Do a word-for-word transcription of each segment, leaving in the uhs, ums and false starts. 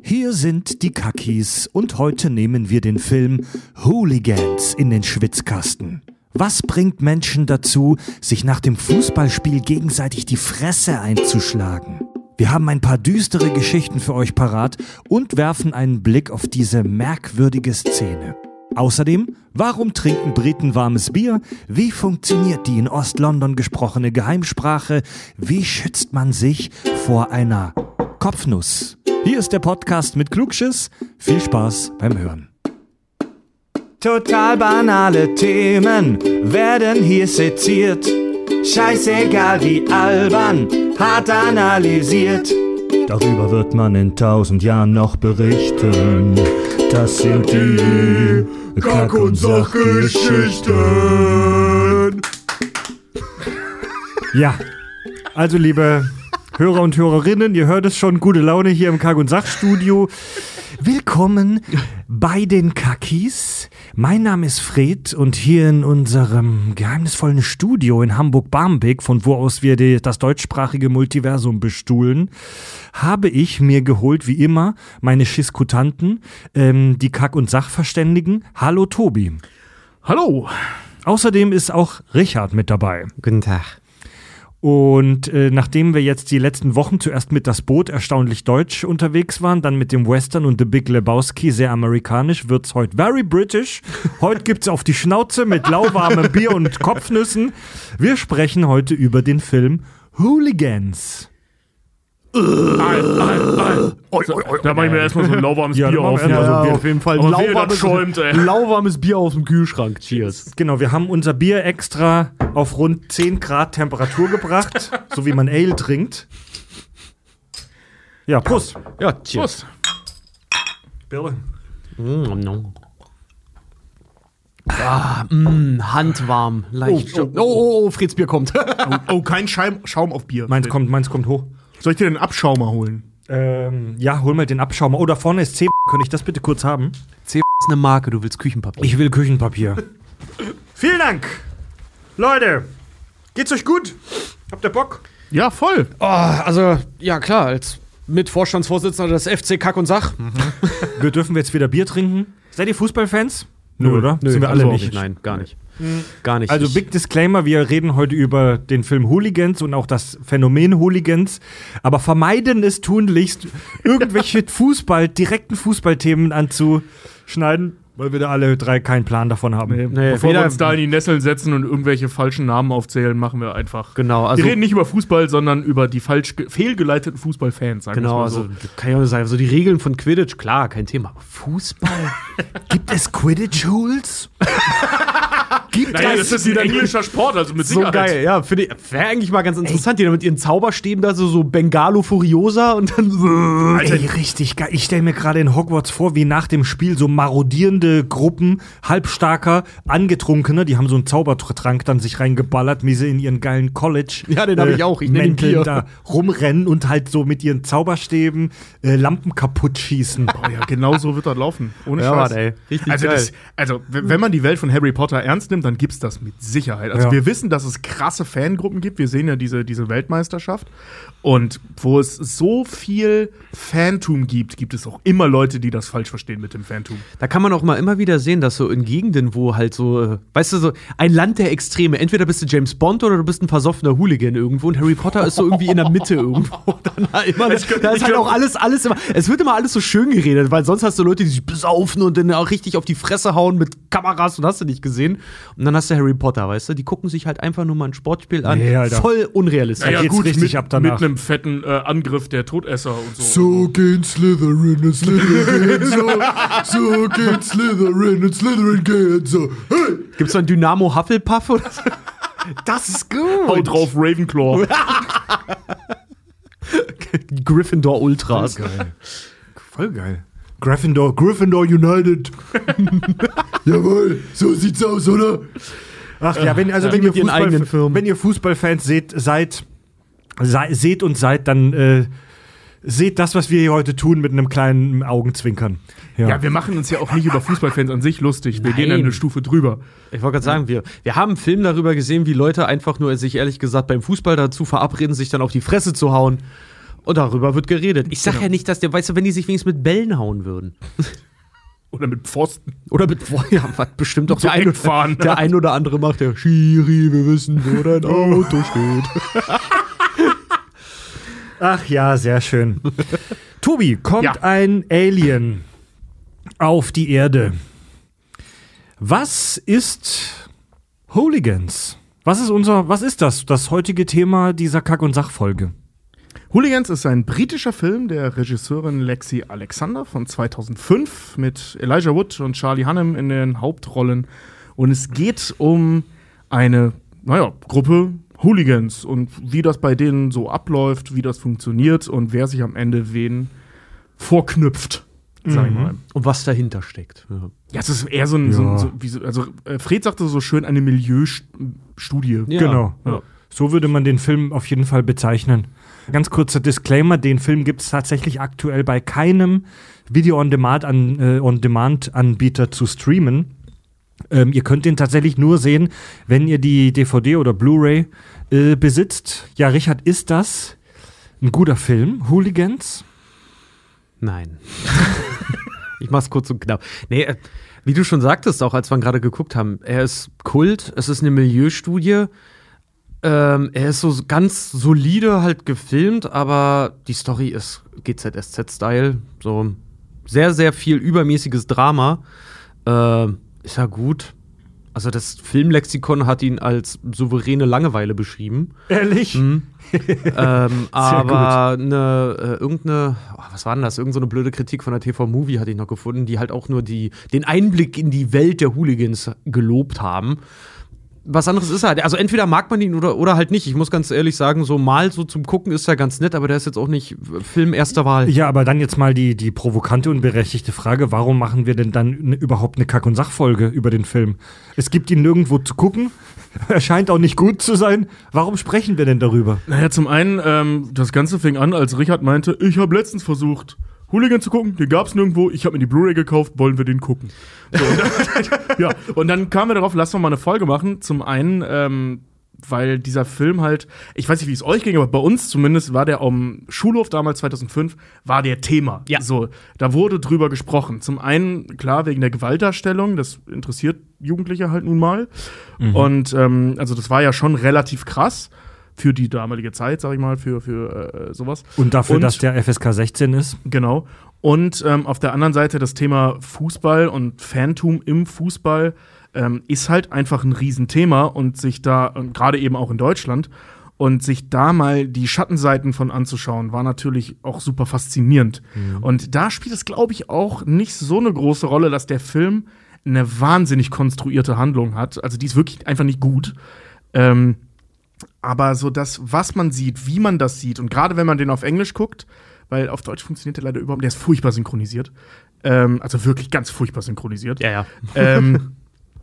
Hier sind die Kakis und heute nehmen wir den Film Hooligans in den Schwitzkasten. Was bringt Menschen dazu, sich nach dem Fußballspiel gegenseitig die Fresse einzuschlagen? Wir haben ein paar düstere Geschichten für euch parat und werfen einen Blick auf diese merkwürdige Szene. Außerdem, warum trinken Briten warmes Bier? Wie funktioniert die in Ost-London gesprochene Geheimsprache? Wie schützt man sich vor einer Kopfnuss? Hier ist der Podcast mit Klugschiss. Viel Spaß beim Hören. Total banale Themen werden hier seziert. Scheißegal wie albern, hart analysiert. Darüber wird man in tausend Jahren noch berichten. Das sind die Kack- und Sachgeschichten. Ja, also liebe Hörer und Hörerinnen, ihr hört es schon, gute Laune hier im Kack- und Sachstudio. Willkommen bei den Kakis. Mein Name ist Fred und hier in unserem geheimnisvollen Studio in Hamburg-Barmbek, von wo aus wir die, das deutschsprachige Multiversum bestuhlen, habe ich mir geholt, wie immer, meine Schiskutanten, ähm, die Kack- und Sachverständigen. Hallo Tobi. Hallo. Außerdem ist auch Richard mit dabei. Guten Tag. Und äh, nachdem wir jetzt die letzten Wochen zuerst mit Das Boot erstaunlich deutsch unterwegs waren, dann mit dem Western und The Big Lebowski sehr amerikanisch, wird's heute very British. Heute gibt's auf die Schnauze mit lauwarmem Bier und Kopfnüssen. Wir sprechen heute über den Film Hooligans. Ein, ein, ein. Oh, oh, oh, da mache ich mir erstmal so ein lauwarmes Ja, Bier auf. ja, Ja, ja, so auf jeden Fall Aber lauwarmes, wehe, das schäumt, ey. lauwarmes Bier aus dem Kühlschrank. Cheers. Genau, wir haben unser Bier extra auf rund zehn Grad Temperatur gebracht, so wie man Ale trinkt. Ja, Prost. Ja, cheers. Prost. Bitte. Mm, no. Ah, mm, handwarm. Leicht. Oh, Oh, oh, oh, oh, Freds Bier kommt. Oh, oh, kein Scheim, Schaum auf Bier. Meins kommt, meins kommt hoch. Soll ich dir den Abschaumer holen? Ähm, ja, hol mal den Abschaumer. Oh, da vorne ist C. Könnte ich das bitte kurz haben? C ist eine Marke, du willst Küchenpapier. Ich will Küchenpapier. Vielen Dank. Leute, geht's euch gut? Habt ihr Bock? Ja, voll. Oh, also, ja klar, als Mitvorstandsvorsitzender des F C Kack und Sach. Mhm. Wir dürfen jetzt wieder Bier trinken. Seid ihr Fußballfans? Nö, oder? Nö, Sind wir also alle nicht. Nein, gar nicht. Mhm. Gar nicht. Also Big Disclaimer, wir reden heute über den Film Hooligans und auch das Phänomen Hooligans, aber vermeiden es tunlichst, irgendwelche Fußball, direkten Fußballthemen anzuschneiden, weil wir da alle drei keinen Plan davon haben. Nee, Nee, bevor weder- wir uns da in die Nesseln setzen und irgendwelche falschen Namen aufzählen, machen wir einfach. Genau, also. wir reden nicht über Fußball, sondern über die falsch ge- fehlgeleiteten Fußballfans, sagen Genau, wir also mal so. kann ich auch sagen, so die Regeln von Quidditch, klar, kein Thema. Aber Fußball? Gibt es Quidditch-Hools? Gibt Naja, es? das ist ein englischer Sport, also mit So Sicherheit. geil, ja, finde ich, wäre eigentlich mal ganz interessant, die da mit ihren Zauberstäben da so, so Bengalo Furiosa und dann. Ey, richtig geil. Ich stelle mir gerade in Hogwarts vor, wie nach dem Spiel so marodierende Gruppen, halbstarker, angetrunkene, die haben so einen Zaubertrank dann sich reingeballert, wie sie in ihren geilen College Ja, den hab ich auch. Ich nenn ihn Mänteln Bier. da rumrennen und halt so mit ihren Zauberstäben äh, Lampen kaputt schießen. Oh ja, genau so wird das laufen. Ohne Ja, Scheiß. Mann, ey. Richtig also, geil. das, also, w- wenn man die Welt von Harry Potter ernst nimmt, dann gibt's das mit Sicherheit. Also, Ja. wir wissen, dass es krasse Fangruppen gibt. Wir sehen ja diese, diese Weltmeisterschaft. Und wo es so viel Fantum gibt, gibt es auch immer Leute, die das falsch verstehen mit dem Fantum. Da kann man auch mal immer wieder sehen, dass so in Gegenden, wo halt so, äh, weißt du, so ein Land der Extreme, entweder bist du James Bond oder du bist ein versoffener Hooligan irgendwo und Harry Potter ist so irgendwie in der Mitte irgendwo. Dann halt immer, Ich glaub- da ich ist halt glaub- auch alles, alles immer, es wird immer alles so schön geredet, weil sonst hast du Leute, die sich besaufen und dann auch richtig auf die Fresse hauen mit Kameras und hast du nicht gesehen. Und dann hast du Harry Potter, weißt du, die gucken sich halt einfach nur mal ein Sportspiel an. Nee, Alter. Voll unrealistisch. Ja, geht's richtig mit, ab danach. mit einem fetten äh, Angriff der Todesser und so. So geht Slytherin und Slytherin geht so. So geht Slytherin und Slytherin geht so. Hey! Gibt's da ein Dynamo Hufflepuff oder so? Das ist gut. Hau drauf, Ravenclaw. Gryffindor Ultras. Geil. Voll geil. Gryffindor, Gryffindor United. Jawohl, so sieht's aus, oder? Ach ja, wenn, also Ja. wenn, Die ihr mit ihren Fußball, eigenen Firmen. wenn ihr Fußballfans seht, seid, sei, seht und seid, dann äh, seht das, was wir hier heute tun, mit einem kleinen Augenzwinkern. Ja, wir machen uns ja auch nicht über Fußballfans an sich lustig. Wir Nein. gehen dann eine Stufe drüber. Ich wollte gerade sagen, wir, wir haben einen Film darüber gesehen, wie Leute einfach nur sich ehrlich gesagt beim Fußball dazu verabreden, sich dann auf die Fresse zu hauen. Und darüber wird geredet. Ich sag Genau. ja nicht, dass der, weißt du, wenn die sich wenigstens mit Bällen hauen würden. Oder mit Pfosten. Oder mit, ja, was bestimmt doch So der, ein, Eckfahren. der ein oder andere macht der Schiri, wir wissen, wo dein Auto steht. Ach ja, sehr schön. Tobi, kommt Ja. ein Alien auf die Erde. Was ist Hooligans? Was ist unser, was ist das, das heutige Thema dieser Kack- und Sachfolge? Hooligans ist ein britischer Film der Regisseurin Lexi Alexander von zweitausendfünf mit Elijah Wood und Charlie Hunnam in den Hauptrollen. Und es geht um eine, naja, Gruppe Hooligans und wie das bei denen so abläuft, wie das funktioniert und wer sich am Ende wen vorknüpft, sag ich mal. Und was dahinter steckt. Ja. Ja, es ist eher so ein, so Ja. ein so, wie so, also äh, Fred sagte so schön, eine Milieustudie. Ja. Genau. Ja. So würde man den Film auf jeden Fall bezeichnen. Ganz kurzer Disclaimer, den Film gibt es tatsächlich aktuell bei keinem Video-on-Demand-Anbieter äh, On-Demand-Anbieter zu streamen. Ähm, ihr könnt den tatsächlich nur sehen, wenn ihr die D V D oder Blu-ray äh, besitzt. Ja, Richard, ist das ein guter Film, Hooligans? Nein. Ich mach's kurz und knapp. Nee, äh, wie du schon sagtest, auch als wir ihn gerade geguckt haben, er ist Kult, es ist eine Milieustudie. Ähm, er ist so ganz solide halt gefilmt, aber die Story ist G Z S Z-Style. So sehr, sehr viel übermäßiges Drama. Äh, ist ja gut. Also das Filmlexikon hat ihn als souveräne Langeweile beschrieben. Ehrlich? Mhm. ähm, aber eine, äh, irgendeine, oh, was war denn das? Irgend so eine blöde Kritik von der T V-Movie hatte ich noch gefunden, die halt auch nur die, den Einblick in die Welt der Hooligans gelobt haben. Was anderes ist halt, also entweder mag man ihn oder, oder halt nicht. Ich muss ganz ehrlich sagen, so mal so zum Gucken ist er ganz nett, aber der ist jetzt auch nicht Film erster Wahl. Ja, aber dann jetzt mal die, die provokante und berechtigte Frage, warum machen wir denn dann ne, überhaupt eine Kack- und Sachfolge über den Film? Es gibt ihn nirgendwo zu gucken, er scheint auch nicht gut zu sein. Warum sprechen wir denn darüber? Naja, zum einen, ähm, das Ganze fing an, als Richard meinte, ich habe letztens versucht, Hooligan zu gucken, den gab's nirgendwo, ich habe mir die Blu-ray gekauft, wollen wir den gucken. So, und, dann, ja, und dann kamen wir darauf, lass uns mal eine Folge machen. Zum einen, ähm, weil dieser Film halt, ich weiß nicht, wie es euch ging, aber bei uns zumindest war der am Schulhof damals zweitausendfünf, war der Thema. Ja. So, da wurde drüber gesprochen. Zum einen, klar, wegen der Gewaltdarstellung, das interessiert Jugendliche halt nun mal. Mhm. Und ähm, also das war ja schon relativ krass für die damalige Zeit, sag ich mal, für, für äh, sowas. Und dafür, Und- dass der F S K sechzehn ist? Genau. Und ähm, auf der anderen Seite das Thema Fußball und Fantum im Fußball ähm, ist halt einfach ein Riesenthema und sich da, und gerade eben auch in Deutschland, und sich da mal die Schattenseiten von anzuschauen, war natürlich auch super faszinierend. Und da spielt es, glaube ich, auch nicht so eine große Rolle, dass der Film eine wahnsinnig konstruierte Handlung hat. Also die ist wirklich einfach nicht gut. Ähm, aber so das, was man sieht, wie man das sieht, und gerade wenn man den auf Englisch guckt, weil auf Deutsch funktioniert der leider überhaupt, der ist furchtbar synchronisiert. Ähm, also wirklich ganz furchtbar synchronisiert. Ja, ja. Ähm,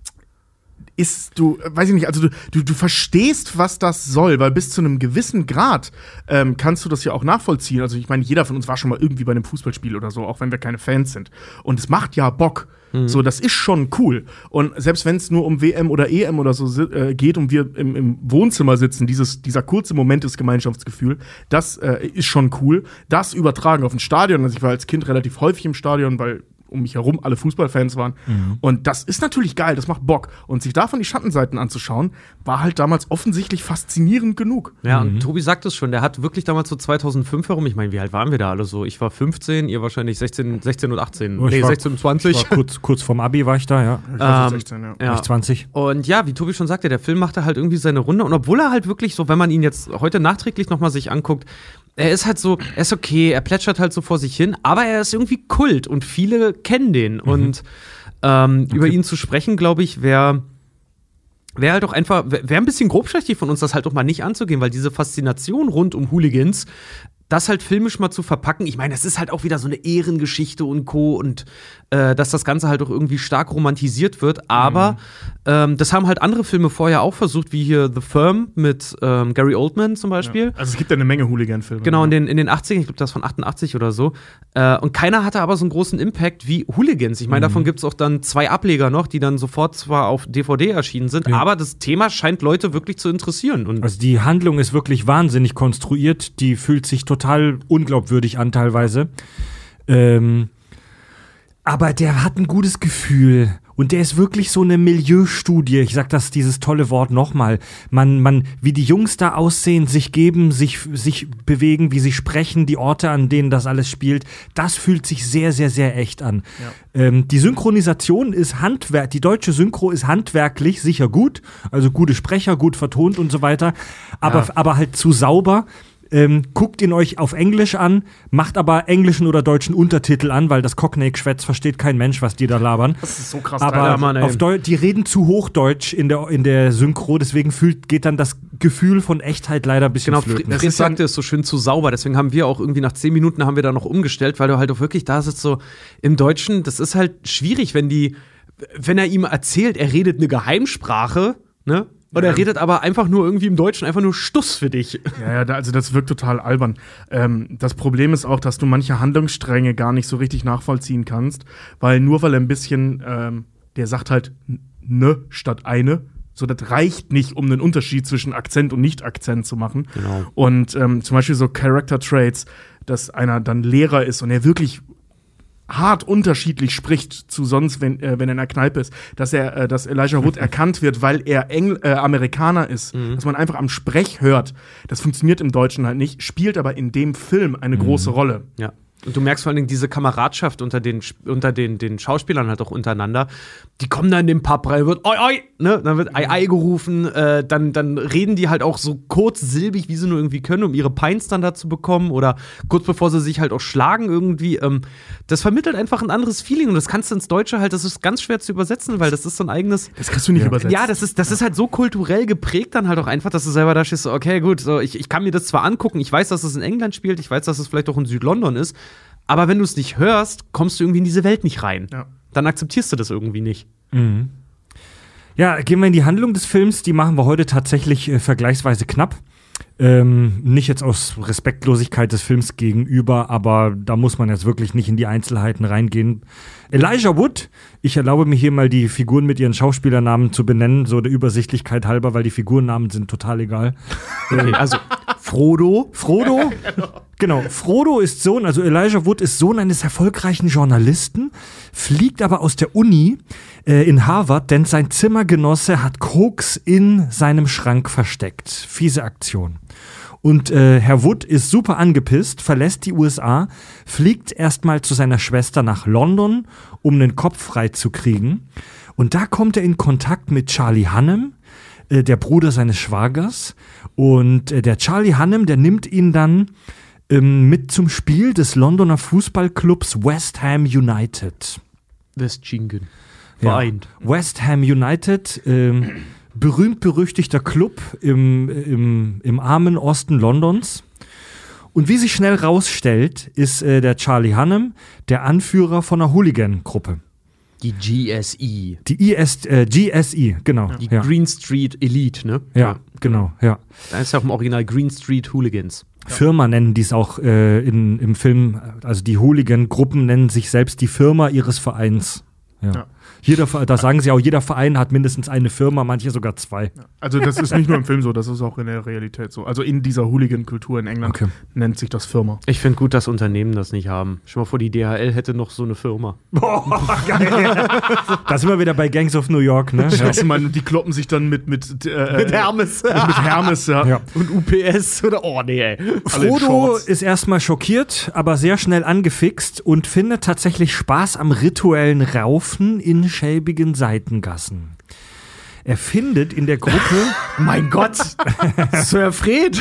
ist du, äh, weiß ich nicht, also du, du, du verstehst, was das soll, weil bis zu einem gewissen Grad ähm, kannst du das ja auch nachvollziehen. Also ich meine, jeder von uns war schon mal irgendwie bei einem Fußballspiel oder so, auch wenn wir keine Fans sind. Und es macht ja Bock. Mhm. So, das ist schon cool. Und selbst wenn es nur um W M oder E M oder so si- äh, geht und wir im, im Wohnzimmer sitzen, dieses, dieser kurze Moment des Gemeinschaftsgefühls, das äh, ist schon cool. Das übertragen auf ein Stadion. Also ich war als Kind relativ häufig im Stadion, weil um mich herum alle Fußballfans waren. Mhm. Und das ist natürlich geil, das macht Bock. Und sich davon die Schattenseiten anzuschauen, war halt damals offensichtlich faszinierend genug. Ja, und Tobi sagt es schon, der hat wirklich damals so zweitausendfünf herum, ich meine, wie alt waren wir da alle so? Ich war fünfzehn, ihr wahrscheinlich sechzehn, sechzehn und achtzehn. Oh, ich nee, war- sechzehn und zwanzig. Ich war kurz, kurz vorm Abi war ich da, ja. Ich war so Ähm, sechzehn, ja. Ja. Ich zwanzig. Und ja, wie Tobi schon sagte, der Film machte halt irgendwie seine Runde. Und obwohl er halt wirklich so, wenn man ihn jetzt heute nachträglich nochmal sich anguckt, er ist halt so, er ist okay, er plätschert halt so vor sich hin, aber er ist irgendwie Kult und viele kennen den. Mhm. Und ähm, okay. über ihn zu sprechen, glaube ich, wäre wär halt auch einfach, wäre wär ein bisschen grobschlächtig von uns, das halt auch mal nicht anzugehen, weil diese Faszination rund um Hooligans, das halt filmisch mal zu verpacken, ich meine, das ist halt auch wieder so eine Ehrengeschichte und Co. und äh, dass das Ganze halt auch irgendwie stark romantisiert wird, aber mhm. ähm, das haben halt andere Filme vorher auch versucht, wie hier The Firm mit ähm, Gary Oldman zum Beispiel. Ja. Also es gibt ja eine Menge Hooligan-Filme. Genau, in den, in den achtzigern, ich glaube, das von achtundachtzig oder so. Äh, und keiner hatte aber so einen großen Impact wie Hooligans. Ich meine, mhm. davon gibt es auch dann zwei Ableger noch, die dann sofort zwar auf D V D erschienen sind, ja. aber das Thema scheint Leute wirklich zu interessieren. Und also die Handlung ist wirklich wahnsinnig konstruiert, die fühlt sich total total unglaubwürdig an teilweise. Ähm, aber der hat ein gutes Gefühl. Und der ist wirklich so eine Milieustudie. Ich sag das, dieses tolle Wort nochmal. Man, man, wie die Jungs da aussehen, sich geben, sich, sich bewegen, wie sie sprechen, die Orte, an denen das alles spielt. Das fühlt sich sehr, sehr, sehr echt an. Ja. Ähm, die Synchronisation ist handwerk, die deutsche Synchro ist handwerklich sicher gut. Also gute Sprecher, gut vertont und so weiter. Aber, ja. aber halt zu sauber. Ähm, guckt ihn euch auf Englisch an, macht aber englischen oder deutschen Untertitel an, weil das Cockney-Geschwätz versteht kein Mensch, was die da labern. Das ist so krass. Aber Alter, Mann, auf Deu- die reden zu Hochdeutsch in der, in der Synchro, deswegen fühlt, geht dann das Gefühl von Echtheit leider ein bisschen genau, flöten. Fred sagte es so schön zu sauber, deswegen haben wir auch irgendwie nach zehn Minuten haben wir da noch umgestellt, weil du halt auch wirklich da sitzt so im Deutschen, das ist halt schwierig, wenn die, wenn er ihm erzählt, er redet eine Geheimsprache, ne? Oder er redet aber einfach nur irgendwie im Deutschen, einfach nur Stuss für dich. Ja, ja, da, also das wirkt total albern. Ähm, das Problem ist auch, dass du manche Handlungsstränge gar nicht so richtig nachvollziehen kannst, weil nur weil er ein bisschen, ähm, der sagt halt ne statt eine, so das reicht nicht, um einen Unterschied zwischen Akzent und Nicht-Akzent zu machen. Genau. Und ähm, zum Beispiel so Character Traits, dass einer dann Lehrer ist und er wirklich hart unterschiedlich spricht zu sonst, wenn, äh, wenn er in der Kneipe ist, dass er, äh, dass Elijah Wood erkannt wird, weil er Engl äh, Amerikaner ist, mhm. dass man einfach am Sprech hört. Das funktioniert im Deutschen halt nicht, spielt aber in dem Film eine mhm. große Rolle. Ja. Und du merkst vor allen Dingen diese Kameradschaft unter den, unter den, den Schauspielern halt auch untereinander. Die kommen dann in den Pub rein, wird oi, oi, ne? Dann wird ei, ei gerufen, äh, dann, dann reden die halt auch so kurzsilbig, wie sie nur irgendwie können, um ihre Pints dann da zu bekommen oder kurz bevor sie sich halt auch schlagen irgendwie. Ähm, das vermittelt einfach ein anderes Feeling und das kannst du ins Deutsche halt, das ist ganz schwer zu übersetzen, weil das ist so ein eigenes. Das kannst du nicht ja. übersetzen. Ja, das ist, das ist halt so kulturell geprägt dann halt auch einfach, dass du selber da stehst, so, okay, gut, so, ich, ich kann mir das zwar angucken, ich weiß, dass es in England spielt, ich weiß, dass es vielleicht auch in Südlondon ist, aber wenn du es nicht hörst, kommst du irgendwie in diese Welt nicht rein. Ja. Dann akzeptierst du das irgendwie nicht. Mhm. Ja, gehen wir in die Handlung des Films. Die machen wir heute tatsächlich äh, vergleichsweise knapp. Ähm, nicht jetzt aus Respektlosigkeit des Films gegenüber, aber da muss man jetzt wirklich nicht in die Einzelheiten reingehen. Elijah Wood, ich erlaube mir hier mal die Figuren mit ihren Schauspielernamen zu benennen, so der Übersichtlichkeit halber, weil die Figurennamen sind total egal. Okay, also Frodo. Frodo, genau, Frodo ist Sohn, also Elijah Wood ist Sohn eines erfolgreichen Journalisten, fliegt aber aus der Uni äh, in Harvard, denn sein Zimmergenosse hat Koks in seinem Schrank versteckt. Fiese Aktion. Und äh, Herr Wood ist super angepisst, verlässt die U S A, fliegt erstmal zu seiner Schwester nach London, um den Kopf frei zu kriegen. Und da kommt er in Kontakt mit Charlie Hunnam, äh, der Bruder seines Schwagers. Und äh, der Charlie Hunnam, der nimmt ihn dann ähm, mit zum Spiel des Londoner Fußballclubs West Ham United. Westschingen. Vereint. Ja. West Ham United, ähm, berühmt-berüchtigter Club im, im, im armen Osten Londons. Und wie sich schnell rausstellt, ist äh, der Charlie Hunnam der Anführer von einer Hooligan-Gruppe. Die G S E. Die I S, äh, G S E, genau. Die ja. Green Street Elite, ne? Ja, ja, genau, ja. Da ist ja auch im Original Green Street Hooligans. Firma nennen die es auch äh, in, im Film, also die Hooligan-Gruppen nennen sich selbst die Firma ihres Vereins. Ja. Ja. Jeder, da sagen sie auch, jeder Verein hat mindestens eine Firma, manche sogar zwei. Also das ist nicht nur im Film so, das ist auch in der Realität so. Also in dieser Hooligan-Kultur in England okay. nennt sich das Firma. Ich finde gut, dass Unternehmen das nicht haben. Stell mal vor, die D H L hätte noch so eine Firma. Boah, geil. Da sind wir wieder bei Gangs of New York, ne? Scheiße, Mann, die kloppen sich dann mit mit, äh, mit Hermes. Mit, mit Hermes, ja. ja. Und U P S oder oh nee, ey. Frodo ist erstmal schockiert, aber sehr schnell angefixt und findet tatsächlich Spaß am rituellen Raufen in schäbigen Seitengassen. Er findet in der Gruppe mein Gott, Sir Fred.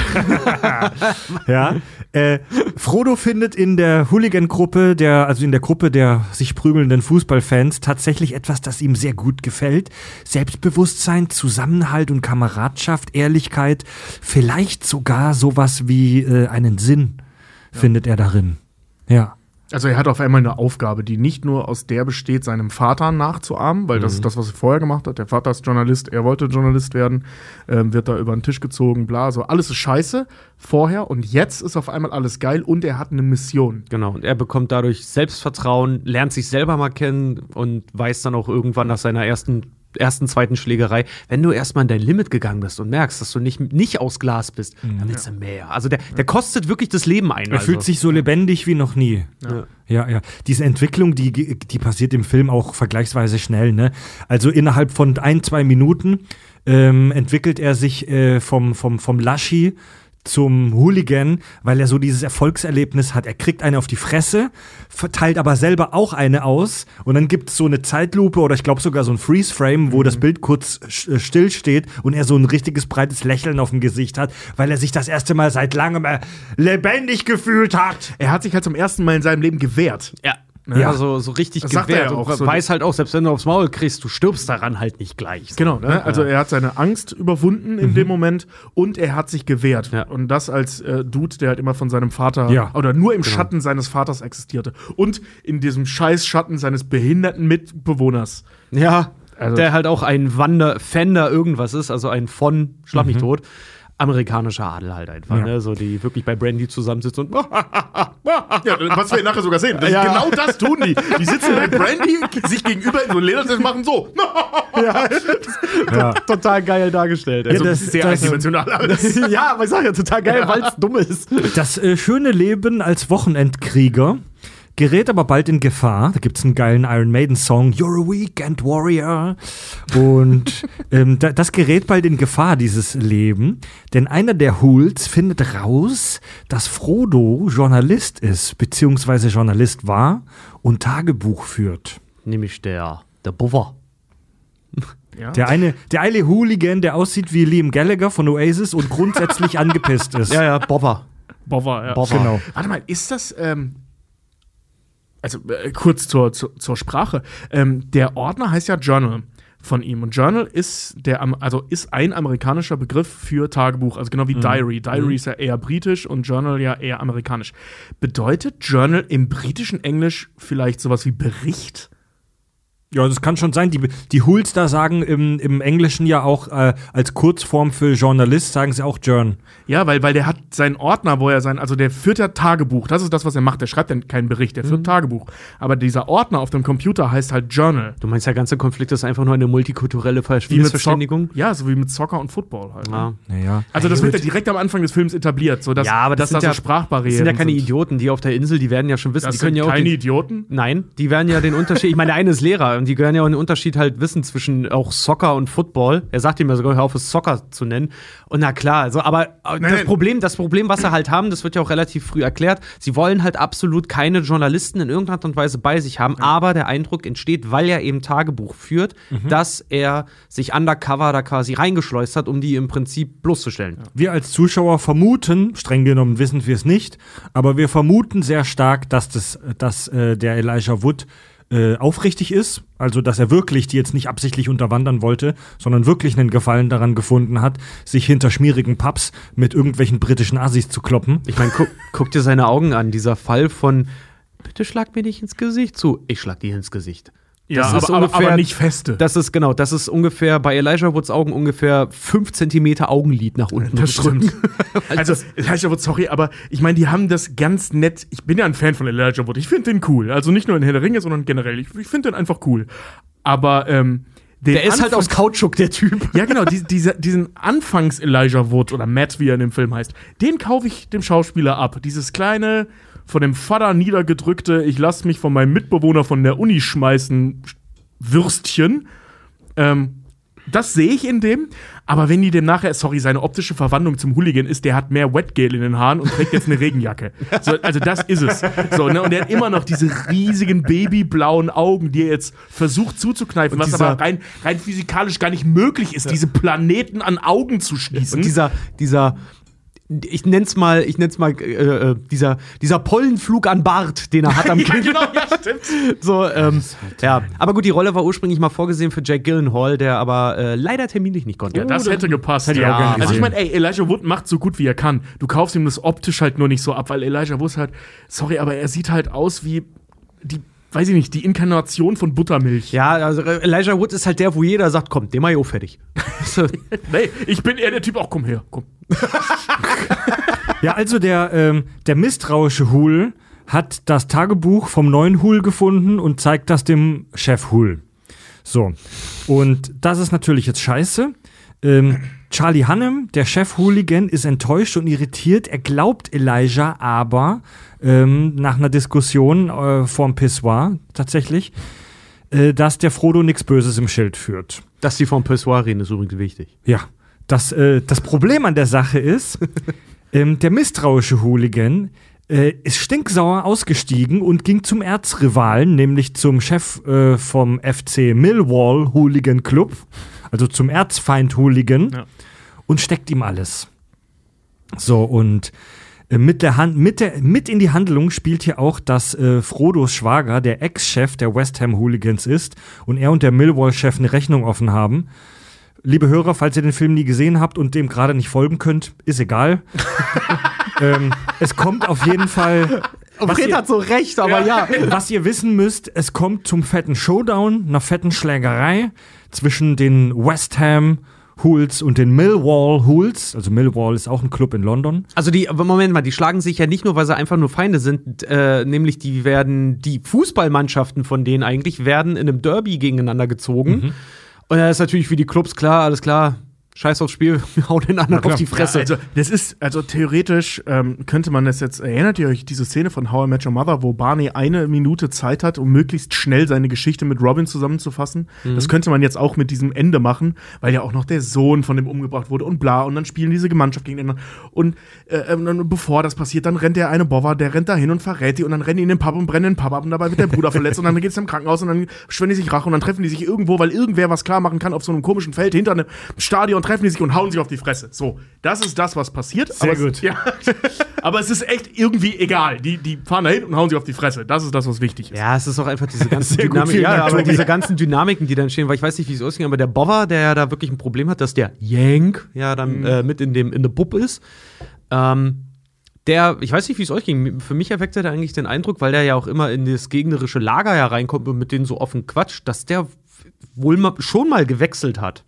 ja, äh, Frodo findet in der Hooligan-Gruppe, der, also in der Gruppe der sich prügelnden Fußballfans tatsächlich etwas, das ihm sehr gut gefällt. Selbstbewusstsein, Zusammenhalt und Kameradschaft, Ehrlichkeit, vielleicht sogar sowas wie äh, einen Sinn ja. findet er darin. Ja. Also er hat auf einmal eine Aufgabe, die nicht nur aus der besteht, seinem Vater nachzuahmen, weil mhm. das ist das, was er vorher gemacht hat. Der Vater ist Journalist, er wollte Journalist werden, ähm, wird da über den Tisch gezogen, bla, so. Alles ist scheiße vorher und jetzt ist auf einmal alles geil und er hat eine Mission. Genau, und er bekommt dadurch Selbstvertrauen, lernt sich selber mal kennen und weiß dann auch irgendwann nach seiner ersten ersten, zweiten Schlägerei, wenn du erstmal in dein Limit gegangen bist und merkst, dass du nicht, nicht aus Glas bist, mhm. dann willst du mehr. Also der, der kostet wirklich das Leben ein. Er also. fühlt sich so lebendig wie noch nie. Ja. ja, ja. Diese Entwicklung, die, die passiert im Film auch vergleichsweise schnell, ne? Also innerhalb von ein, zwei Minuten ähm, entwickelt er sich äh, vom, vom, vom Laschi zum Hooligan, weil er so dieses Erfolgserlebnis hat. Er kriegt eine auf die Fresse, verteilt aber selber auch eine aus und dann gibt es so eine Zeitlupe oder ich glaube sogar so ein Freeze-Frame, wo mhm. das Bild kurz sch- still steht und er so ein richtiges breites Lächeln auf dem Gesicht hat, weil er sich das erste Mal seit langem äh, lebendig gefühlt hat. Er hat sich halt zum ersten Mal in seinem Leben gewehrt. Ja. Ja, ja, so, so richtig das sagt er ja auch. Du weiß halt auch, selbst wenn du aufs Maul kriegst, du stirbst daran halt nicht gleich. So, genau, ne? ne? Also er hat seine Angst überwunden in mhm. dem Moment und er hat sich gewehrt. Ja. Und das als äh, Dude, der halt immer von seinem Vater ja. oder nur im genau. Schatten seines Vaters existierte. Und in diesem scheiß Schatten seines behinderten Mitbewohners. Ja, also. Der halt auch ein Wander, Fender irgendwas ist, also ein von, schlag mich mhm. tot. Amerikanischer Adel halt einfach, ja. ne? So, die wirklich bei Brandy zusammensitzen und ja, was wir nachher sogar sehen. Das ja. Genau das tun die. Die sitzen bei Brandy, sich gegenüber in so einem Ledersessel machen so. ja. ja. Total geil dargestellt. Also ja, das, sehr das, eindimensional alles. ja, aber ich sag ja, total geil, ja. weil es dumm ist. Das äh, schöne Leben als Wochenendkrieger gerät aber bald in Gefahr. Da gibt's einen geilen Iron Maiden-Song, You're a Weekend Warrior. Und ähm, da, das gerät bald in Gefahr, dieses Leben. Denn einer der Hools findet raus, dass Frodo Journalist ist, beziehungsweise Journalist war und Tagebuch führt. Nämlich der, der Bover. Ja. Der eine, der eine Hooligan, der aussieht wie Liam Gallagher von Oasis und grundsätzlich angepisst ist. Ja, ja, Bover. Bover, ja. Bover. Genau. Warte mal, ist das, ähm, also äh, kurz zur, zur, zur Sprache, ähm, der Ordner heißt ja Journal von ihm und Journal ist der, also ist ein amerikanischer Begriff für Tagebuch, also genau wie mhm. Diary. Diary mhm. ist ja eher britisch und Journal ja eher amerikanisch. Bedeutet Journal im britischen Englisch vielleicht sowas wie Bericht? Ja, das kann schon sein. Die, die Hools da sagen im, im Englischen ja auch äh, als Kurzform für Journalist, sagen sie auch Journ. Ja, weil, weil der hat seinen Ordner, wo er sein, also der führt ja Tagebuch. Das ist das, was er macht. Der schreibt ja keinen Bericht, der führt mhm. Tagebuch. Aber dieser Ordner auf dem Computer heißt halt Journal. Du meinst, der ganze Konflikt ist einfach nur eine multikulturelle Missverständigung? Ja, so wie mit Soccer und Football halt. Ah. Ne? Ja. Also das wird ja direkt am Anfang des Films etabliert, so dass, ja, aber das dass sind da ja so Sprachbarrieren Das sind ja keine sind. Idioten, die auf der Insel, die werden ja schon wissen. Das die können sind ja auch keine den, Idioten? Nein, die werden ja den Unterschied, ich meine, der eine ist Lehrer und die werden ja auch den Unterschied halt wissen zwischen auch Soccer und Football. Er sagt ihm ja sogar, hör auf, es Soccer zu nennen. Und na klar, also, aber nein, das nein. Problem, das Problem, was sie halt haben, das wird ja auch relativ früh erklärt, sie wollen halt absolut keine Journalisten in irgendeiner Art und Weise bei sich haben, ja. aber der Eindruck entsteht, weil er eben Tagebuch führt, mhm. dass er sich undercover da quasi reingeschleust hat, um die im Prinzip bloßzustellen. Ja. Wir als Zuschauer vermuten, streng genommen wissen wir es nicht, aber wir vermuten sehr stark, dass, das, dass äh, der Elijah Wood Äh, aufrichtig ist, also dass er wirklich die jetzt nicht absichtlich unterwandern wollte, sondern wirklich einen Gefallen daran gefunden hat, sich hinter schmierigen Pubs mit irgendwelchen britischen Assis zu kloppen. Ich meine, guck, guck dir seine Augen an, dieser Fall von bitte schlag mir nicht ins Gesicht zu, ich schlag dir ins Gesicht. Ja, das aber, ist ungefähr, aber, aber nicht feste. Das ist genau, das ist ungefähr bei Elijah Woods Augen ungefähr fünf Zentimeter Augenlid nach unten. Das stimmt. Also, Elijah Wood, sorry, aber ich meine, die haben das ganz nett. Ich bin ja ein Fan von Elijah Wood. Ich finde den cool. Also nicht nur in Herr der Ringe, sondern generell. Ich, ich finde den einfach cool. Aber, ähm, den der ist Anfang, halt aus Kautschuk, der Typ. Ja, genau, die, diese, diesen Anfangs-Elijah Wood oder Matt, wie er in dem Film heißt, den kaufe ich dem Schauspieler ab. Dieses kleine, von dem Vater niedergedrückte, ich lasse mich von meinem Mitbewohner von der Uni schmeißen, Würstchen. Ähm, das sehe ich in dem. Aber wenn die dem nachher, sorry, seine optische Verwandlung zum Hooligan ist, der hat mehr Wetgel in den Haaren und trägt jetzt eine Regenjacke. So, also das ist es. So, ne? Und er hat immer noch diese riesigen babyblauen Augen, die er jetzt versucht zuzukneifen, was aber rein, rein physikalisch gar nicht möglich ist, ja. diese Planeten an Augen zu schließen. Und dieser, dieser ich nenn's mal, ich nenn's mal äh, dieser, dieser Pollenflug an Bart, den er hat am ja, Kinn. Genau, ja, stimmt. So, ähm, halt ja. Aber gut, die Rolle war ursprünglich mal vorgesehen für Jake Gyllenhaal, der aber äh, leider terminlich nicht konnte. Ja, das hätte gepasst. Hätte ja. ich auch gerne Also ich gesehen. meine, ey, Elijah Wood macht so gut wie er kann. Du kaufst ihm das optisch halt nur nicht so ab, weil Elijah Wood halt, sorry, aber er sieht halt aus wie die, weiß ich nicht, die Inkarnation von Buttermilch. Ja, also Elijah Wood ist halt der, wo jeder sagt, komm, den mach ich auch fertig. Nee, ich bin eher der Typ, auch komm her, komm. Ja, also der, ähm, der misstrauische Hul hat das Tagebuch vom neuen Hul gefunden und zeigt das dem Chef Hul. So, und das ist natürlich jetzt scheiße. Ähm, Charlie Hunnam, der Chef-Hooligan, ist enttäuscht und irritiert. Er glaubt Elijah aber ähm, nach einer Diskussion äh, vorm Pissoir tatsächlich, äh, dass der Frodo nichts Böses im Schild führt. Dass die vom Pissoir reden, ist übrigens wichtig. Ja, das, äh, das Problem an der Sache ist, ähm, der misstrauische Hooligan äh, ist stinksauer ausgestiegen und ging zum Erzrivalen, nämlich zum Chef äh, vom F C Millwall Hooligan Club, also zum Erzfeind Hooligan, ja. und steckt ihm alles. So, und äh, mit, der Hand, mit, der, mit in die Handlung spielt hier auch, dass äh, Frodos Schwager der Ex-Chef der West Ham Hooligans ist und er und der Millwall-Chef eine Rechnung offen haben. Liebe Hörer, falls ihr den Film nie gesehen habt und dem gerade nicht folgen könnt, ist egal. ähm, es kommt auf jeden Fall. Fred hat so recht, aber ja. ja. Was ihr wissen müsst, es kommt zum fetten Showdown, einer fetten Schlägerei zwischen den West Ham Hools und den Millwall Hools. Also Millwall ist auch ein Club in London. Also die, Moment mal, die schlagen sich ja nicht nur, weil sie einfach nur Feinde sind, äh, nämlich die werden, die Fußballmannschaften von denen eigentlich werden in einem Derby gegeneinander gezogen. Mhm. Und da ist natürlich für die Clubs klar, alles klar, scheiß aufs Spiel, wir hauen den anderen auf die Fresse. Ja, also, das ist, also theoretisch ähm, könnte man das jetzt, erinnert ihr euch diese Szene von How I Met Your Mother, wo Barney eine Minute Zeit hat, um möglichst schnell seine Geschichte mit Robin zusammenzufassen? Mhm. Das könnte man jetzt auch mit diesem Ende machen, weil ja auch noch der Sohn von dem umgebracht wurde und bla, und dann spielen diese Gemeinschaft gegeneinander. Und äh, äh, bevor das passiert, dann rennt der eine Bover, der rennt da hin und verrät die und dann rennen die in den Pub und brennen den Pub ab und dabei wird der Bruder verletzt und dann geht's im Krankenhaus und dann schwören die sich Rache und dann treffen die sich irgendwo, weil irgendwer was klar machen kann auf so einem komischen Feld hinter einem Stadion, treffen die sich und hauen sich auf die Fresse. So, das ist das, was passiert. Sehr aber gut. Es, ja, aber es ist echt irgendwie egal. Die, die fahren da hin und hauen sich auf die Fresse. Das ist das, was wichtig ist. Ja, es ist auch einfach diese ganzen Dynamiken. Ja, aber diese ganzen Dynamiken, die dann entstehen, weil ich weiß nicht, wie es ausging, aber der Bover, der ja da wirklich ein Problem hat, dass der Yank ja dann mhm. äh, mit in dem in der Bub ist. Ähm, Der, ich weiß nicht, wie es euch ging. Für mich erweckte der eigentlich den Eindruck, weil der ja auch immer in das gegnerische Lager ja reinkommt und mit denen so offen quatscht, dass der wohl mal, schon mal gewechselt hat.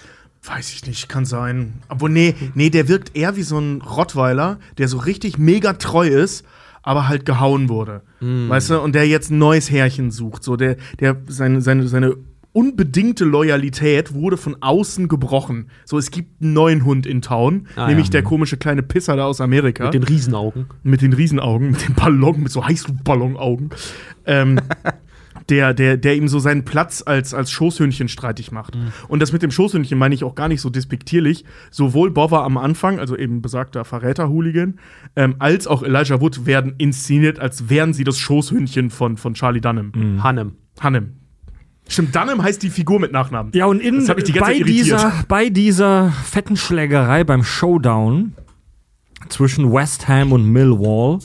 Weiß ich nicht, kann sein. Aber nee, nee, der wirkt eher wie so ein Rottweiler, der so richtig mega treu ist, aber halt gehauen wurde. Mm. Weißt du? Und der jetzt ein neues Härchen sucht. So, der, der, seine, seine, seine unbedingte Loyalität wurde von außen gebrochen. So, es gibt einen neuen Hund in Town, ah, nämlich ja. der komische kleine Pisser da aus Amerika. Mit den Riesenaugen. Mit den Riesenaugen, mit den Ballon, mit so Heißluftballonaugen. ähm, Der, der, der ihm so seinen Platz als, als Schoßhündchen streitig macht. Mhm. Und das mit dem Schoßhündchen meine ich auch gar nicht so despektierlich. Sowohl Bover am Anfang, also eben besagter Verräter-Hooligan, ähm, als auch Elijah Wood werden inszeniert, als wären sie das Schoßhündchen von, von Charlie Dunham. Mhm. Hunnam. Hunnam. Stimmt, Dunham heißt die Figur mit Nachnamen. Ja, und in, das ich die ganze bei, Zeit dieser, bei dieser fetten Schlägerei beim Showdown zwischen West Ham und Millwall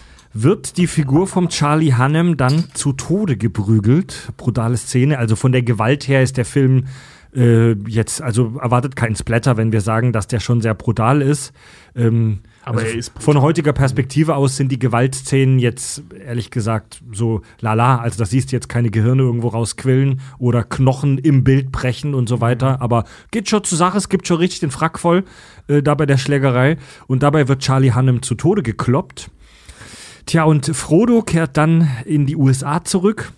wird die Figur vom Charlie Hunnam dann zu Tode geprügelt. Brutale Szene. Also von der Gewalt her ist der Film äh, jetzt, also erwartet keinen Splatter, wenn wir sagen, dass der schon sehr brutal ist. Ähm, Aber also er ist brutal. Von heutiger Perspektive aus sind die Gewaltszenen jetzt, ehrlich gesagt, so lala. Also das siehst du jetzt keine Gehirne irgendwo rausquillen oder Knochen im Bild brechen und so weiter. Mhm. Aber geht schon zur Sache, es gibt schon richtig den Frack voll äh, da bei der Schlägerei. Und dabei wird Charlie Hunnam zu Tode gekloppt. Tja, und Frodo kehrt dann in die U S A zurück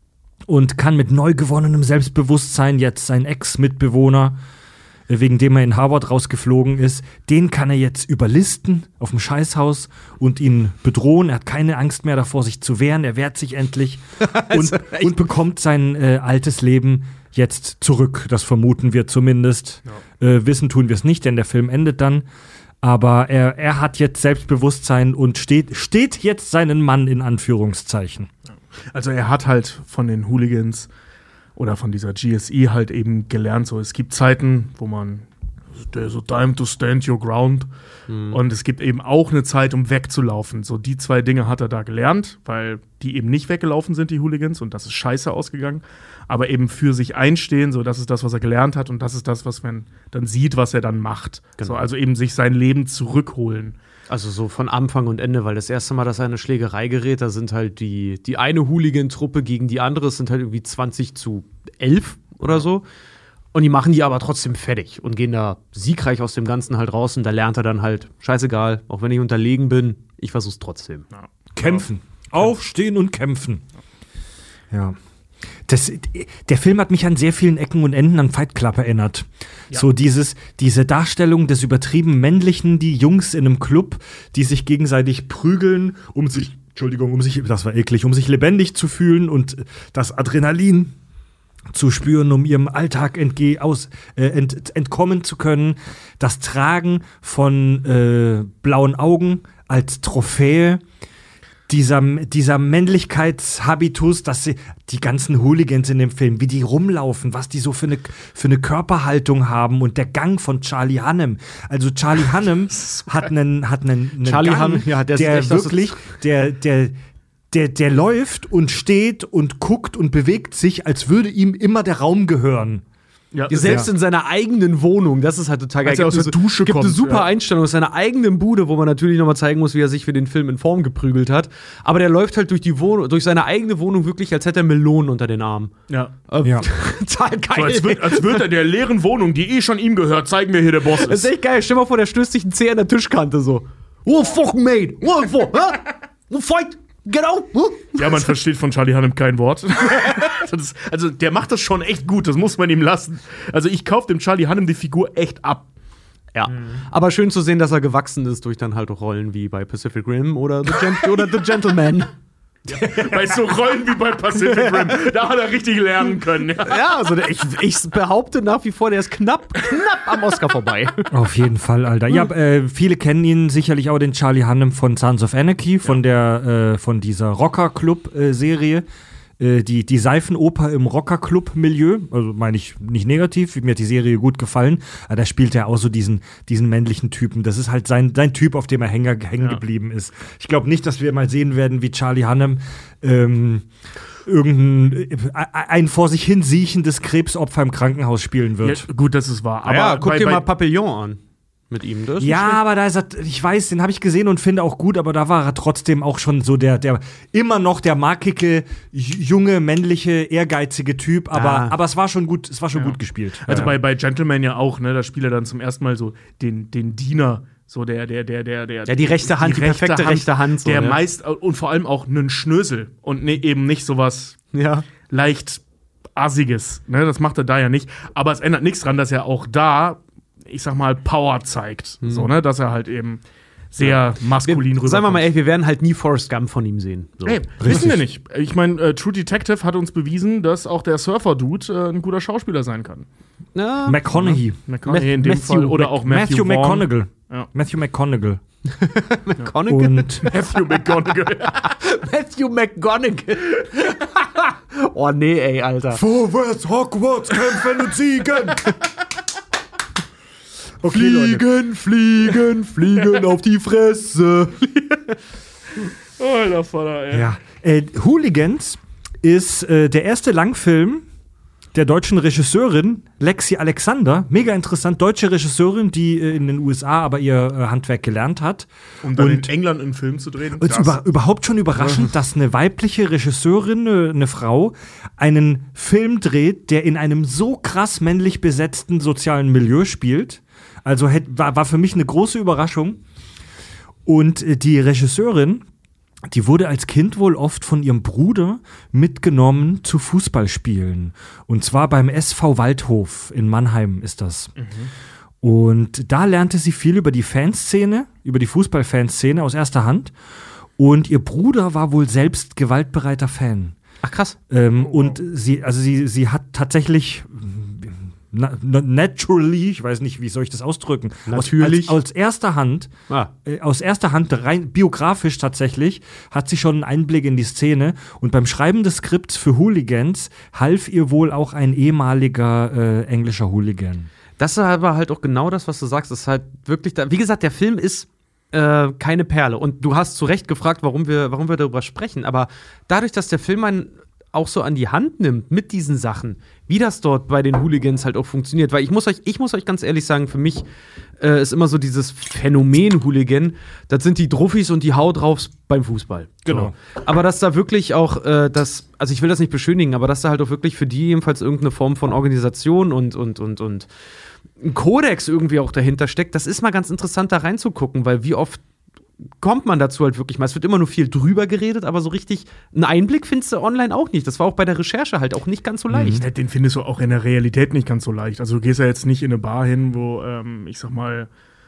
und kann mit neu gewonnenem Selbstbewusstsein jetzt seinen Ex-Mitbewohner, wegen dem er in Harvard rausgeflogen ist, den kann er jetzt überlisten auf dem Scheißhaus und ihn bedrohen. Er hat keine Angst mehr davor, sich zu wehren. Er wehrt sich endlich und, und bekommt sein äh, altes Leben jetzt zurück. Das vermuten wir zumindest. Ja. Äh, wissen tun wir es nicht, denn der Film endet dann. Aber er, er hat jetzt Selbstbewusstsein und steht, steht jetzt seinen Mann in Anführungszeichen. Also er hat halt von den Hooligans oder von dieser G S E halt eben gelernt, so es gibt Zeiten, wo man there's a time to stand your ground mhm. und es gibt eben auch eine Zeit, um wegzulaufen. So die zwei Dinge hat er da gelernt, weil die eben nicht weggelaufen sind, die Hooligans, und das ist scheiße ausgegangen. Aber eben für sich einstehen, so das ist das, was er gelernt hat und das ist das, was man dann sieht, was er dann macht. Genau. So, also eben sich sein Leben zurückholen. Also so von Anfang und Ende, weil das erste Mal, dass er in eine Schlägerei gerät, da sind halt die, die eine Hooligan-Truppe gegen die andere, es sind halt irgendwie zwanzig zu elf oder so. Und die machen die aber trotzdem fertig und gehen da siegreich aus dem Ganzen halt raus. Und da lernt er dann halt, scheißegal, auch wenn ich unterlegen bin, ich versuch's trotzdem. Ja. Kämpfen. Ja. Aufstehen und kämpfen. Ja. Das, der Film hat mich an sehr vielen Ecken und Enden an Fight Club erinnert. Ja. So dieses, diese Darstellung des übertrieben Männlichen, die Jungs in einem Club, die sich gegenseitig prügeln, um sich, Entschuldigung, um sich, das war eklig, um sich lebendig zu fühlen und das Adrenalin zu spüren, um ihrem Alltag entge- aus, äh, ent- entkommen zu können. Das Tragen von äh, blauen Augen als Trophäe. Dieser, dieser Männlichkeitshabitus, dass sie, die ganzen Hooligans in dem Film, wie die rumlaufen, was die so für eine, für eine Körperhaltung haben und der Gang von Charlie Hunnam. Also Charlie Hunnam hat einen, hat einen, einen Charlie Gang, Hunnam, ja, der, der ist wirklich, der, der, der, der läuft und steht und guckt und bewegt sich, als würde ihm immer der Raum gehören. Ja, Selbst ja. in seiner eigenen Wohnung, das ist halt total geil. Als er aus der Dusche gibt kommt, eine super ja. Einstellung aus seiner eigenen Bude, wo man natürlich nochmal zeigen muss, wie er sich für den Film in Form geprügelt hat. Aber der läuft halt durch die Wohnung, durch seine eigene Wohnung wirklich, als hätte er Melonen unter den Armen. Ja. Äh, Ja. Total geil. So, als würde als würd er der leeren Wohnung, die eh schon ihm gehört, zeigen, wer hier der Boss Das ist. ist echt geil. Stell dir mal vor, der stößt sich ein Zeh an der Tischkante so. Oh, fucking mate. What for? Huh? Oh, fight. Get out. Huh? Ja, man versteht von Charlie Hunnam kein Wort. das, also, der macht das schon echt gut, das muss man ihm lassen. Also, ich kaufe dem Charlie Hunnam die Figur echt ab. Ja. Aber schön zu sehen, dass er gewachsen ist durch dann halt auch Rollen wie bei Pacific Rim oder The, Gent- oder The Gentleman. Bei so Rollen wie bei Pacific Rim, da hat er richtig lernen können. Ja. Ja, also der, ich, ich behaupte nach wie vor, der ist knapp, knapp am Oscar vorbei. Auf jeden Fall, Alter. Ja, äh, viele kennen ihn sicherlich auch, den Charlie Hunnam von Sons of Anarchy, von der, äh, von dieser Rocker-Club-Serie. Äh, die, die Seifenoper im Rocker-Club-Milieu. Also meine ich nicht negativ, mir hat die Serie gut gefallen. Aber da spielt er auch so diesen, diesen männlichen Typen. Das ist halt sein, sein Typ, auf dem er hängen hängen Ja. geblieben ist. Ich glaube nicht, dass wir mal sehen werden, wie Charlie Hunnam ähm, irgendein äh, ein vor sich hin siechendes Krebsopfer im Krankenhaus spielen wird. Ja, gut, das ist wahr. Aber ja, guck bei, dir bei, mal Papillon an. Mit ihm, das ist Ja, nicht aber da ist er, ich weiß, den habe ich gesehen und finde auch gut, aber da war er trotzdem auch schon so der, der immer noch der markige, j- junge, männliche, ehrgeizige Typ, aber, Ah. aber es war schon gut, es war schon Ja. gut gespielt. Also Ja. bei, bei Gentleman ja auch, ne? Da spielt er dann zum ersten Mal so den, den Diener, so der, der, der, der, der. Ja, die rechte Hand, die perfekte rechte Hand, so, Der ne? meist und vor allem auch einen Schnösel und ne, eben nicht sowas Ja. leicht Assiges. Ne? Das macht er da ja nicht. Aber es ändert nichts dran, dass er auch da, ich sag mal, Power zeigt. Mhm. So, ne? Dass er halt eben sehr maskulin Wir, rüberkommt. sagen wir mal, ey, wir werden halt nie Forrest Gump von ihm sehen. So. Ey, wissen wir nicht. Ich meine, äh, True Detective hat uns bewiesen, dass auch der Surfer-Dude äh, ein guter Schauspieler sein kann. Ja. McConaughey. McConaughey in Math- dem Matthew Fall. Oder Mc- auch Matthew, Matthew Vaughn. McConaughey. Ja. Matthew McConaughey. McConaughey? Und Matthew McConaughey. Matthew McGonagall. Oh nee, ey, Alter. Vorwärts, Hogwarts, kämpfen und siegen! Okay, Leute. fliegen, fliegen auf die Fresse. Alter Vater, ey. Ja. Äh, Hooligans ist äh, der erste Langfilm der deutschen Regisseurin Lexi Alexander. Mega interessant, deutsche Regisseurin, die äh, in den U S A aber ihr äh, Handwerk gelernt hat. Um dann Und- in England einen Film zu drehen. Und über, überhaupt schon überraschend, dass eine weibliche Regisseurin, eine, eine Frau, einen Film dreht, der in einem so krass männlich besetzten sozialen Milieu spielt. Also hätt, war, war für mich eine große Überraschung. Und äh, die Regisseurin, die wurde als Kind wohl oft von ihrem Bruder mitgenommen zu Fußballspielen. Und zwar beim S V Waldhof in Mannheim ist das. Und da lernte sie viel über die Fanszene, über die Fußballfanszene aus erster Hand. Und ihr Bruder war wohl selbst gewaltbereiter Fan. Ach, krass. Ähm, Und sie, also sie, sie hat tatsächlich na, na- naturally, ich weiß nicht, wie soll ich das ausdrücken, Natürlich. Aus, als, als erster Hand, Ah. äh, aus erster Hand, rein biografisch tatsächlich, hat sie schon einen Einblick in die Szene. Und beim Schreiben des Skripts für Hooligans half ihr wohl auch ein ehemaliger äh, englischer Hooligan. Das ist aber halt auch genau das, was du sagst. Das ist halt wirklich da. Wie gesagt, der Film ist äh, keine Perle. Und du hast zu Recht gefragt, warum wir, warum wir darüber sprechen. Aber dadurch, dass der Film einen auch so an die Hand nimmt mit diesen Sachen, wie das dort bei den Hooligans halt auch funktioniert. Weil ich muss euch, ich muss euch ganz ehrlich sagen, für mich äh, ist immer so dieses Phänomen Hooligan, das sind die Druffis und die Hau draufs beim Fußball. Genau. So. Aber dass da wirklich auch äh, das, also ich will das nicht beschönigen, aber dass da halt auch wirklich für die jedenfalls irgendeine Form von Organisation und, und, und, und ein Kodex irgendwie auch dahinter steckt, das ist mal ganz interessant, da reinzugucken, weil wie oft kommt man dazu halt wirklich mal. Es wird immer nur viel drüber geredet, aber so richtig einen Einblick findest du online auch nicht. Das war auch bei der Recherche halt auch nicht ganz so leicht. Mhm. Den findest du auch in der Realität nicht ganz so leicht. Also du gehst ja jetzt nicht in eine Bar hin, wo, ähm, ich sag mal,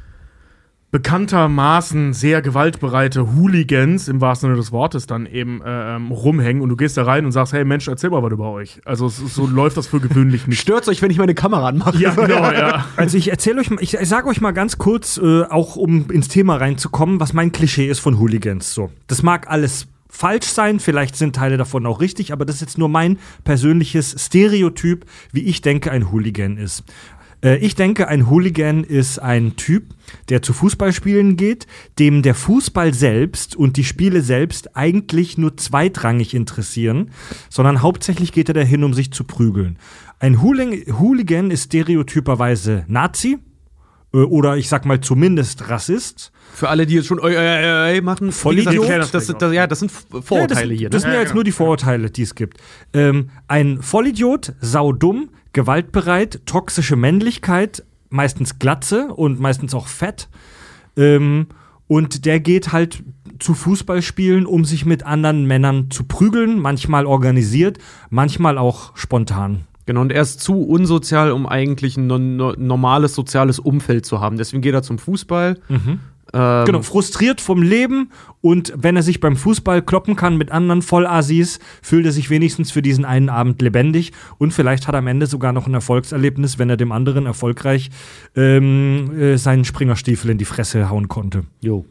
bekanntermaßen sehr gewaltbereite Hooligans im wahrsten Sinne des Wortes dann eben ähm, rumhängen und du gehst da rein und sagst, hey Mensch, erzähl mal was über euch. Also es ist, so läuft das für gewöhnlich nicht. Stört's euch, wenn ich meine Kamera anmache? Ja, genau, ja. Also ich erzähle euch, mal- ich sage euch mal ganz kurz, äh, auch um ins Thema reinzukommen, was mein Klischee ist von Hooligans. So, das mag alles falsch sein, vielleicht sind Teile davon auch richtig, aber das ist jetzt nur mein persönliches Stereotyp, wie ich denke, ein Hooligan ist. Äh, Ich denke, ein Hooligan ist ein Typ, der zu Fußballspielen geht, dem der Fußball selbst und die Spiele selbst eigentlich nur zweitrangig interessieren, sondern hauptsächlich geht er dahin, um sich zu prügeln. Ein Hooling- Hooligan ist stereotyperweise Nazi äh, oder ich sag mal zumindest Rassist. Für alle, die jetzt schon oi, oi, oi, oi machen, Vollidiot. wie gesagt, das, das, das, ja, das sind Vorurteile Ja, das, hier. Das Ne? sind ja jetzt nur die Vorurteile, die es gibt. Ähm, ein Vollidiot, saudumm, gewaltbereit, toxische Männlichkeit, meistens Glatze und meistens auch fett. Ähm, und der geht halt zu Fußballspielen, um sich mit anderen Männern zu prügeln, manchmal organisiert, manchmal auch spontan. Genau, und er ist zu unsozial, um eigentlich ein no no normales soziales Umfeld zu haben. Deswegen geht er zum Fußball. Ähm, Genau, frustriert vom Leben und wenn er sich beim Fußball kloppen kann mit anderen Vollassis, fühlt er sich wenigstens für diesen einen Abend lebendig und vielleicht hat er am Ende sogar noch ein Erfolgserlebnis, wenn er dem anderen erfolgreich ähm, äh, seinen Springerstiefel in die Fresse hauen konnte. Jo.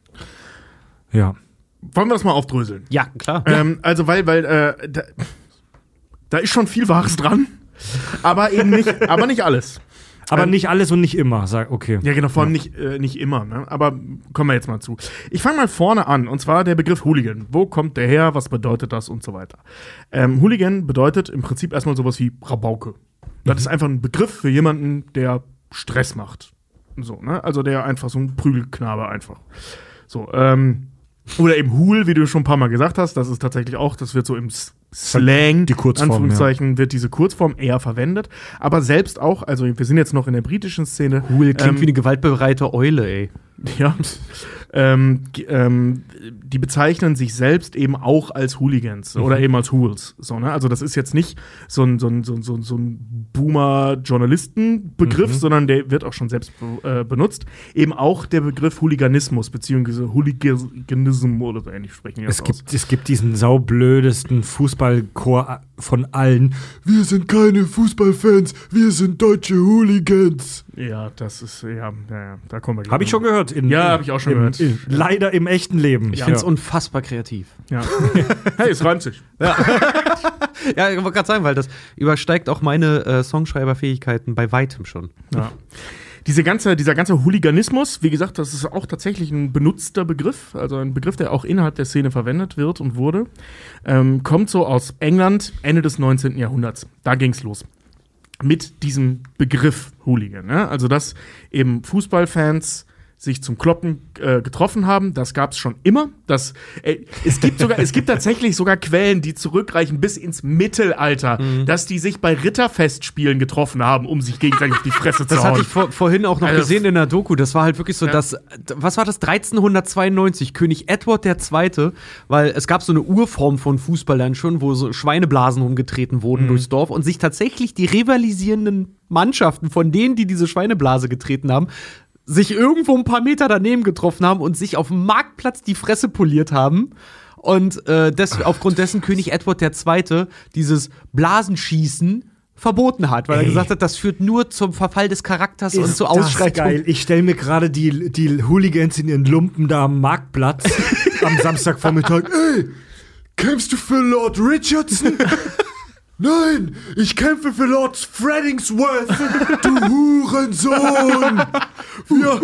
Ja. Wollen wir das mal aufdröseln? Ja, klar. Ähm, also, weil, weil, äh, da, da ist schon viel Wahres dran, aber eben nicht, aber nicht alles. Aber Ähm, nicht alles und nicht immer, sag, okay. Ja, genau, vor allem nicht, äh, nicht immer, ne? Aber kommen wir jetzt mal zu. Ich fange mal vorne an, und zwar der Begriff Hooligan. Wo kommt der her? Was bedeutet das? Und so weiter. Ähm, Hooligan bedeutet im Prinzip erstmal sowas wie Rabauke. Das ist einfach ein Begriff für jemanden, der Stress macht. So, ne? Also der einfach so ein Prügelknabe einfach. So, ähm, oder eben Hool, wie du schon ein paar Mal gesagt hast, das ist tatsächlich auch, das wird so im S- Slang, Die Kurzform, Anführungszeichen, wird diese Kurzform eher verwendet. Aber selbst auch, also wir sind jetzt noch in der britischen Szene. Cool, klingt ähm, wie eine gewaltbereite Eule, ey. Ja. ähm, g- ähm, die bezeichnen sich selbst eben auch als Hooligans oder eben als Hools. So, ne? Also das ist jetzt nicht so ein, so ein, so ein, so ein, so ein Boomer-Journalisten-Begriff, sondern der wird auch schon selbst be äh, benutzt. Eben auch der Begriff Hooliganismus, beziehungsweise Hooliganism oder so ähnlich sprechen wir Es das aus. gibt, es gibt diesen saublödesten Fußballchor von allen. Wir sind keine Fußballfans, wir sind deutsche Hooligans. Ja, das ist, ja, ja, ja da kommen wir gleich Habe ich schon gehört. In, Ja, hab ich auch schon im, gehört. In, leider im echten Leben. Ich find's unfassbar kreativ. Ja. Hey, es reimt sich. Ja, ich wollte gerade sagen, weil das übersteigt auch meine äh, Songschreiberfähigkeiten bei weitem schon. Ja. Diese ganze, dieser ganze Hooliganismus, wie gesagt, das ist auch tatsächlich ein benutzter Begriff, also ein Begriff, der auch innerhalb der Szene verwendet wird und wurde, ähm, kommt so aus England Ende des neunzehnten Jahrhunderts. Da ging's los. Mit diesem Begriff Hooligan. Ne? Also, dass eben Fußballfans sich zum Kloppen äh, getroffen haben, das gab's schon immer. Das, äh, es gibt sogar, es gibt tatsächlich sogar Quellen, die zurückreichen bis ins Mittelalter, Mhm. dass die sich bei Ritterfestspielen getroffen haben, um sich gegenseitig auf die Fresse zu Das hauen. hatte ich vor, vorhin auch noch Also, gesehen in der Doku. Das war halt wirklich so, Ja. dass, was war das, dreizehnhundertzweiundneunzig, König Edward der Zweite, weil es gab so eine Urform von Fußball dann schon, wo so Schweineblasen umgetreten wurden Mhm. durchs Dorf und sich tatsächlich die rivalisierenden Mannschaften von denen, die diese Schweineblase getreten haben, sich irgendwo ein paar Meter daneben getroffen haben und sich auf dem Marktplatz die Fresse poliert haben. Und äh, des, aufgrund dessen König Edward der Zweite dieses Blasenschießen verboten hat, weil Ey. er gesagt hat, das führt nur zum Verfall des Charakters und Ist zu das Ausschreitungen. geil. Ich stelle mir gerade die, die Hooligans in ihren Lumpen da am Marktplatz am Samstagvormittag. Ey, kämpfst du für Lord Richardson? Nein, ich kämpfe für Lord Freddingsworth, du Hurensohn! Wir,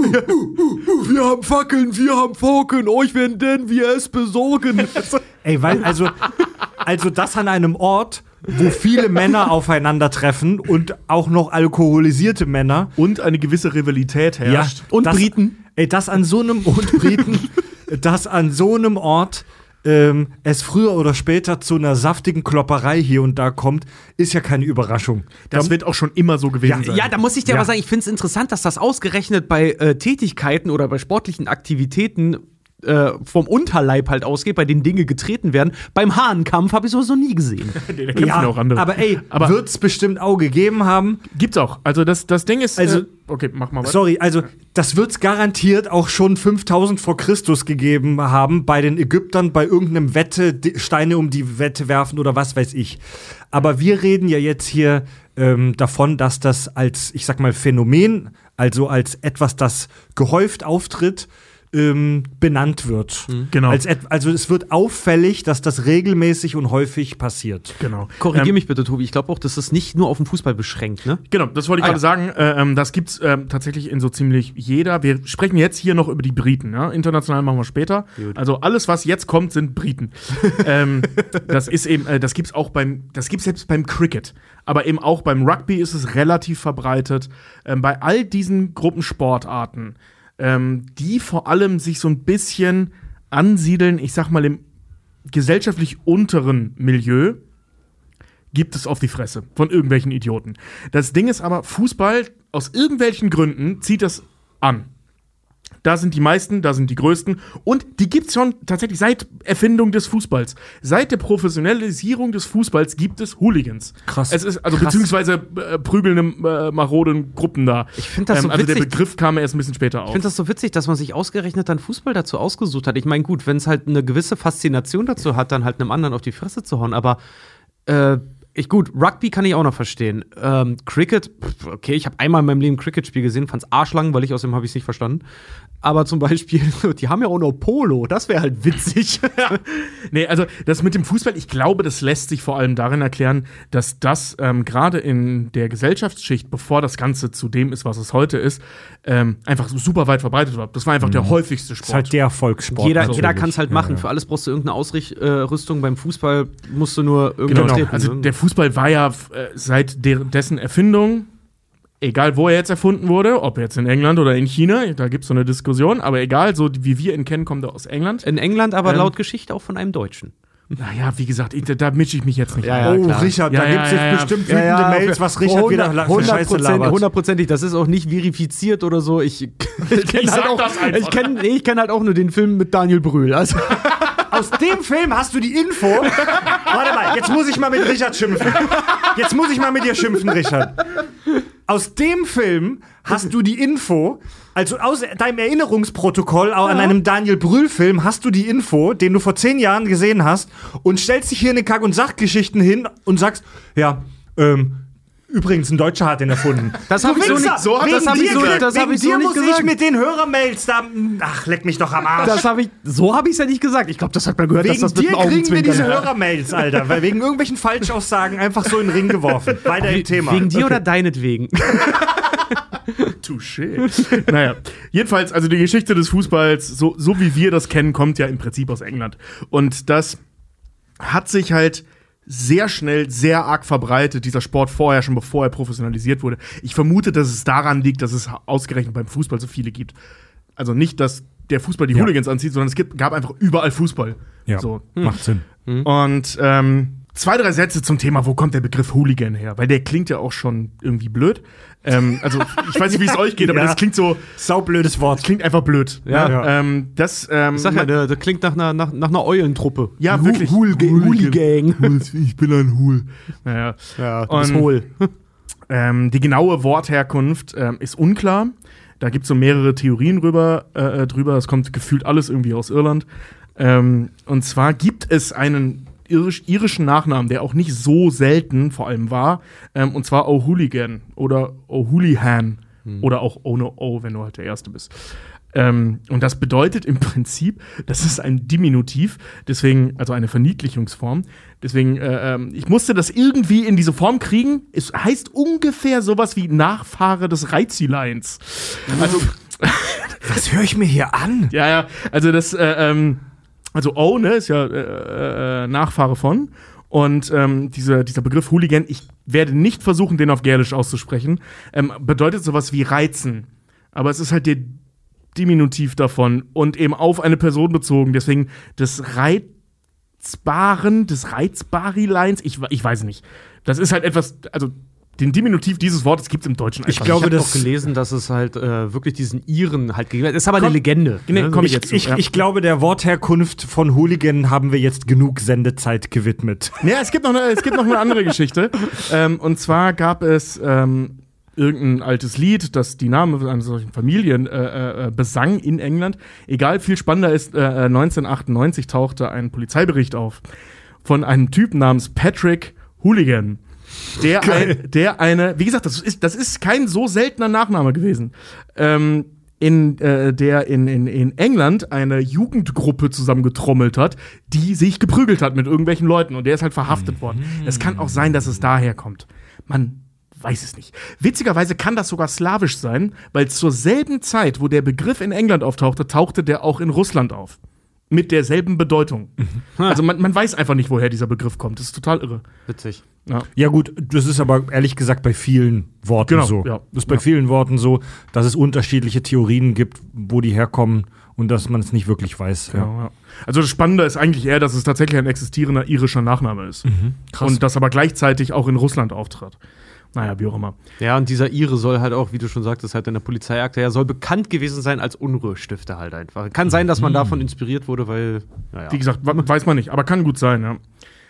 wir haben Fackeln, wir haben Forken, euch werden denn wir es besorgen. Ey, weil, also, also das an einem Ort, wo viele Männer aufeinandertreffen und auch noch alkoholisierte Männer. Und eine gewisse Rivalität herrscht. Und das, Briten. Ey, das an so einem, und Briten, das an so einem Ort, ähm, es früher oder später zu einer saftigen Klopperei hier und da kommt, ist ja keine Überraschung. Das Da- wird auch schon immer so gewesen Ja, sein. Ja, da muss ich dir Ja. aber sagen, ich finde es interessant, dass das ausgerechnet bei äh, Tätigkeiten oder bei sportlichen Aktivitäten äh, vom Unterleib halt ausgeht, bei denen Dinge getreten werden. Beim Hahnenkampf habe ich sowas noch nie gesehen. nee, da ja, auch andere. Aber ey, aber wird es bestimmt auch gegeben haben. Gibt's auch. Also das, das Ding ist. Also, äh, okay, mach mal weiter. Sorry, also das wird es garantiert auch schon fünftausend vor Christus gegeben haben bei den Ägyptern, bei irgendeinem Wette, Steine um die Wette werfen oder was weiß ich. Aber wir reden ja jetzt hier ähm, davon, dass das als, ich sag mal, Phänomen, also als etwas, das gehäuft auftritt, ähm, benannt wird. Mhm. Genau. Als et- also es wird auffällig, dass das regelmäßig und häufig passiert. Genau. Korrigier ähm, mich bitte, Tobi. Ich glaube auch, das ist nicht nur auf den Fußball beschränkt, ne? Genau, das wollte ich Ah, gerade sagen. Äh, ähm, das gibt's äh, tatsächlich in so ziemlich jeder. Wir sprechen jetzt hier noch über die Briten. Ja? International machen wir später. Gut. Also alles, was jetzt kommt, sind Briten. ähm, das ist eben, äh, das gibt's auch beim, das gibt's selbst beim Cricket. Aber eben auch beim Rugby ist es relativ verbreitet. Ähm, bei all diesen Gruppensportarten, ähm, die vor allem sich so ein bisschen ansiedeln, ich sag mal, im gesellschaftlich unteren Milieu, gibt es auf die Fresse von irgendwelchen Idioten. Das Ding ist aber, Fußball, aus irgendwelchen Gründen, zieht das an. Da sind die meisten, da sind die größten. Und die gibt es schon tatsächlich seit Erfindung des Fußballs. Seit der Professionalisierung des Fußballs gibt es Hooligans. Krass. Es ist, also Krass. beziehungsweise äh, prügelnde, äh, maroden Gruppen da. Ich finde das so Also der witzig. Begriff kam erst ein bisschen später Ich auf. finde das so witzig, dass man sich ausgerechnet dann Fußball dazu ausgesucht hat. Ich meine, gut, wenn es halt eine gewisse Faszination dazu hat, dann halt einem anderen auf die Fresse zu hauen. Aber äh, ich, gut, Rugby kann ich auch noch verstehen. Ähm, Cricket, pff, okay, ich habe einmal in meinem Leben ein Cricket-Spiel gesehen, fand's arschlang, weil ich außerdem habe ich es nicht verstanden. Aber zum Beispiel, die haben ja auch noch Polo, das wäre halt witzig. Nee, also das mit dem Fußball, ich glaube, das lässt sich vor allem darin erklären, dass das ähm, gerade in der Gesellschaftsschicht, bevor das Ganze zu dem ist, was es heute ist, ähm, einfach so super weit verbreitet war. Das war einfach der häufigste Das ist Sport. halt der Volkssport. Jeder, natürlich. jeder kann es halt machen. Ja, ja. Für alles brauchst du irgendeine Ausrüstung. Beim Fußball musst du nur Genau, irgendwas treten. also ne? der Fußball war ja äh, seit der, dessen Erfindung, egal wo er jetzt erfunden wurde, ob jetzt in England oder in China, da gibt es so eine Diskussion, aber egal, so wie wir ihn kennen, kommt er aus England. In England aber Ähm, laut Geschichte auch von einem Deutschen. Naja, wie gesagt, ich, da, da mische ich mich jetzt nicht Ja, ein. ja, Oh, klar. Richard, Ja, da ja, gibt's ja, ja. jetzt bestimmt wütende Mails, was Richard wieder la- für Scheiße labert. Hundertprozentig, das ist auch nicht verifiziert oder so. Ich, ich kenne sag halt, auch- das einfach. ich kenn, nee, ich kenn halt auch nur den Film mit Daniel Brühl. Also, Aus dem Film hast du die Info. Warte mal, jetzt muss ich mal mit Richard schimpfen. Jetzt muss ich mal mit dir schimpfen, Richard. Aus dem Film hast du die Info, also aus deinem Erinnerungsprotokoll an einem Daniel Brühl-Film hast du die Info, den du vor zehn Jahren gesehen hast, und stellst dich hier in den Kack- und Sachgeschichten hin und sagst, ja, ähm, übrigens, ein Deutscher hat den erfunden. Das Du hab ich so Wichser, nicht- so hab- wegen das hab ich dir, so- krieg- das hab wegen ich so dir nicht muss ich gesagt. mit den Hörermails da, ach, leck mich doch am Arsch. das hab ich, so habe ich es ja nicht gesagt. Ich glaube, das hat man gehört, Wegen dass das mit dir dem kriegen wir Augenzwinkern diese war. Hörermails, Alter, weil wegen irgendwelchen Falschaussagen einfach so in den Ring geworfen. Weiter im Thema. Wegen dir oder deinetwegen? Touché. Naja, jedenfalls, also die Geschichte des Fußballs, so, so wie wir das kennen, kommt ja im Prinzip aus England. Und das hat sich halt sehr schnell, sehr arg verbreitet, dieser Sport vorher, schon bevor er professionalisiert wurde. Ich vermute, dass es daran liegt, dass es ausgerechnet beim Fußball so viele gibt. Also nicht, dass der Fußball die Ja. Hooligans anzieht, sondern es gibt, gab einfach überall Fußball. Ja, So. macht Sinn. Und ähm, zwei, drei Sätze zum Thema, wo kommt der Begriff Hooligan her? Weil der klingt ja auch schon irgendwie blöd. Ähm, also ich weiß nicht, wie es euch geht, aber Ja. das klingt so, Saublödes Wort. klingt einfach blöd. Ja. Ja. Ähm, das, ähm, Ich sag ja, der, der klingt nach einer, nach, nach einer Eulentruppe. Ja, Hu- wirklich. Hooligan. Hooligan. Ich bin ein Hul. Naja. Ja, du bist Und- hohl. Ähm, die genaue Wortherkunft ähm, ist unklar. Da gibt es so mehrere Theorien drüber, äh, drüber. Es kommt gefühlt alles irgendwie aus Irland. Ähm, und zwar gibt es einen irisch, irischen Nachnamen, der auch nicht so selten vor allem war. Ähm, und zwar O'Hooligan oder O'Hoolihan. Oder auch Oh No Oh, wenn du halt der Erste bist. Ähm, und das bedeutet im Prinzip, das ist ein Diminutiv, deswegen, also eine Verniedlichungsform. Deswegen, äh, ähm, ich musste das irgendwie in diese Form kriegen. Es heißt ungefähr sowas wie Nachfahre des Reizileins. Also, Was höre ich mir hier an? ja, ja, also das, äh, ähm, also O, ne, ist ja äh, äh, Nachfahre von. Und ähm, dieser, dieser Begriff Hooligan, ich werde nicht versuchen, den auf Gälisch auszusprechen, ähm, bedeutet sowas wie reizen. Aber es ist halt der Diminutiv davon und eben auf eine Person bezogen. Deswegen des Reizbaren, des Reizbarilines, ich, ich weiß nicht. Das ist halt etwas, also den Diminutiv dieses Wortes gibt es im Deutschen einfach Ich glaube, ich habe das- auch gelesen, dass es halt äh, wirklich diesen Iren halt gegeben hat. Das ist aber Komm, eine Legende. nee, komm Ich, jetzt zu, ich, ja. ich glaube, der Wortherkunft von Hooligan haben wir jetzt genug Sendezeit gewidmet. Ja, es gibt noch eine, es gibt noch eine andere Geschichte. Ähm, und zwar gab es ähm, irgendein altes Lied, das die Namen einer solchen Familien äh, äh, besang in England. Egal, viel spannender ist, äh, neunzehnhundertachtundneunzig tauchte ein Polizeibericht auf von einem Typ namens Patrick Hooligan. Der, ein, der eine, wie gesagt, das ist, das ist kein so seltener Nachname gewesen. Ähm, in, äh, der in, in, in England eine Jugendgruppe zusammengetrommelt hat, die sich geprügelt hat mit irgendwelchen Leuten. Und der ist halt verhaftet Mhm. worden. Es kann auch sein, dass es daher kommt. Man weiß es nicht. Witzigerweise kann das sogar slawisch sein, weil zur selben Zeit, wo der Begriff in England auftauchte, tauchte der auch in Russland auf. Mit derselben Bedeutung. Also man, man weiß einfach nicht, woher dieser Begriff kommt. Das ist total irre. Witzig. Ja. Ja gut, das ist aber ehrlich gesagt bei vielen Worten Genau, so. ja. Das ist bei Ja. vielen Worten so, dass es unterschiedliche Theorien gibt, wo die herkommen und dass man es nicht wirklich weiß. Genau, ja. Also das Spannende ist eigentlich eher, dass es tatsächlich ein existierender irischer Nachname ist. Krass. Und das aber gleichzeitig auch in Russland auftrat. Naja, wie auch immer. Ja, und dieser Ire soll halt auch, wie du schon sagtest, halt in der Polizeiakte, er soll bekannt gewesen sein als Unruhestifter halt einfach. Kann sein, dass man davon inspiriert wurde, weil, naja. Wie gesagt, wa- weiß man nicht, aber kann gut sein, ja.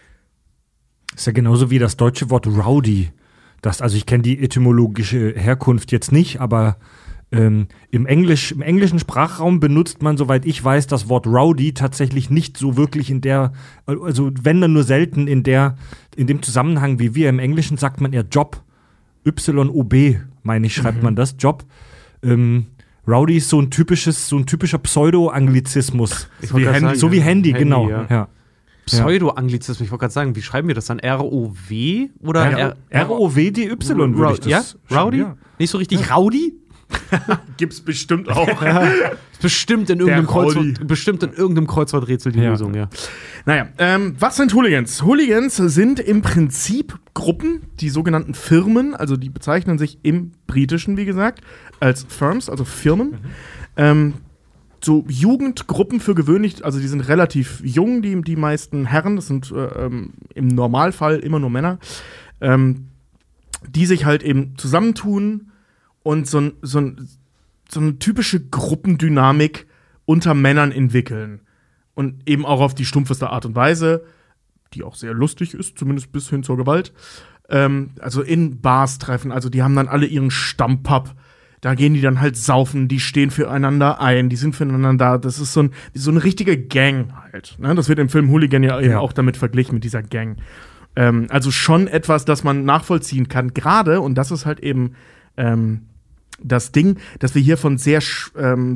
Ist ja genauso wie das deutsche Wort Rowdy. Das, also ich kenne die etymologische Herkunft jetzt nicht, aber ähm, im, Englisch, im englischen Sprachraum benutzt man, soweit ich weiß, das Wort Rowdy tatsächlich nicht so wirklich in der, also wenn dann nur selten in der, in dem Zusammenhang wie wir. Im Englischen sagt man eher Job. Y O B, meine ich, schreibt man das, Job. Ähm, Rowdy ist so ein typisches, so ein typischer Pseudo-Anglizismus. Ich wollte wie grad Handy. sagen, So wie Handy, Handy, genau. ja. Ja. Pseudo-Anglizismus, ich wollte gerade sagen, wie schreiben wir das dann? R O W oder R- R-O-W-D-Y würde ich das Ja? schreiben, Rowdy? ja. Nicht so richtig Rowdy? Gibt's bestimmt auch. Ist bestimmt in irgendeinem, Rowdy. Kreuzwort, bestimmt in irgendeinem Kreuzworträtsel die Ja. Lösung, ja. Naja, ähm, was sind Hooligans? Hooligans sind im Prinzip Gruppen, die sogenannten Firmen, also die bezeichnen sich im Britischen, wie gesagt, als Firms, also Firmen. Ähm, so Jugendgruppen für gewöhnlich, also die sind relativ jung, die, die meisten Herren, das sind äh, ähm, im Normalfall immer nur Männer, ähm, die sich halt eben zusammentun und so, ein, so, ein, so eine typische Gruppendynamik unter Männern entwickeln. Und eben auch auf die stumpfeste Art und Weise, die auch sehr lustig ist, zumindest bis hin zur Gewalt. Ähm, also in Bars treffen, also die haben dann alle ihren Stammpub. Da gehen die dann halt saufen, die stehen füreinander ein, die sind füreinander da. Das ist so, ein, so eine richtige Gang halt. Ne? Das wird im Film Hooligan ja eben Ja. auch damit verglichen, mit dieser Gang. Ähm, also schon etwas, das man nachvollziehen kann. Gerade, und das ist halt eben ähm, das Ding, dass wir hier von sehr sch- ähm,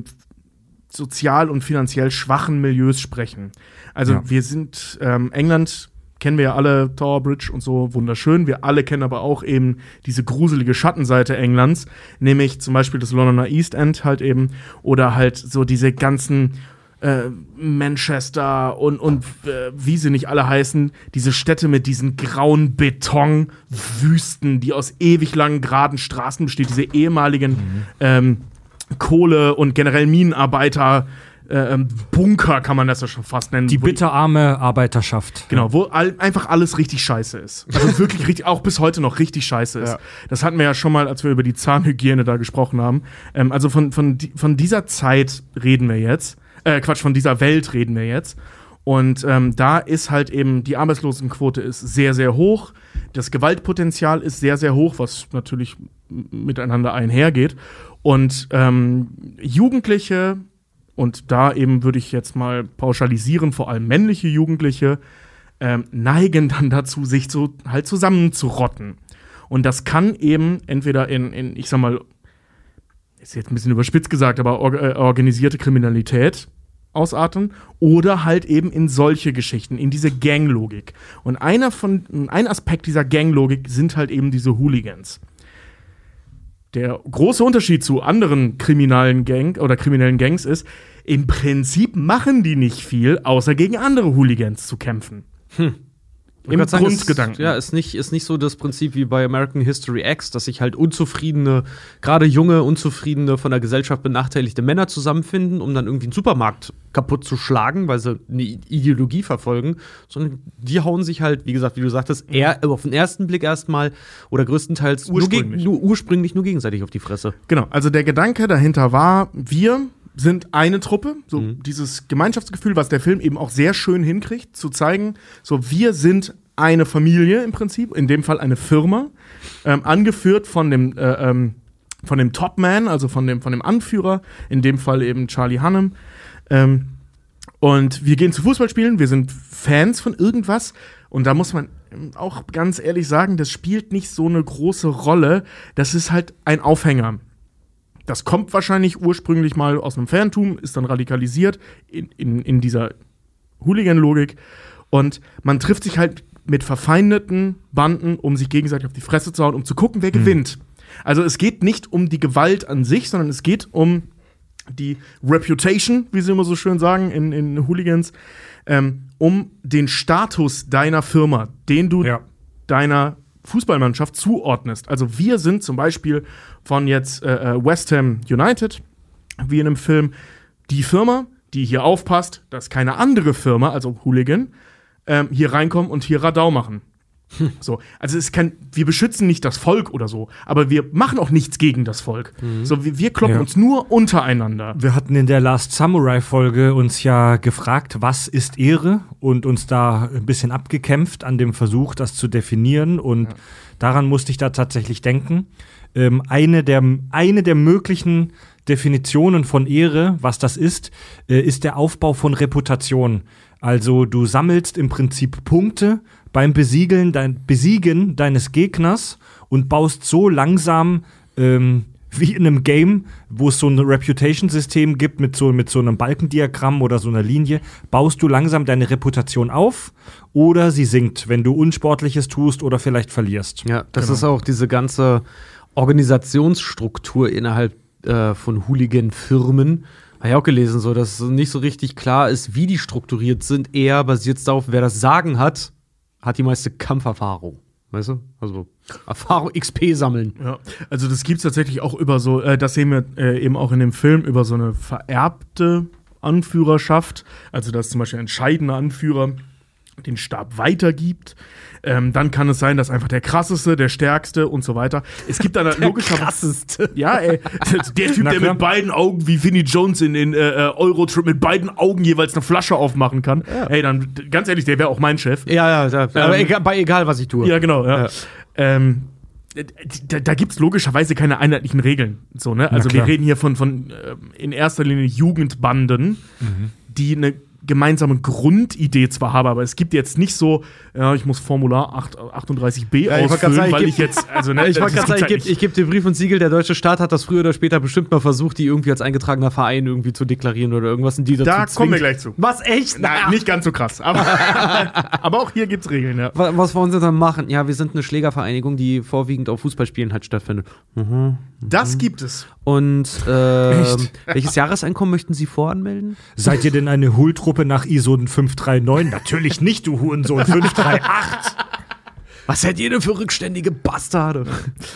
sozial und finanziell schwachen Milieus sprechen. Also Ja. wir sind, ähm, England kennen wir ja alle, Tower Bridge und so, wunderschön. Wir alle kennen aber auch eben diese gruselige Schattenseite Englands, nämlich zum Beispiel das Londoner East End halt eben oder halt so diese ganzen äh, Manchester und, und äh, wie sie nicht alle heißen, diese Städte mit diesen grauen Betonwüsten, die aus ewig langen geraden Straßen besteht, diese ehemaligen ähm, Kohle- und generell Minenarbeiter äh, Bunker kann man das ja schon fast nennen. Die wo bitterarme Arbeiterschaft. Genau, wo all, einfach alles richtig scheiße ist. Also wirklich richtig, auch bis heute noch richtig scheiße ist. Ja. Das hatten wir ja schon mal, als wir über die Zahnhygiene da gesprochen haben. Ähm, also von, von, di- von dieser Zeit reden wir jetzt. Äh, Quatsch, von dieser Welt reden wir jetzt. Und ähm, da ist halt eben, die Arbeitslosenquote ist sehr, sehr hoch. Das Gewaltpotenzial ist sehr, sehr hoch, was natürlich m- miteinander einhergeht. Und ähm, Jugendliche, und da eben würde ich jetzt mal pauschalisieren, vor allem männliche Jugendliche, ähm, neigen dann dazu, sich so halt zusammenzurotten. Und das kann eben entweder in, in ich sag mal, ist jetzt ein bisschen überspitzt gesagt, aber or äh, organisierte Kriminalität ausarten oder halt eben in solche Geschichten, in diese Ganglogik. Und einer von, ein Aspekt dieser Ganglogik sind halt eben diese Hooligans. Der große Unterschied zu anderen kriminellen Gang oder kriminellen Gangs ist, im Prinzip machen die nicht viel, außer gegen andere Hooligans zu kämpfen. Im Sagen, Grundgedanken. Ist, ja, ist nicht, ist nicht so das Prinzip wie bei American History X, dass sich halt unzufriedene, gerade junge, unzufriedene, von der Gesellschaft benachteiligte Männer zusammenfinden, um dann irgendwie einen Supermarkt kaputt zu schlagen, weil sie eine Ideologie verfolgen, sondern die hauen sich halt, wie gesagt, wie du sagtest, eher auf den ersten Blick erstmal oder größtenteils Ursprünglich. Nur, geg- nur ursprünglich nur gegenseitig auf die Fresse. Genau, also der Gedanke dahinter war, wir sind eine Truppe, so Mhm. dieses Gemeinschaftsgefühl, was der Film eben auch sehr schön hinkriegt, zu zeigen, so wir sind eine Familie im Prinzip, in dem Fall eine Firma, ähm, angeführt von dem, äh, ähm, von dem Topman, also von dem, von dem Anführer, in dem Fall eben Charlie Hunnam. Ähm, und wir gehen zu Fußballspielen, wir sind Fans von irgendwas und da muss man auch ganz ehrlich sagen, das spielt nicht so eine große Rolle, das ist halt ein Aufhänger. Das kommt wahrscheinlich ursprünglich mal aus einem Fantum, ist dann radikalisiert in, in, in dieser Hooligan-Logik. Und man trifft sich halt mit verfeindeten Banden, um sich gegenseitig auf die Fresse zu hauen, um zu gucken, wer mhm. gewinnt. Also es geht nicht um die Gewalt an sich, sondern es geht um die Reputation, wie sie immer so schön sagen in, in Hooligans, ähm, um den Status deiner Firma, den du Ja. deiner Fußballmannschaft zuordnest. Also wir sind zum Beispiel von jetzt äh, West Ham United, wie in einem Film, die Firma, die hier aufpasst, dass keine andere Firma, also Hooligan, ähm, hier reinkommen und hier Radau machen. Hm. So, also es kann, wir beschützen nicht das Volk oder so, aber wir machen auch nichts gegen das Volk. Mhm. So, wir, wir kloppen Ja. uns nur untereinander. Wir hatten in der Last Samurai-Folge uns ja gefragt, was ist Ehre? Und uns da ein bisschen abgekämpft an dem Versuch, das zu definieren. Und ja. daran musste ich da tatsächlich denken. Ähm, eine, der, eine der möglichen Definitionen von Ehre, was das ist, äh, ist der Aufbau von Reputation. Also du sammelst im Prinzip Punkte beim Besiegeln dein, Besiegen deines Gegners und baust so langsam ähm, wie in einem Game, wo es so ein Reputation-System gibt mit so, mit so einem Balkendiagramm oder so einer Linie, baust du langsam deine Reputation auf oder sie sinkt, wenn du Unsportliches tust oder vielleicht verlierst. Ja, das Genau. ist auch diese ganze Organisationsstruktur innerhalb äh, von Hooligan-Firmen. Habe ich auch gelesen, so, dass nicht so richtig klar ist, wie die strukturiert sind. Eher basiert es darauf, wer das Sagen hat, hat die meiste Kampferfahrung. Weißt du? Also Erfahrung, X P sammeln. Ja, also das gibt's tatsächlich auch über so, äh, das sehen wir äh, eben auch in dem Film, über so eine vererbte Anführerschaft. Also dass zum Beispiel ein entscheidender Anführer den Stab weitergibt. Ähm, dann kann es sein, dass einfach der krasseste, der stärkste und so weiter. Es gibt dann logischerweise. Krasseste. Ja, ey. Der Typ, Na der klar. mit beiden Augen, wie Vinnie Jones in den äh, Eurotrip, mit beiden Augen jeweils eine Flasche aufmachen kann. Ja. Ey, dann, ganz ehrlich, der wäre auch mein Chef. Ja, ja, ja. Aber egal, bei egal, was ich tue. Ja, genau, ja. Ja. Ähm, da, da gibt es logischerweise keine einheitlichen Regeln. So, ne? Also wir klar. reden hier von, von äh, in erster Linie Jugendbanden, Mhm. die eine gemeinsame Grundidee zwar haben, aber es gibt jetzt nicht so, ja, ich muss Formular acht, achtunddreißig b Ja, ich wollte grad ausfüllen, sagen, ich weil geb- ich jetzt, also ne, Ich wollte das gerade sagen, ich gibt's gebe halt geb dir Brief und Siegel, der deutsche Staat hat das früher oder später bestimmt mal versucht, die irgendwie als eingetragener Verein irgendwie zu deklarieren oder irgendwas, in die dazu Da zwingt. kommen wir gleich zu. Was, echt? Nein, nicht ganz so krass, aber, aber auch hier gibt's Regeln, ja. Wa- Was wollen sie dann machen? Ja, wir sind eine Schlägervereinigung, die vorwiegend auf Fußballspielen halt stattfindet. Mhm. Das gibt es. Und ähm, Echt? welches Jahreseinkommen möchten Sie voranmelden? Seid ihr denn eine Hull-Truppe nach I S O fünf drei neun? Natürlich nicht, du Hurensohn. fünf drei acht. Was seid ihr denn für rückständige Bastarde?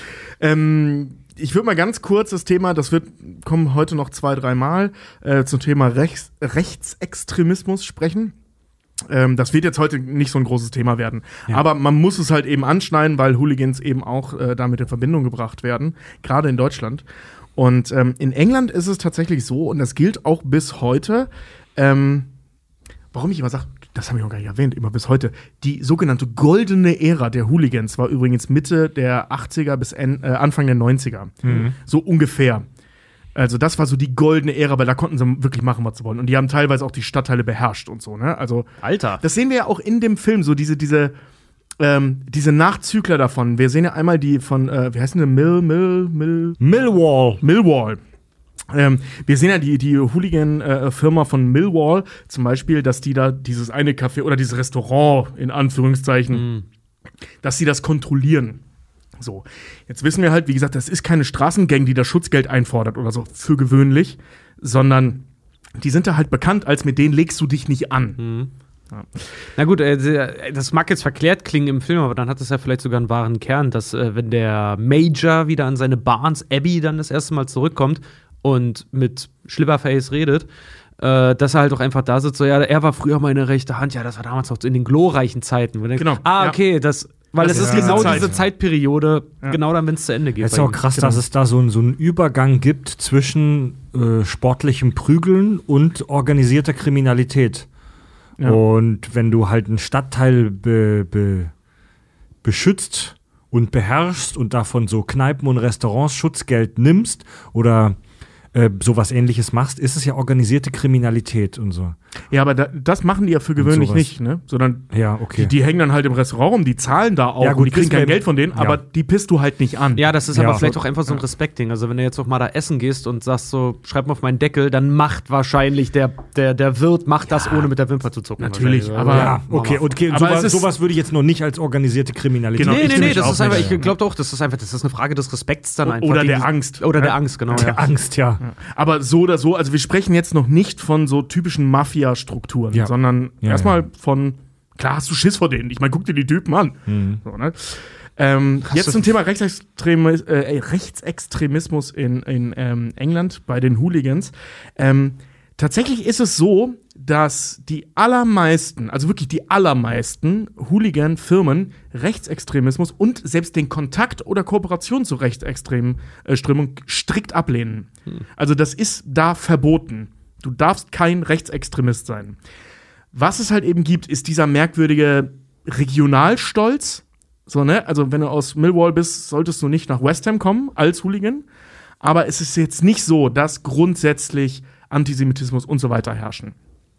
Ähm, ich würde mal ganz kurz das Thema, das wird kommen heute noch zwei, dreimal, äh, zum Thema Rechts, Rechtsextremismus sprechen. Ähm, das wird jetzt heute nicht so ein großes Thema werden. Ja. Aber man muss es halt eben anschneiden, weil Hooligans eben auch äh, damit in Verbindung gebracht werden, gerade in Deutschland. Und ähm, in England ist es tatsächlich so, und das gilt auch bis heute, ähm, warum ich immer sage, das habe ich noch gar nicht erwähnt, immer bis heute, die sogenannte goldene Ära der Hooligans war übrigens Mitte der achtziger bis en, äh, Anfang der neunziger. Mhm. So ungefähr. Also das war so die goldene Ära, weil da konnten sie wirklich machen, was sie wollen. Und die haben teilweise auch die Stadtteile beherrscht und so, ne? Also Alter. das sehen wir ja auch in dem Film, so diese, diese, ähm, diese Nachzügler davon. Wir sehen ja einmal die von, äh, wie heißt denn Mill, Mill, Mill, Millwall. Millwall. Ähm, wir sehen ja die, die Hooligan-Firma von Millwall, zum Beispiel, dass die da dieses eine Café oder dieses Restaurant, in Anführungszeichen, Mhm. dass sie das kontrollieren. So, jetzt wissen wir halt, wie gesagt, das ist keine Straßengang, die da Schutzgeld einfordert oder so, für gewöhnlich, sondern die sind da halt bekannt, als mit denen legst du dich nicht an. Mhm. Ja. Na gut, äh, das mag jetzt verklärt klingen im Film, aber dann hat es ja vielleicht sogar einen wahren Kern, dass äh, wenn der Major wieder an seine Barnes Abbey dann das erste Mal zurückkommt und mit Schlibberface redet, äh, dass er halt auch einfach da sitzt, so, ja, er war früher meine rechte Hand, ja, das war damals noch in den glorreichen Zeiten. Denkt, Genau. Ah, ja. okay, das, weil Das es ist ist genau diese diese Zeit. Zeitperiode, Ja. genau dann, wenn es zu Ende geht. Es ist bei auch ihm. krass, Genau. dass es da so, so einen Übergang gibt zwischen äh, sportlichem Prügeln und organisierter Kriminalität. Ja. Und wenn du halt einen Stadtteil be, be, beschützt und beherrschst und davon so Kneipen und Restaurants Schutzgeld nimmst oder äh, sowas Ähnliches machst, ist es ja organisierte Kriminalität und so. Ja, aber da, das machen die ja für gewöhnlich sowas. nicht, ne? Sondern Ja, okay. die, die hängen dann halt im Restaurant rum, die zahlen da auch Ja, gut, und die kriegen wissen kein wir- Geld von denen, ja. aber die pisst du halt nicht an. Ja, das ist Ja. aber vielleicht auch einfach so ein Respektding. Also, wenn du jetzt auch mal da essen gehst und sagst so, schreib mal auf meinen Deckel, dann macht wahrscheinlich der, der, der Wirt macht das, ohne mit der Wimper zu zucken. Natürlich, wahrscheinlich. aber- ja, okay, okay. Aber sowas, es ist- sowas würde ich jetzt noch nicht als organisierte Kriminalität. Genau, Nee, ich nee, finde nee, ich das auch ist einfach, nicht. ich glaube doch, das ist einfach, das ist eine Frage des Respekts dann O- einfach. oder die- der Angst. Oder der Ja. Angst, genau. Der Ja. Angst, ja. Aber so oder so, also wir sprechen jetzt noch nicht von so typischen Mafia-Strukturen, Ja. sondern Ja, erstmal ja. von, klar hast du Schiss vor denen. Ich meine, guck dir die Typen an. Mhm. So, ne? ähm, jetzt du- zum Thema Rechtsextremis, äh, Rechtsextremismus in, in ähm, England bei den Hooligans. Ähm, tatsächlich ist es so, dass die allermeisten, also wirklich die allermeisten Hooligan-Firmen Rechtsextremismus und selbst den Kontakt oder Kooperation zu Rechtsextremen äh, Strömung strikt ablehnen. Also das ist da verboten. Du darfst kein Rechtsextremist sein. Was es halt eben gibt, ist dieser merkwürdige Regionalstolz. So, ne? Also, wenn du aus Millwall bist, solltest du nicht nach West Ham kommen als Hooligan. Aber es ist jetzt nicht so, dass grundsätzlich Antisemitismus und so weiter herrschen.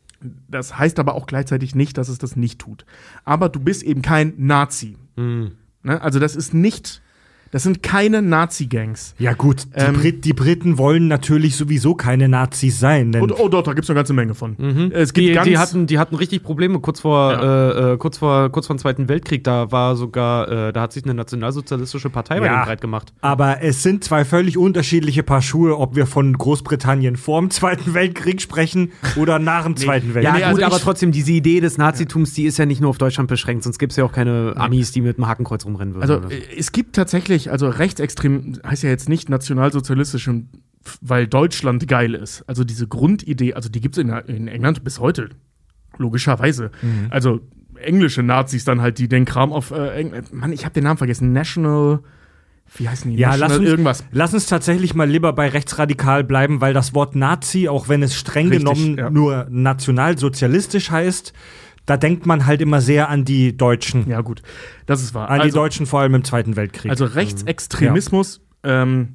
Das heißt aber auch gleichzeitig nicht, dass es das nicht tut. Aber du bist eben kein Nazi. Mhm. Ne? Also, das ist nicht, das sind keine Nazi-Gangs. Ja, gut, die, Ähm, Brit die Briten wollen natürlich sowieso keine Nazis sein. Denn Und, oh, doch, da gibt es eine ganze Menge von. Es gibt Die, ganz die, hatten, die hatten richtig Probleme kurz vor, äh, äh, kurz vor, kurz vor dem Zweiten Weltkrieg. Da war sogar, äh, da hat sich eine nationalsozialistische Partei bei Ja. denen breit gemacht. aber es sind zwei völlig unterschiedliche Paar Schuhe, ob wir von Großbritannien vor dem Zweiten Weltkrieg sprechen oder nach dem Zweiten Weltkrieg. Ja, nee, gut, also aber ich- trotzdem, diese Idee des Nazitums, die ist ja nicht nur auf Deutschland beschränkt, sonst gibt es ja auch keine Amis, die mit einem Hakenkreuz rumrennen würden. Also oder so. äh, es gibt tatsächlich, also rechtsextrem heißt ja jetzt nicht nationalsozialistisch, weil Deutschland geil ist. Also diese Grundidee, also die gibt es in, in England bis heute, logischerweise. Also englische Nazis dann halt, die den Kram auf äh, Eng Mann, ich habe den Namen vergessen, National, wie heißen die? Ja, National lass uns, irgendwas. lass uns tatsächlich mal lieber bei rechtsradikal bleiben, weil das Wort Nazi, auch wenn es streng Richtig, genommen ja. nur nationalsozialistisch heißt, da denkt man halt immer sehr an die Deutschen. Ja gut, das ist wahr. An die Also- Deutschen vor allem im Zweiten Weltkrieg. Also Rechtsextremismus ähm,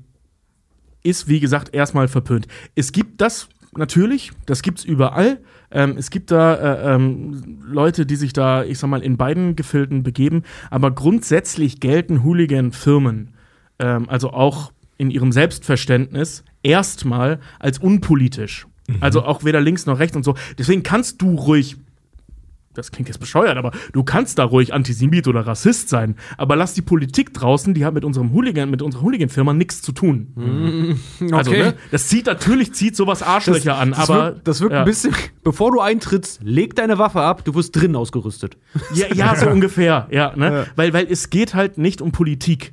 ist, wie gesagt, erstmal verpönt. Es gibt das natürlich, das gibt's überall. Ähm, es gibt da äh, ähm, Leute, die sich da, ich sag mal, in beiden Gefilden begeben. Aber grundsätzlich gelten Hooligan-Firmen, ähm, also auch in ihrem Selbstverständnis, erstmal als unpolitisch. Also auch weder links noch rechts und so. Deswegen kannst du ruhig, das klingt jetzt bescheuert, aber du kannst da ruhig Antisemit oder Rassist sein. Aber lass die Politik draußen, die hat mit unserem Hooligan, mit unserer Hooligan-Firma nichts zu tun. Also, Okay. ne, das zieht natürlich, zieht sowas Arschlöcher an, das aber. wirkt, das wirkt ja. ein bisschen, bevor du eintrittst, leg deine Waffe ab, du wirst drinnen ausgerüstet. Ja, ja, so ungefähr, ja, ne? Ja. Weil, weil es geht halt nicht um Politik.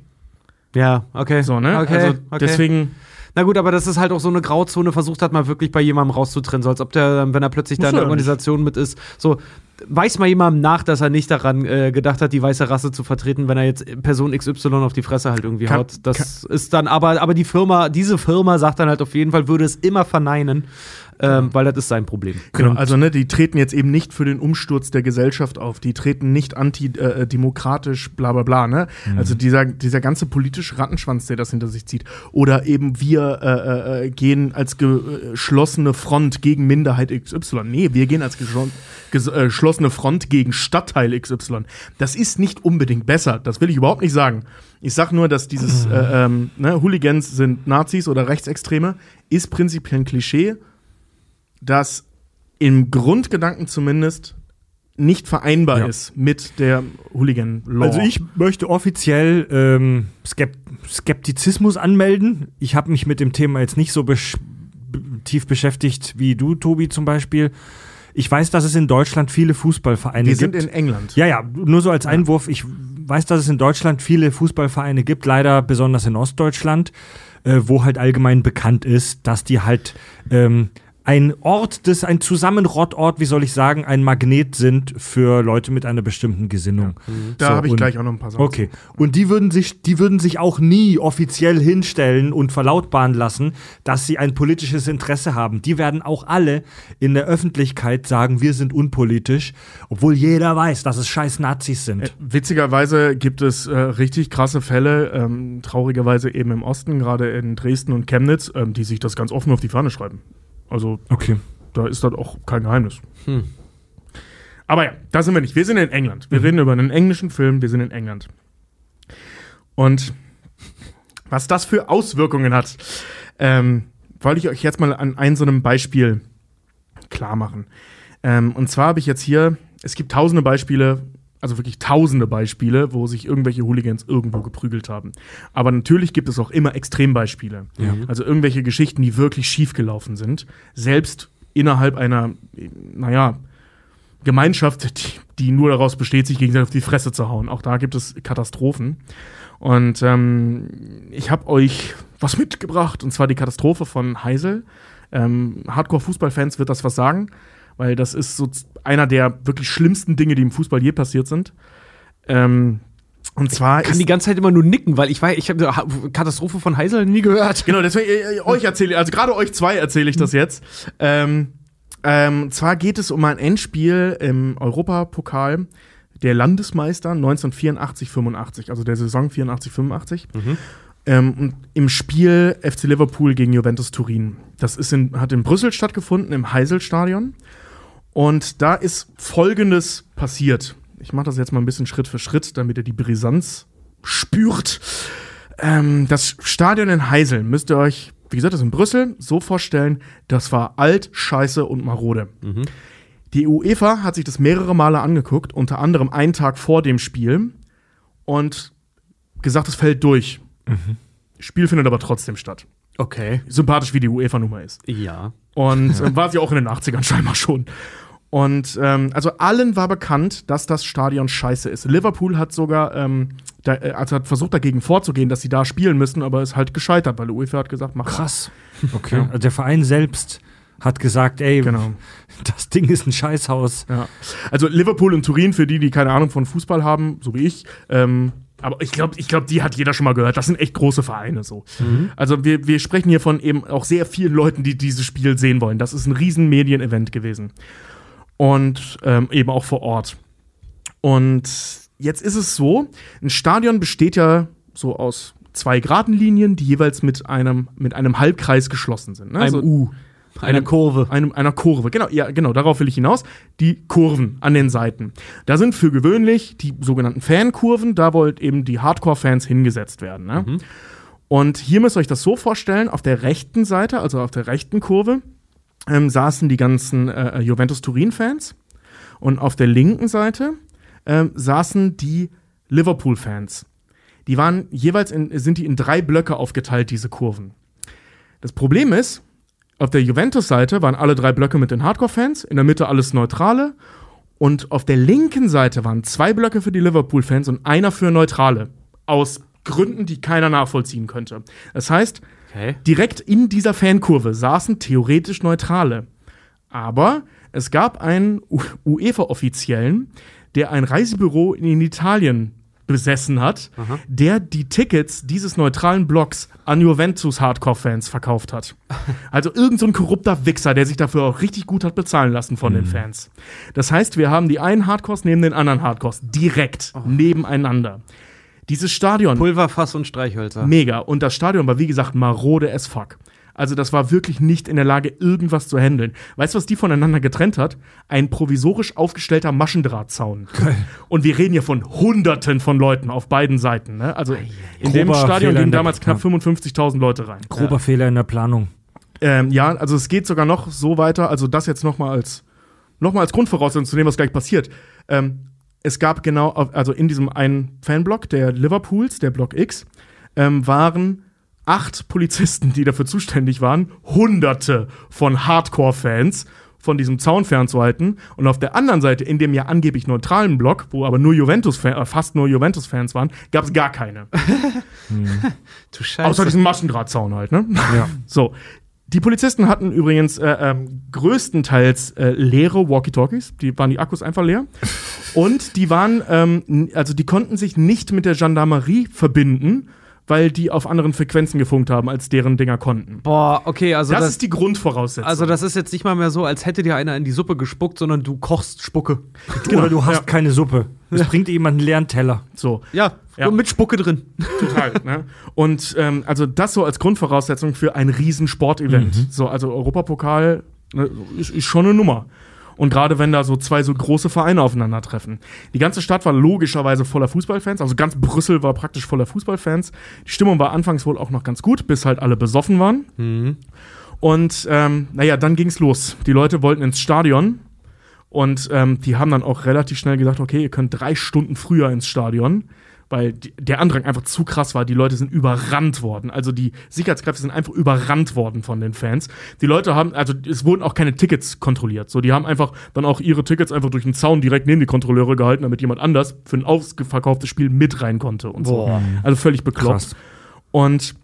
Ja, okay. So, ne? Okay, also okay. deswegen. Na gut, aber das ist halt auch so eine Grauzone, versucht hat, mal wirklich bei jemandem rauszutrennen, so als ob der, wenn er plötzlich da Muss in der er ja Organisation mit ist, so weiß mal jemandem nach, dass er nicht daran äh, gedacht hat, die weiße Rasse zu vertreten, wenn er jetzt Person X Y auf die Fresse halt irgendwie Kann- haut. Das ist dann, aber, aber die Firma, diese Firma sagt dann halt auf jeden Fall, würde es immer verneinen, ähm, weil das ist sein Problem. Genau, also ne, die treten jetzt eben nicht für den Umsturz der Gesellschaft auf, die treten nicht antidemokratisch, bla bla bla, ne? Also dieser, dieser ganze politische Rattenschwanz, der das hinter sich zieht. Oder eben wir äh, äh, gehen als geschlossene Front gegen Minderheit X Y. Nee, wir gehen als geschlo- ges- äh, geschlossene Front gegen Stadtteil X Y. Das ist nicht unbedingt besser, das will ich überhaupt nicht sagen. Ich sag nur, dass dieses äh, ähm, ne, Hooligans sind Nazis oder Rechtsextreme, ist prinzipiell ein Klischee, das im Grundgedanken zumindest nicht vereinbar Ja. ist mit der Hooligan-Law. Also ich möchte offiziell ähm, Skep Skeptizismus anmelden. Ich habe mich mit dem Thema jetzt nicht so besch tief beschäftigt wie du, Tobi, zum Beispiel. ich weiß, dass es in Deutschland viele Fußballvereine Wir gibt. sind in England. Ja, ja, nur so als Einwurf. Ich weiß, dass es in Deutschland viele Fußballvereine gibt, leider besonders in Ostdeutschland, äh, wo halt allgemein bekannt ist, dass die halt ähm, ein Ort, das ein Zusammenrottort, wie soll ich sagen, ein Magnet sind für Leute mit einer bestimmten Gesinnung. Ja. Mhm. Da So, habe ich und- gleich auch noch ein paar Sachen. Okay. Und die würden sich, die würden sich auch nie offiziell hinstellen und verlautbaren lassen, dass sie ein politisches Interesse haben. Die werden auch alle in der Öffentlichkeit sagen, wir sind unpolitisch, obwohl jeder weiß, dass es scheiß Nazis sind. Äh, witzigerweise gibt es äh, richtig krasse Fälle, ähm, traurigerweise eben im Osten, gerade in Dresden und Chemnitz, ähm, die sich das ganz offen auf die Fahne schreiben. Also Okay. da ist das auch kein Geheimnis. Hm. Aber ja, da sind wir nicht. Wir sind in England. Wir reden über einen englischen Film. Wir sind in England. Und was das für Auswirkungen hat, ähm, wollte ich euch jetzt mal an einem so einem Beispiel klar machen. Ähm, und zwar habe ich jetzt hier, es gibt tausende Beispiele, also wirklich tausende Beispiele, wo sich irgendwelche Hooligans irgendwo geprügelt haben. Aber natürlich gibt es auch immer Extrembeispiele. Ja. Also irgendwelche Geschichten, die wirklich schiefgelaufen sind. Selbst innerhalb einer, naja, Gemeinschaft, die, die nur daraus besteht, sich gegenseitig auf die Fresse zu hauen. Auch da gibt es Katastrophen. Und ähm, ich habe euch was mitgebracht, und zwar die Katastrophe von Heysel. Ähm, Hardcore-Fußballfans wird das was sagen, weil das ist so einer der wirklich schlimmsten Dinge, die im Fußball je passiert sind. Ähm, und zwar Ich kann ist die ganze Zeit immer nur nicken, weil ich weiß, ich habe Katastrophe von Heysel nie gehört. Genau, deswegen äh, euch erzähle, also gerade euch zwei erzähle ich das jetzt. Ähm, ähm, zwar geht es um ein Endspiel im Europapokal der Landesmeister neunzehnhundertvierundachtzig fünfundachtzig, also der Saison vierundachtzig fünfundachtzig. Mhm. Ähm, und im Spiel F C Liverpool gegen Juventus Turin. Das ist in, hat in Brüssel stattgefunden, im Heysel-Stadion. Und da ist Folgendes passiert. Ich mache das jetzt mal ein bisschen Schritt für Schritt, damit ihr die Brisanz spürt. Ähm, das Stadion in Heysel müsst ihr euch, wie gesagt, das ist in Brüssel, so vorstellen, das war alt, scheiße und marode. Mhm. Die UEFA hat sich das mehrere Male angeguckt, unter anderem einen Tag vor dem Spiel, und gesagt, es fällt durch. Mhm. Spiel findet aber trotzdem statt. Okay. Sympathisch, wie die UEFA-Nummer ist. Ja. Und äh, war sie auch in den achtzigern scheinbar schon. Und ähm, also allen war bekannt, dass das Stadion scheiße ist. Liverpool hat sogar ähm, da, äh, also hat versucht, dagegen vorzugehen, dass sie da spielen müssen, aber ist halt gescheitert, weil die UEFA hat gesagt, mach mal. Krass. Okay. Also der Verein selbst hat gesagt, ey, Genau. das Ding ist ein Scheißhaus. Ja. Also Liverpool und Turin, für die, die keine Ahnung von Fußball haben, so wie ich, ähm, aber ich glaube, ich glaub, die hat jeder schon mal gehört. Das sind echt große Vereine so. Mhm. Also wir, wir sprechen hier von eben auch sehr vielen Leuten, die dieses Spiel sehen wollen. Das ist ein riesen Medien-Event gewesen. Und ähm, eben auch vor Ort. Und jetzt ist es so, ein Stadion besteht ja so aus zwei geraden Linien, die jeweils mit einem, mit einem Halbkreis geschlossen sind. Ne? Einem so, U. Eine Kurve. einem, einer Kurve. Genau, ja, genau, darauf will ich hinaus. Die Kurven an den Seiten. Da sind für gewöhnlich die sogenannten Fankurven, da wollt eben die Hardcore-Fans hingesetzt werden. Ne? Mhm. Und hier müsst ihr euch das so vorstellen, auf der rechten Seite, also auf der rechten Kurve, ähm, saßen die ganzen äh, Juventus-Turin-Fans. Und auf der linken Seite ähm, saßen die Liverpool-Fans. Die waren jeweils in, sind die in drei Blöcke aufgeteilt, diese Kurven. Das Problem ist, auf der Juventus-Seite waren alle drei Blöcke mit den Hardcore-Fans, in der Mitte alles Neutrale. Und auf der linken Seite waren zwei Blöcke für die Liverpool-Fans und einer für Neutrale. Aus Gründen, die keiner nachvollziehen könnte. Das heißt, Okay. direkt in dieser Fankurve saßen theoretisch Neutrale. Aber es gab einen U- UEFA-Offiziellen, der ein Reisebüro in Italien besessen hat, Aha. der die Tickets dieses neutralen Blocks an Juventus-Hardcore-Fans verkauft hat. Also irgend so ein korrupter Wichser, der sich dafür auch richtig gut hat bezahlen lassen von den Fans. Das heißt, wir haben die einen Hardcores neben den anderen Hardcores direkt nebeneinander. Dieses Stadion, Pulverfass und Streichhölzer. mega. Und das Stadion war, wie gesagt, marode as fuck. Also das war wirklich nicht in der Lage, irgendwas zu handeln. Weißt du, was die voneinander getrennt hat? Ein provisorisch aufgestellter Maschendrahtzaun. Und wir reden hier von Hunderten von Leuten auf beiden Seiten. Ne? Also in dem Grober Stadion Fehler in gingen der- damals knapp ja. fünfundfünfzigtausend Leute rein. Grober Fehler in der Planung. Ähm, ja, also es geht sogar noch so weiter, also das jetzt noch mal als, noch mal als Grundvoraussetzung zu dem, was gleich passiert. Ähm, es gab genau, auf- also in diesem einen Fanblock der Liverpools, der Block X, ähm, waren acht Polizisten, die dafür zuständig waren, Hunderte von Hardcore-Fans von diesem Zaun fernzuhalten. Und auf der anderen Seite, in dem ja angeblich neutralen Block, wo aber nur Juventus, äh, fast nur Juventus-Fans waren, gab es gar keine. hm. Du Scheiße. Außer diesen Maschendrahtzaun halt, ne? Ja. So. Die Polizisten hatten übrigens äh, ähm, größtenteils äh, leere Walkie-Talkies. Die waren die Akkus einfach leer. Und die waren, ähm, also die konnten sich nicht mit der Gendarmerie verbinden, weil die auf anderen Frequenzen gefunkt haben, als deren Dinger konnten. Boah, okay, also das, das ist die Grundvoraussetzung. Also das ist jetzt nicht mal mehr so, als hätte dir einer in die Suppe gespuckt, sondern du kochst Spucke. Genau. Oder du hast Ja. keine Suppe. Das ja. bringt jemand einen leeren Teller. So. Ja, Ja. mit Spucke drin. Total. Ne? Und ähm, also das so als Grundvoraussetzung für ein riesen Sportevent. Mhm. So, also Europapokal ne, ist, ist schon eine Nummer. Und gerade wenn da so zwei so große Vereine aufeinandertreffen. Die ganze Stadt war logischerweise voller Fußballfans, also ganz Brüssel war praktisch voller Fußballfans. Die Stimmung war anfangs wohl auch noch ganz gut, bis halt alle besoffen waren. Mhm. Und ähm, naja, dann ging's los. Die Leute wollten ins Stadion und ähm, die haben dann auch relativ schnell gesagt, okay, ihr könnt drei Stunden früher ins Stadion, weil die, der Andrang einfach zu krass war. Die Leute sind überrannt worden. Also die Sicherheitskräfte sind einfach überrannt worden von den Fans. Die Leute haben, also es wurden auch keine Tickets kontrolliert. So, die haben einfach dann auch ihre Tickets einfach durch den Zaun direkt neben die Kontrolleure gehalten, damit jemand anders für ein ausverkauftes Spiel mit rein konnte und so. Boah. Also völlig bekloppt. Krass. Und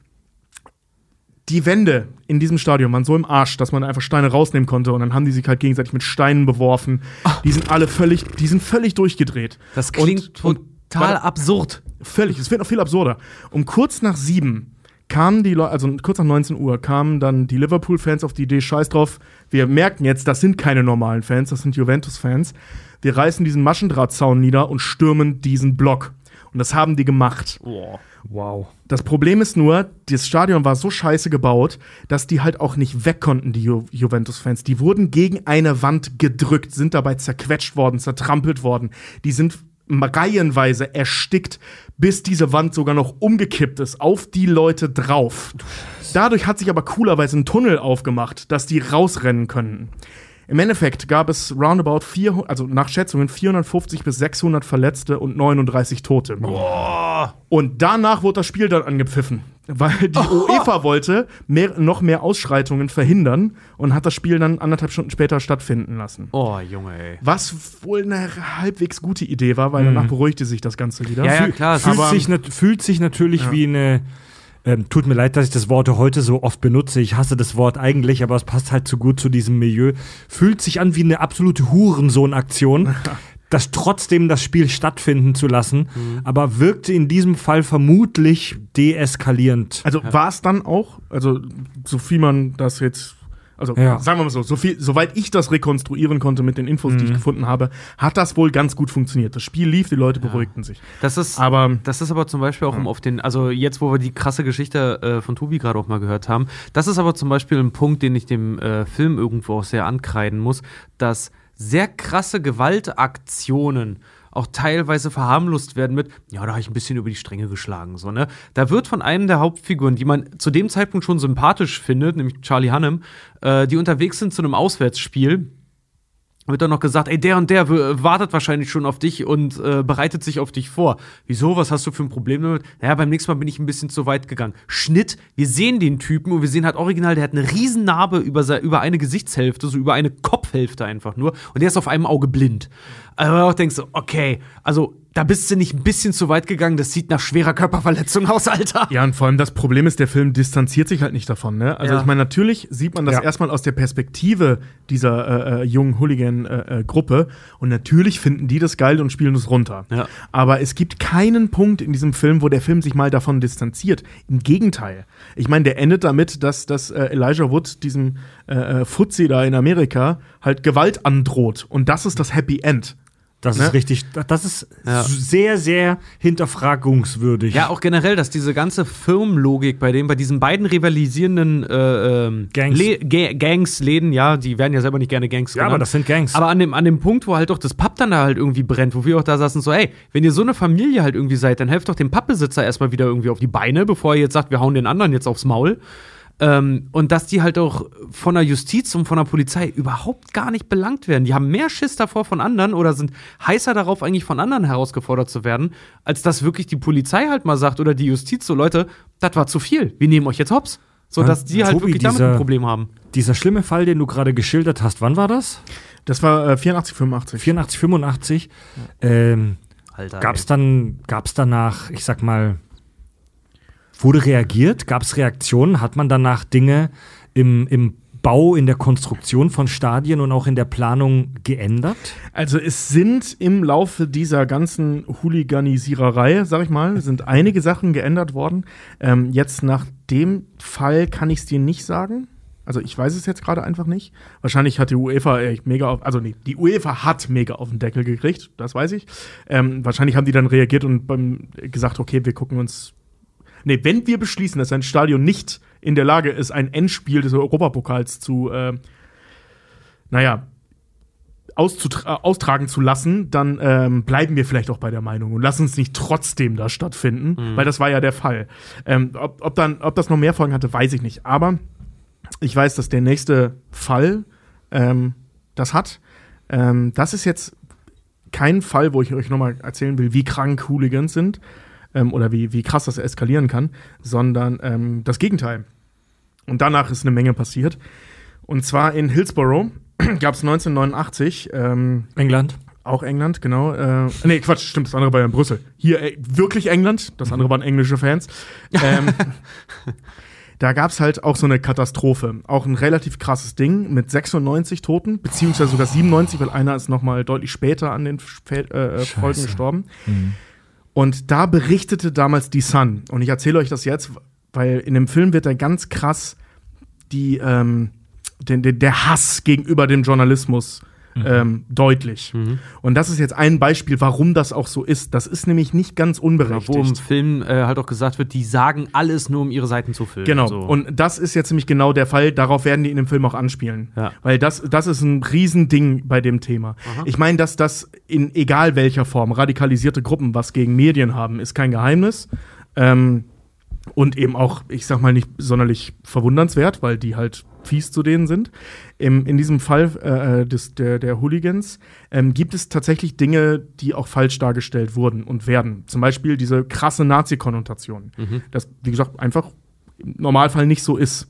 die Wände in diesem Stadion waren so im Arsch, dass man einfach Steine rausnehmen konnte und dann haben die sich halt gegenseitig mit Steinen beworfen. Die sind alle völlig, die sind völlig durchgedreht. Das klingt Und- total warte. absurd. Völlig, es wird noch viel absurder. Um kurz nach sieben kamen die Leute, also kurz nach neunzehn Uhr, kamen dann die Liverpool-Fans auf die Idee, scheiß drauf, wir merken jetzt, das sind keine normalen Fans, das sind Juventus-Fans. Wir reißen diesen Maschendrahtzaun nieder und stürmen diesen Block. Und das haben die gemacht. Wow. Das Problem ist nur, das Stadion war so scheiße gebaut, dass die halt auch nicht weg konnten, die Ju- Juventus-Fans. Die wurden gegen eine Wand gedrückt, sind dabei zerquetscht worden, zertrampelt worden. Die sind reihenweise erstickt, bis diese Wand sogar noch umgekippt ist, auf die Leute drauf. Dadurch hat sich aber coolerweise ein Tunnel aufgemacht, dass die rausrennen können. Im Endeffekt gab es roundabout vierhundert, also nach Schätzungen vierhundertfünfzig bis sechshundert Verletzte und neununddreißig Tote. Boah. Und danach wurde das Spiel dann angepfiffen, weil die Oh. UEFA wollte mehr, noch mehr Ausschreitungen verhindern und hat das Spiel dann anderthalb Stunden später stattfinden lassen. Oh, Junge, ey. Was wohl eine halbwegs gute Idee war, weil danach beruhigte sich das Ganze wieder. Ja, ja, Fühl- klar. Fühlt, Aber- sich, nat- fühlt sich natürlich Ja. wie eine. Ähm, tut mir leid, dass ich das Wort heute so oft benutze. Ich hasse das Wort eigentlich, aber es passt halt zu gut zu diesem Milieu. Fühlt sich an wie eine absolute Hurensohn-Aktion, das trotzdem das Spiel stattfinden zu lassen, Mhm. aber wirkte in diesem Fall vermutlich deeskalierend. Also war es dann auch, also so viel man das jetzt, also Ja. sagen wir mal so, so viel, soweit ich das rekonstruieren konnte mit den Infos, die ich gefunden habe, hat das wohl ganz gut funktioniert. Das Spiel lief, die Leute beruhigten sich. Das ist, Aber das ist aber zum Beispiel auch, um auf den, also jetzt, wo wir die krasse Geschichte äh, von Tobi gerade auch mal gehört haben, das ist aber zum Beispiel ein Punkt, den ich dem äh, Film irgendwo auch sehr ankreiden muss, dass sehr krasse Gewaltaktionen auch teilweise verharmlost werden mit, ja, da habe ich ein bisschen über die Stränge geschlagen, so, ne? Da wird von einem der Hauptfiguren, die man zu dem Zeitpunkt schon sympathisch findet, nämlich Charlie Hunnam, äh, die unterwegs sind zu einem Auswärtsspiel, wird dann noch gesagt, ey, der und der w- wartet wahrscheinlich schon auf dich und äh, bereitet sich auf dich vor. Wieso? Was hast du für ein Problem damit? Naja, beim nächsten Mal bin ich ein bisschen zu weit gegangen. Schnitt, wir sehen den Typen und wir sehen halt original, der hat eine riesen Narbe über, se- über eine Gesichtshälfte, so über eine Kopfhälfte einfach nur und der ist auf einem Auge blind. Also man auch denkst so, okay, also da bist du nicht ein bisschen zu weit gegangen, das sieht nach schwerer Körperverletzung aus, Alter. ja, und vor allem das Problem ist, der Film distanziert sich halt nicht davon. Ne? Also Ja. ich meine, natürlich sieht man das Ja. erstmal aus der Perspektive dieser äh, äh, jungen Hooligan-Gruppe und natürlich finden die das geil und spielen es runter. Ja. Aber es gibt keinen Punkt in diesem Film, wo der Film sich mal davon distanziert. Im Gegenteil. Ich meine, der endet damit, dass, dass äh, Elijah Wood diesem äh, äh, Fuzzi da in Amerika halt Gewalt androht. Und das ist das Happy End. Das Ne? ist richtig, das ist Ja. sehr, sehr hinterfragungswürdig. Ja, auch generell, dass diese ganze Firmenlogik bei dem, bei diesen beiden rivalisierenden äh, ähm, Gangs. Le Ga Gangs, Läden, ja, die werden ja selber nicht gerne Gangs Ja, genannt. aber das sind Gangs. Aber an dem, an dem Punkt, wo halt doch das Pub dann da halt irgendwie brennt, wo wir auch da saßen, so, ey, wenn ihr so eine Familie halt irgendwie seid, dann helft doch dem Pubbesitzer erstmal wieder irgendwie auf die Beine, bevor ihr jetzt sagt, wir hauen den anderen jetzt aufs Maul. Ähm, und dass die halt auch von der Justiz und von der Polizei überhaupt gar nicht belangt werden. Die haben mehr Schiss davor von anderen oder sind heißer darauf, eigentlich von anderen herausgefordert zu werden, als dass wirklich die Polizei halt mal sagt oder die Justiz so, Leute, das war zu viel, wir nehmen euch jetzt hops. So dass die halt Tobi, wirklich damit dieser- ein Problem haben. Dieser schlimme Fall, den du gerade geschildert hast, wann war das? Das war äh, vierundachtzig, fünfundachtzig. vierundachtzig, fünfundachtzig. Ähm, Alter. Gab's dann, gab's danach, ich sag mal, wurde reagiert? Gab's Reaktionen? Hat man danach Dinge im, im Bau, in der Konstruktion von Stadien und auch in der Planung geändert? Also es sind im Laufe dieser ganzen Hooliganisiererei, sag ich mal, sind einige Sachen geändert worden. Ähm, jetzt nach dem Fall kann ich es dir nicht sagen. Also ich weiß es jetzt gerade einfach nicht. Wahrscheinlich hat die UEFA echt mega auf, also nee, die UEFA hat mega auf den Deckel gekriegt, das weiß ich. Ähm, wahrscheinlich haben die dann reagiert und beim, gesagt, okay, wir gucken uns. Nee, wenn wir beschließen, dass ein Stadion nicht in der Lage ist, ein Endspiel des Europapokals zu, äh, naja, auszutra- austragen zu lassen, dann ähm, bleiben wir vielleicht auch bei der Meinung und lassen uns nicht trotzdem da stattfinden, Mhm. weil das war ja der Fall. Ähm, ob, ob, dann, ob das noch mehr Folgen hatte, weiß ich nicht. Aber ich weiß, dass der nächste Fall ähm, das hat. Ähm, das ist jetzt kein Fall, wo ich euch nochmal erzählen will, wie krank Hooligans sind ähm, oder wie, wie krass das eskalieren kann, sondern ähm, das Gegenteil. Und danach ist eine Menge passiert. Und zwar in Hillsborough gab es neunzehnhundertneunundachtzig ähm, England. auch England, genau. Äh, nee, Quatsch, stimmt, das andere war ja in Brüssel. Hier äh, wirklich England, das andere waren englische Fans. Ähm, da gab es halt auch so eine Katastrophe. Auch ein relativ krasses Ding mit sechsundneunzig Toten, beziehungsweise sogar siebenundneunzig, weil einer ist noch mal deutlich später an den Fe- äh, Folgen gestorben. Mhm. Und da berichtete damals die Sun. Und ich erzähle euch das jetzt, weil in dem Film wird da ganz krass die, ähm, den, den, der Hass gegenüber dem Journalismus ähm, deutlich. Mhm. Und das ist jetzt ein Beispiel, warum das auch so ist. Das ist nämlich nicht ganz unberechtigt. Wo im Film äh, halt auch gesagt wird, die sagen alles nur, um ihre Seiten zu füllen. Genau. So. Und das ist jetzt nämlich genau der Fall. Darauf werden die in dem Film auch anspielen. Ja. Weil das, das ist ein Riesending bei dem Thema. Aha. Ich meine, dass das in egal welcher Form radikalisierte Gruppen was gegen Medien haben, ist kein Geheimnis. Ähm, und eben auch, ich sag mal, nicht sonderlich verwundernswert, weil die halt fies zu denen sind. Im, in diesem Fall äh, des, der, der Hooligans ähm, gibt es tatsächlich Dinge, die auch falsch dargestellt wurden und werden. Zum Beispiel diese krasse Nazi-Konnotation. Mhm. Das, wie gesagt, einfach im Normalfall nicht so ist.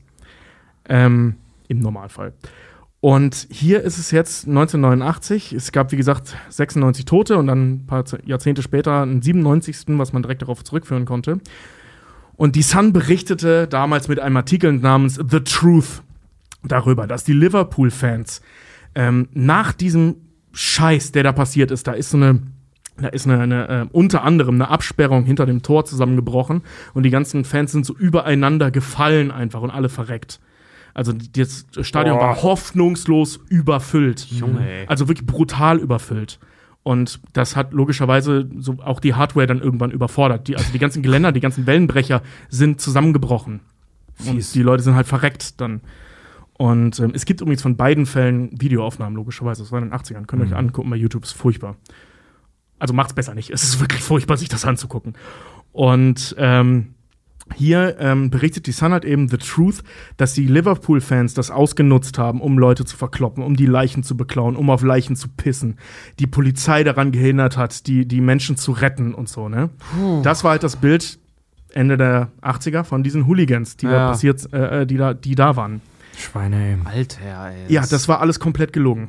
Ähm, Im Normalfall. Und hier ist es jetzt neunzehnhundertneunundachtzig. Es gab, wie gesagt, sechsundneunzig Tote und dann ein paar Jahrzehnte später einen siebenundneunzigsten, was man direkt darauf zurückführen konnte. Und die Sun berichtete damals mit einem Artikel namens The Truth darüber, dass die Liverpool-Fans ähm, nach diesem Scheiß, der da passiert ist, da ist so eine, da ist eine, eine äh, unter anderem eine Absperrung hinter dem Tor zusammengebrochen und die ganzen Fans sind so übereinander gefallen einfach und alle verreckt. Also das Stadion Boah. war hoffnungslos überfüllt. Junge, ey. Also wirklich brutal überfüllt. Und das hat logischerweise so auch die Hardware dann irgendwann überfordert. Die, also die ganzen Geländer, die ganzen Wellenbrecher sind zusammengebrochen. Fies. Und die Leute sind halt verreckt dann. Und ähm, es gibt übrigens von beiden Fällen Videoaufnahmen, logischerweise. Das war in den achtzigern. Könnt ihr euch angucken bei YouTube, ist furchtbar. Also macht's besser nicht. Es ist wirklich furchtbar, sich das anzugucken. Und ähm, hier ähm, berichtet die Sun halt eben The Truth, dass die Liverpool-Fans das ausgenutzt haben, um Leute zu verkloppen, um die Leichen zu beklauen, um auf Leichen zu pissen. Die Polizei daran gehindert hat, die, die Menschen zu retten und so, ne? Das war halt das Bild Ende der achtziger von diesen Hooligans, die Ja. da passiert, äh, die da, die da waren. Schweine, ey. Alter, ey. Ja, das war alles komplett gelogen.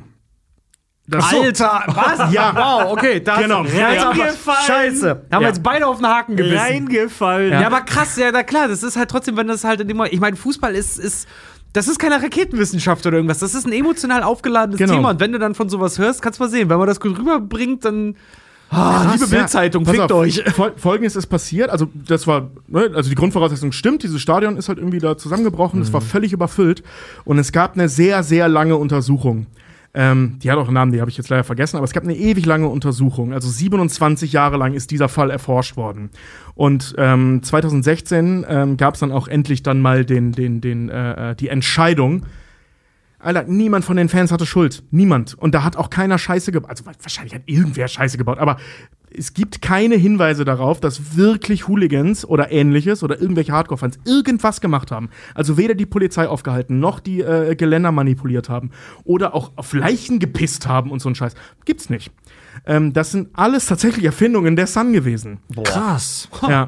Das Alter, was? Ja. Wow, okay, da hast Genau. du- Ja, aber- Reingefallen. Scheiße. Da haben wir Ja. jetzt beide auf den Haken gebissen. Reingefallen. Ja, aber krass, ja, na klar, das ist halt trotzdem, wenn das halt in dem Moment, ich meine, Fußball ist, ist, das ist keine Raketenwissenschaft oder irgendwas, das ist ein emotional aufgeladenes Genau. Thema und wenn du dann von sowas hörst, kannst du mal sehen, wenn man das gut rüberbringt, dann, ah, Krass, liebe ja. Bildzeitung, Pass fickt auf, euch. Fol Folgendes ist passiert, also das war, ne, also die Grundvoraussetzung stimmt, dieses Stadion ist halt irgendwie da zusammengebrochen, es war völlig überfüllt und es gab eine sehr, sehr lange Untersuchung. Ähm, die hat auch einen Namen, die habe ich jetzt leider vergessen, aber es gab eine ewig lange Untersuchung. Also siebenundzwanzig Jahre lang ist dieser Fall erforscht worden. Und ähm, zweitausendsechzehn ähm, gab es dann auch endlich dann mal den, den, den, äh, die Entscheidung. Alter, niemand von den Fans hatte Schuld. Niemand. Und da hat auch keiner Scheiße gebaut. Also wahrscheinlich hat irgendwer Scheiße gebaut, aber es gibt keine Hinweise darauf, dass wirklich Hooligans oder Ähnliches oder irgendwelche Hardcore-Fans irgendwas gemacht haben. Also weder die Polizei aufgehalten, noch die äh, Geländer manipuliert haben oder auch auf Leichen gepisst haben und so ein Scheiß. Gibt's nicht. Ähm, das sind alles tatsächlich Erfindungen der Sun gewesen. Krass. Ja.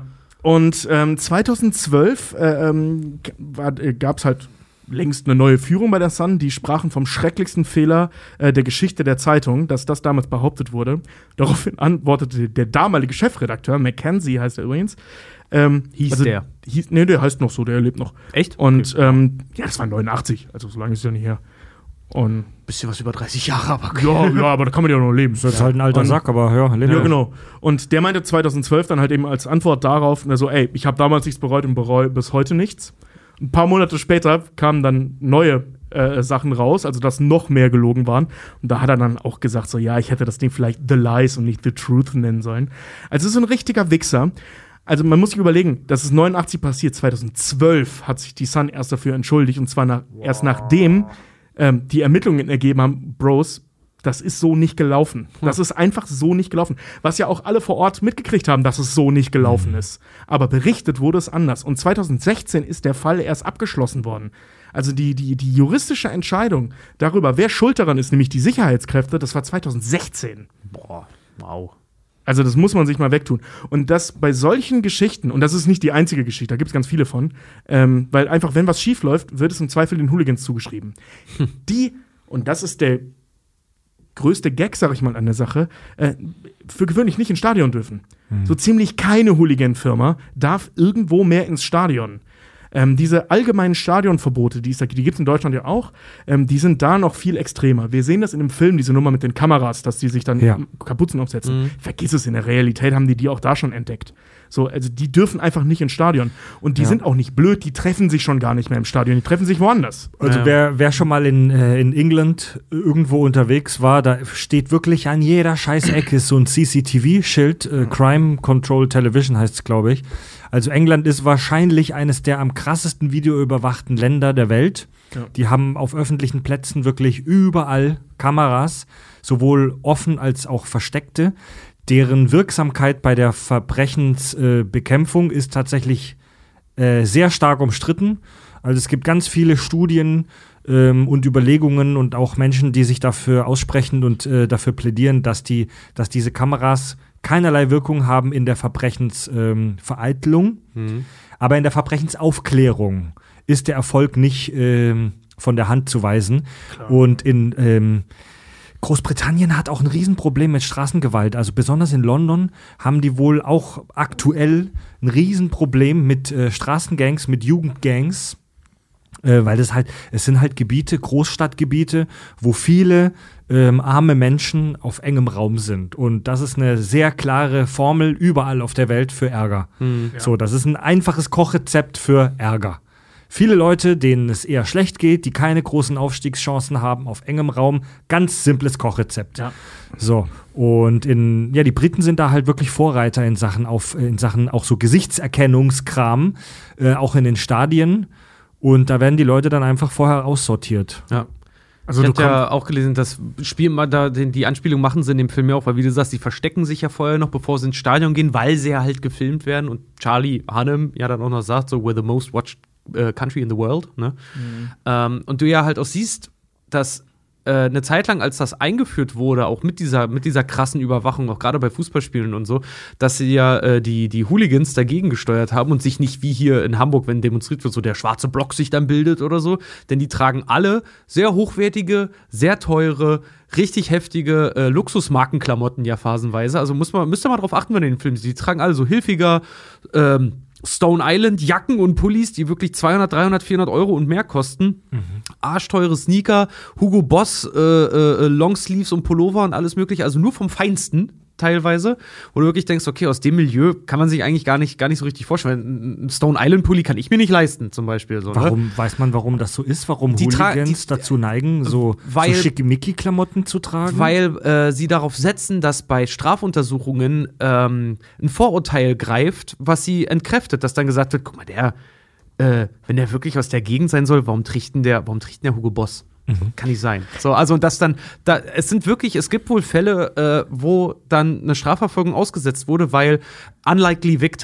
Und ähm, zweitausendzwölf äh, ähm, äh, gab es halt längst eine neue Führung bei der Sun, die sprachen vom schrecklichsten Fehler äh, der Geschichte der Zeitung, dass das damals behauptet wurde. Daraufhin antwortete der damalige Chefredakteur, Mackenzie heißt er übrigens. Ähm, hieß also, der? Hieß, nee, der heißt noch so, der lebt noch. Echt? Und okay. ähm, ja, das war neunundachtzig, also so lange ist es ja nicht her. Und bisschen was über dreißig Jahre, aber okay. ja, ja, aber da kann man ja noch leben. Das ist halt ein alter und, Sack, aber ja, ja, genau. Und der meinte zweitausendzwölf dann halt eben als Antwort darauf, so, ey, ich habe damals nichts bereut und bereue bis heute nichts. Ein paar Monate später kamen dann neue äh, Sachen raus, also dass noch mehr gelogen waren. Und da hat er dann auch gesagt, so, ja, ich hätte das Ding vielleicht The Lies und nicht The Truth nennen sollen. Also so ein richtiger Wichser. Also man muss sich überlegen, das ist neunundachtzig passiert, zweitausendzwölf hat sich die Sun erst dafür entschuldigt. Und zwar nach, wow. erst nachdem ähm, die Ermittlungen ergeben haben, Bros, das ist so nicht gelaufen. Hm. Das ist einfach so nicht gelaufen. Was ja auch alle vor Ort mitgekriegt haben, dass es so nicht gelaufen mhm. ist. Aber berichtet wurde es anders. Und zweitausendsechzehn ist der Fall erst abgeschlossen worden. Also die, die, die juristische Entscheidung darüber, wer schuld daran ist, nämlich die Sicherheitskräfte, das war zweitausendsechzehn. Boah, wow. Also das muss man sich mal wegtun. Und das bei solchen Geschichten, und das ist nicht die einzige Geschichte, da gibt es ganz viele von, ähm, weil einfach, wenn was schief läuft, wird es im Zweifel den Hooligans zugeschrieben. Hm. Die, und das ist der größte Gag, sag ich mal, an der Sache, äh, für gewöhnlich nicht ins Stadion dürfen. Hm. So ziemlich keine Hooligan-Firma darf irgendwo mehr ins Stadion. Ähm, diese allgemeinen Stadionverbote, die, die gibt es in Deutschland ja auch, ähm, die sind da noch viel extremer. Wir sehen das in dem Film, diese Nummer mit den Kameras, dass die sich dann ja. Kapuzen aufsetzen. Mhm. Vergiss es, in der Realität haben die die auch da schon entdeckt. So, also die dürfen einfach nicht ins Stadion. Und die ja. sind auch nicht blöd, die treffen sich schon gar nicht mehr im Stadion, die treffen sich woanders. Also ja. wer, wer schon mal in, äh, in England irgendwo unterwegs war, da steht wirklich an jeder scheiß Ecke so ein C C T V-Schild, äh, Crime Control Television heißt es, glaube ich. Also England ist wahrscheinlich eines der am krassesten videoüberwachten Länder der Welt. Ja. Die haben auf öffentlichen Plätzen wirklich überall Kameras, sowohl offen als auch versteckte. Deren Wirksamkeit bei der Verbrechensbekämpfung äh, ist tatsächlich äh, sehr stark umstritten. Also es gibt ganz viele Studien ähm, und Überlegungen und auch Menschen, die sich dafür aussprechen und äh, dafür plädieren, dass die, dass diese Kameras keinerlei Wirkung haben in der Verbrechensvereitelung. Ähm, mhm. Aber in der Verbrechensaufklärung ist der Erfolg nicht ähm, von der Hand zu weisen. Klar. Und in ähm, Großbritannien hat auch ein Riesenproblem mit Straßengewalt. Also besonders in London haben die wohl auch aktuell ein Riesenproblem mit äh, Straßengangs, mit Jugendgangs. Äh, weil das halt, es sind halt Gebiete, Großstadtgebiete, wo viele ähm, arme Menschen auf engem Raum sind. Und das ist eine sehr klare Formel überall auf der Welt für Ärger. Mhm, ja. So, das ist ein einfaches Kochrezept für Ärger. Viele Leute, denen es eher schlecht geht, die keine großen Aufstiegschancen haben auf engem Raum, ganz simples Kochrezept. Ja. So, und in, ja, die Briten sind da halt wirklich Vorreiter in Sachen, auf, in Sachen auch so Gesichtserkennungskram, äh, auch in den Stadien. Und da werden die Leute dann einfach vorher aussortiert. Ja. Also ich habe ja auch gelesen, dass Spiel da die Anspielung machen sie in dem Film ja auch, weil wie du sagst, die verstecken sich ja vorher noch, bevor sie ins Stadion gehen, weil sie ja halt gefilmt werden. Und Charlie Hunnam ja dann auch noch sagt, so, we're the most watched uh, country in the world. Ne? Mhm. Ähm, und du ja halt auch siehst, dass äh, eine Zeit lang, als das eingeführt wurde, auch mit dieser, mit dieser krassen Überwachung, auch gerade bei Fußballspielen und so, dass sie ja äh, die, die Hooligans dagegen gesteuert haben und sich nicht wie hier in Hamburg, wenn demonstriert wird, so der schwarze Block sich dann bildet oder so. Denn die tragen alle sehr hochwertige, sehr teure, richtig heftige äh, Luxusmarkenklamotten ja phasenweise. Also muss man, müsst ihr mal drauf achten, wenn ihr den Film seht. Die tragen alle so hilfiger ähm, Stone Island Jacken und Pullis, die wirklich zweihundert, dreihundert, vierhundert Euro und mehr kosten. Mhm. Arschteure Sneaker, Hugo Boss, äh, äh, Longsleeves und Pullover und alles mögliche. Also nur vom Feinsten teilweise. Wo du wirklich denkst, okay, aus dem Milieu kann man sich eigentlich gar nicht, gar nicht so richtig vorstellen. Ein Stone Island Pulli kann ich mir nicht leisten, zum Beispiel. So, warum, ne? Weiß man, warum das so ist? Warum die Hooligans die, dazu neigen, so, weil, so schickimicki-Klamotten zu tragen? Weil äh, sie darauf setzen, dass bei Strafuntersuchungen ähm, ein Vorurteil greift, was sie entkräftet. Dass dann gesagt wird, guck mal, der, äh, wenn der wirklich aus der Gegend sein soll, warum trägt denn der, warum trägt denn der Hugo Boss? Mhm. Kann nicht sein. So, also das dann, da, es sind wirklich, es gibt wohl Fälle, äh, wo dann eine Strafverfolgung ausgesetzt wurde, weil unlikely victim.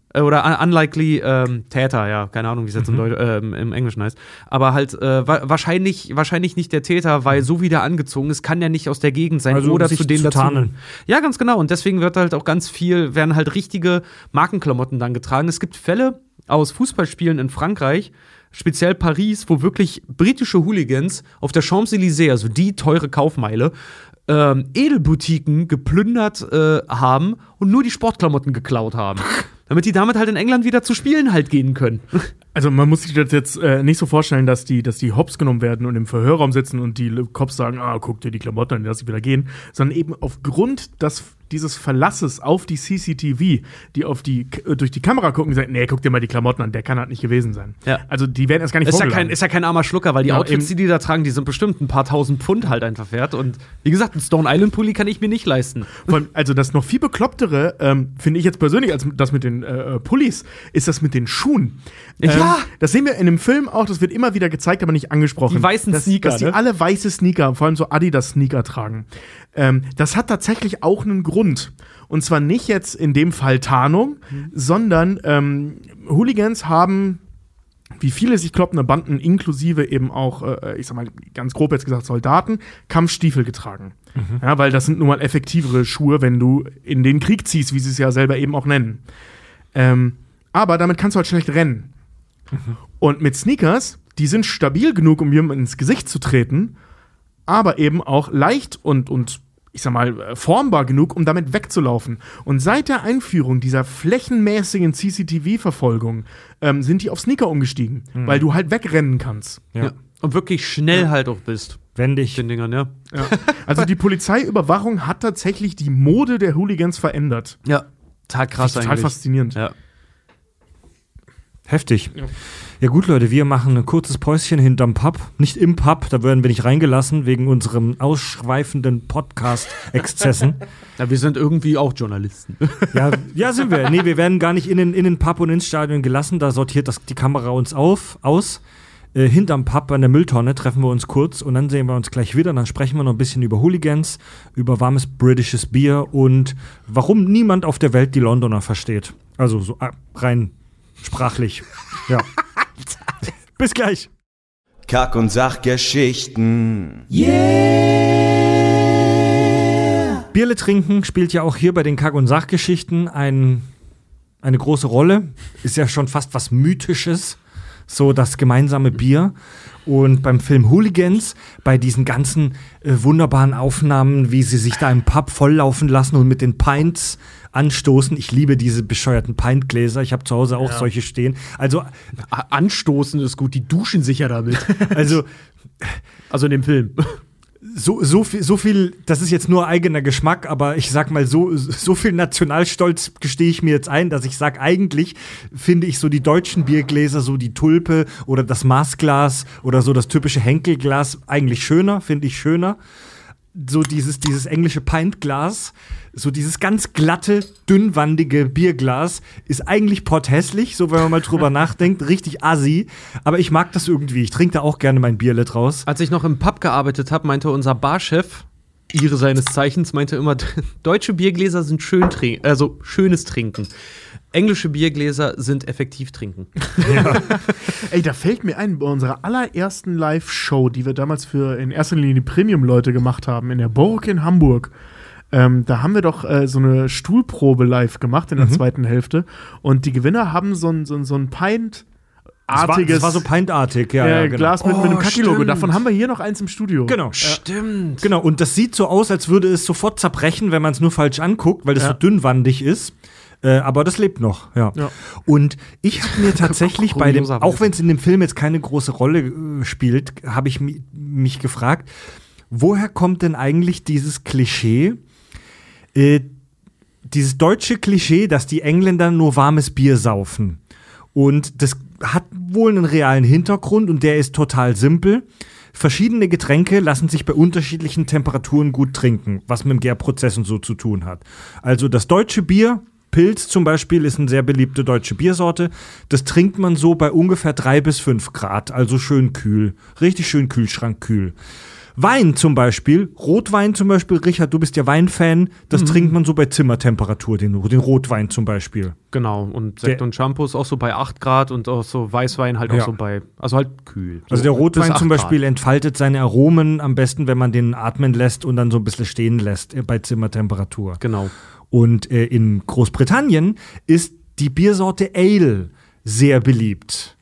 Oder un unlikely ähm, Täter, ja, keine Ahnung, wie es jetzt im, Deut äh, im Englischen heißt. Aber halt äh, wa wahrscheinlich, wahrscheinlich nicht der Täter, weil so wie der angezogen ist, kann der nicht aus der Gegend sein also, oder um sich zu denen zu dazu. tarnen. Ja, ganz genau. Und deswegen wird halt auch ganz viel, werden halt richtige Markenklamotten dann getragen. Es gibt Fälle aus Fußballspielen in Frankreich, speziell Paris, wo wirklich britische Hooligans auf der Champs-Élysées, also die teure Kaufmeile, ähm, Edelboutiquen geplündert äh, haben und nur die Sportklamotten geklaut haben. Damit die damit halt in England wieder zu Spielen halt gehen können. Also man muss sich das jetzt äh, nicht so vorstellen, dass die, dass die hops genommen werden und im Verhörraum sitzen und die Cops sagen, ah, guck dir die Klamotten an, lass sie wieder gehen, sondern eben aufgrund des, dieses Verlasses auf die C C T V, die auf die äh, durch die Kamera gucken und sagen, nee, guck dir mal die Klamotten an, der kann halt nicht gewesen sein. Ja. Also die werden erst gar nicht ist ja, vorgeladen. kein, ist ja kein armer Schlucker, weil die Ja, Outfits, die eben. die da tragen, die sind bestimmt ein paar tausend Pfund halt einfach wert. Und wie gesagt, ein Stone Island Pulli kann ich mir nicht leisten. Vor allem, also das noch viel beklopptere, ähm, finde ich jetzt persönlich, als das mit den äh, Pullis, ist das mit den Schuhen. Ähm, Ja. Das sehen wir in dem Film auch, das wird immer wieder gezeigt, aber nicht angesprochen. Die weißen dass, Sneaker, Dass die ne? alle weiße Sneaker, vor allem so Adidas-Sneaker tragen. Ähm, das hat tatsächlich auch einen Grund. Und zwar nicht jetzt in dem Fall Tarnung, mhm. sondern ähm, Hooligans haben, wie viele sich kloppende Banden, inklusive eben auch, äh, ich sag mal, ganz grob jetzt gesagt, Soldaten, Kampfstiefel getragen. Mhm. Ja, weil das sind nun mal effektivere Schuhe, wenn du in den Krieg ziehst, wie sie es ja selber eben auch nennen. Ähm, aber damit kannst du halt schlecht rennen. Mhm. Und mit Sneakers, die sind stabil genug, um jemandem ins Gesicht zu treten, aber eben auch leicht und, und ich sag mal, formbar genug, um damit wegzulaufen. Und seit der Einführung dieser flächenmäßigen C C T V-Verfolgung ähm, sind die auf Sneaker umgestiegen, mhm. weil du halt wegrennen kannst. Ja. Ja. Und wirklich schnell ja. halt auch bist. Wendig. Den Dingern, ja. Ja. Also die Polizeiüberwachung hat tatsächlich die Mode der Hooligans verändert. Ja. Total krass total eigentlich. faszinierend. Ja. Heftig. Ja. Ja gut, Leute, wir machen ein kurzes Päuschen hinterm Pub. Nicht im Pub, da werden wir nicht reingelassen, wegen unserem ausschweifenden Podcast-Exzessen. Ja, wir sind irgendwie auch Journalisten. ja, ja, sind wir. Nee, wir werden gar nicht in den, in den Pub und ins Stadion gelassen. Da sortiert das, die Kamera uns auf, aus. Äh, hinterm Pub an der Mülltonne treffen wir uns kurz und dann sehen wir uns gleich wieder. Dann sprechen wir noch ein bisschen über Hooligans, über warmes britisches Bier und warum niemand auf der Welt die Londoner versteht. Also so äh, rein sprachlich. Ja. Bis gleich. Kack- und Sachgeschichten. Yeah! Bierle trinken spielt ja auch hier bei den Kack- und Sachgeschichten ein, eine große Rolle. Ist ja schon fast was Mythisches, so das gemeinsame Bier. Und beim Film Hooligans, bei diesen ganzen äh, wunderbaren Aufnahmen, wie sie sich da im Pub volllaufen lassen und mit den Pints anstoßen. Ich liebe diese bescheuerten Pintgläser. Ich habe zu Hause auch ja. solche stehen. Also anstoßen ist gut, die duschen sich ja damit. Also also in dem Film. So, so, viel, so viel, das ist jetzt nur eigener Geschmack, aber ich sag mal, so, so viel Nationalstolz gestehe ich mir jetzt ein, dass ich sag, eigentlich finde ich so die deutschen Biergläser, so die Tulpe oder das Maßglas oder so das typische Henkelglas eigentlich schöner, finde ich schöner. So dieses, dieses englische Pintglas, so dieses ganz glatte, dünnwandige Bierglas ist eigentlich potthässlich, so wenn man mal drüber nachdenkt, richtig assi. Aber ich mag das irgendwie. Ich trinke da auch gerne mein Bierlet raus. Als ich noch im Pub gearbeitet habe, meinte unser Barchef, ihre seines Zeichens, meinte immer, deutsche Biergläser sind schön trinken, also schönes Trinken. Englische Biergläser sind effektiv trinken. Ja. Ey, da fällt mir ein, bei unserer allerersten Live-Show, die wir damals für in erster Linie die Premium-Leute gemacht haben, in der Burg in Hamburg, ähm, da haben wir doch äh, so eine Stuhlprobe live gemacht in der mhm. zweiten Hälfte. Und die Gewinner haben so ein, so ein, so ein Pint- Das war, das war so pintartig, ja. Äh, ja genau. Glas mit, oh, mit einem Kaki-Logo. stimmt. Davon haben wir hier noch eins im Studio. Genau. Stimmt. Genau, und das sieht so aus, als würde es sofort zerbrechen, wenn man es nur falsch anguckt, weil das ja. so dünnwandig ist. Äh, aber das lebt noch, ja. ja. Und ich habe mir tatsächlich bei dem, auch wenn es in dem Film jetzt keine große Rolle äh, spielt, habe ich mi- mich gefragt, woher kommt denn eigentlich dieses Klischee, äh, dieses deutsche Klischee, dass die Engländer nur warmes Bier saufen? Und das hat wohl einen realen Hintergrund und der ist total simpel. Verschiedene Getränke lassen sich bei unterschiedlichen Temperaturen gut trinken, was mit dem Gärprozess und so zu tun hat. Also das deutsche Bier, Pilz zum Beispiel, ist eine sehr beliebte deutsche Biersorte. Das trinkt man so bei ungefähr drei bis fünf Grad, also schön kühl. Richtig schön kühlschrankkühl. Wein zum Beispiel, Rotwein zum Beispiel, Richard, du bist ja Weinfan, das mhm. trinkt man so bei Zimmertemperatur, den, den Rotwein zum Beispiel. Genau, und Sekt der, und Shampoo ist auch so bei acht Grad und auch so Weißwein halt ja. auch so bei, also halt kühl. Also der Rotwein zum Beispiel Grad. entfaltet seine Aromen am besten, wenn man den atmen lässt und dann so ein bisschen stehen lässt äh, bei Zimmertemperatur. Genau. Und äh, in Großbritannien ist die Biersorte Ale sehr beliebt.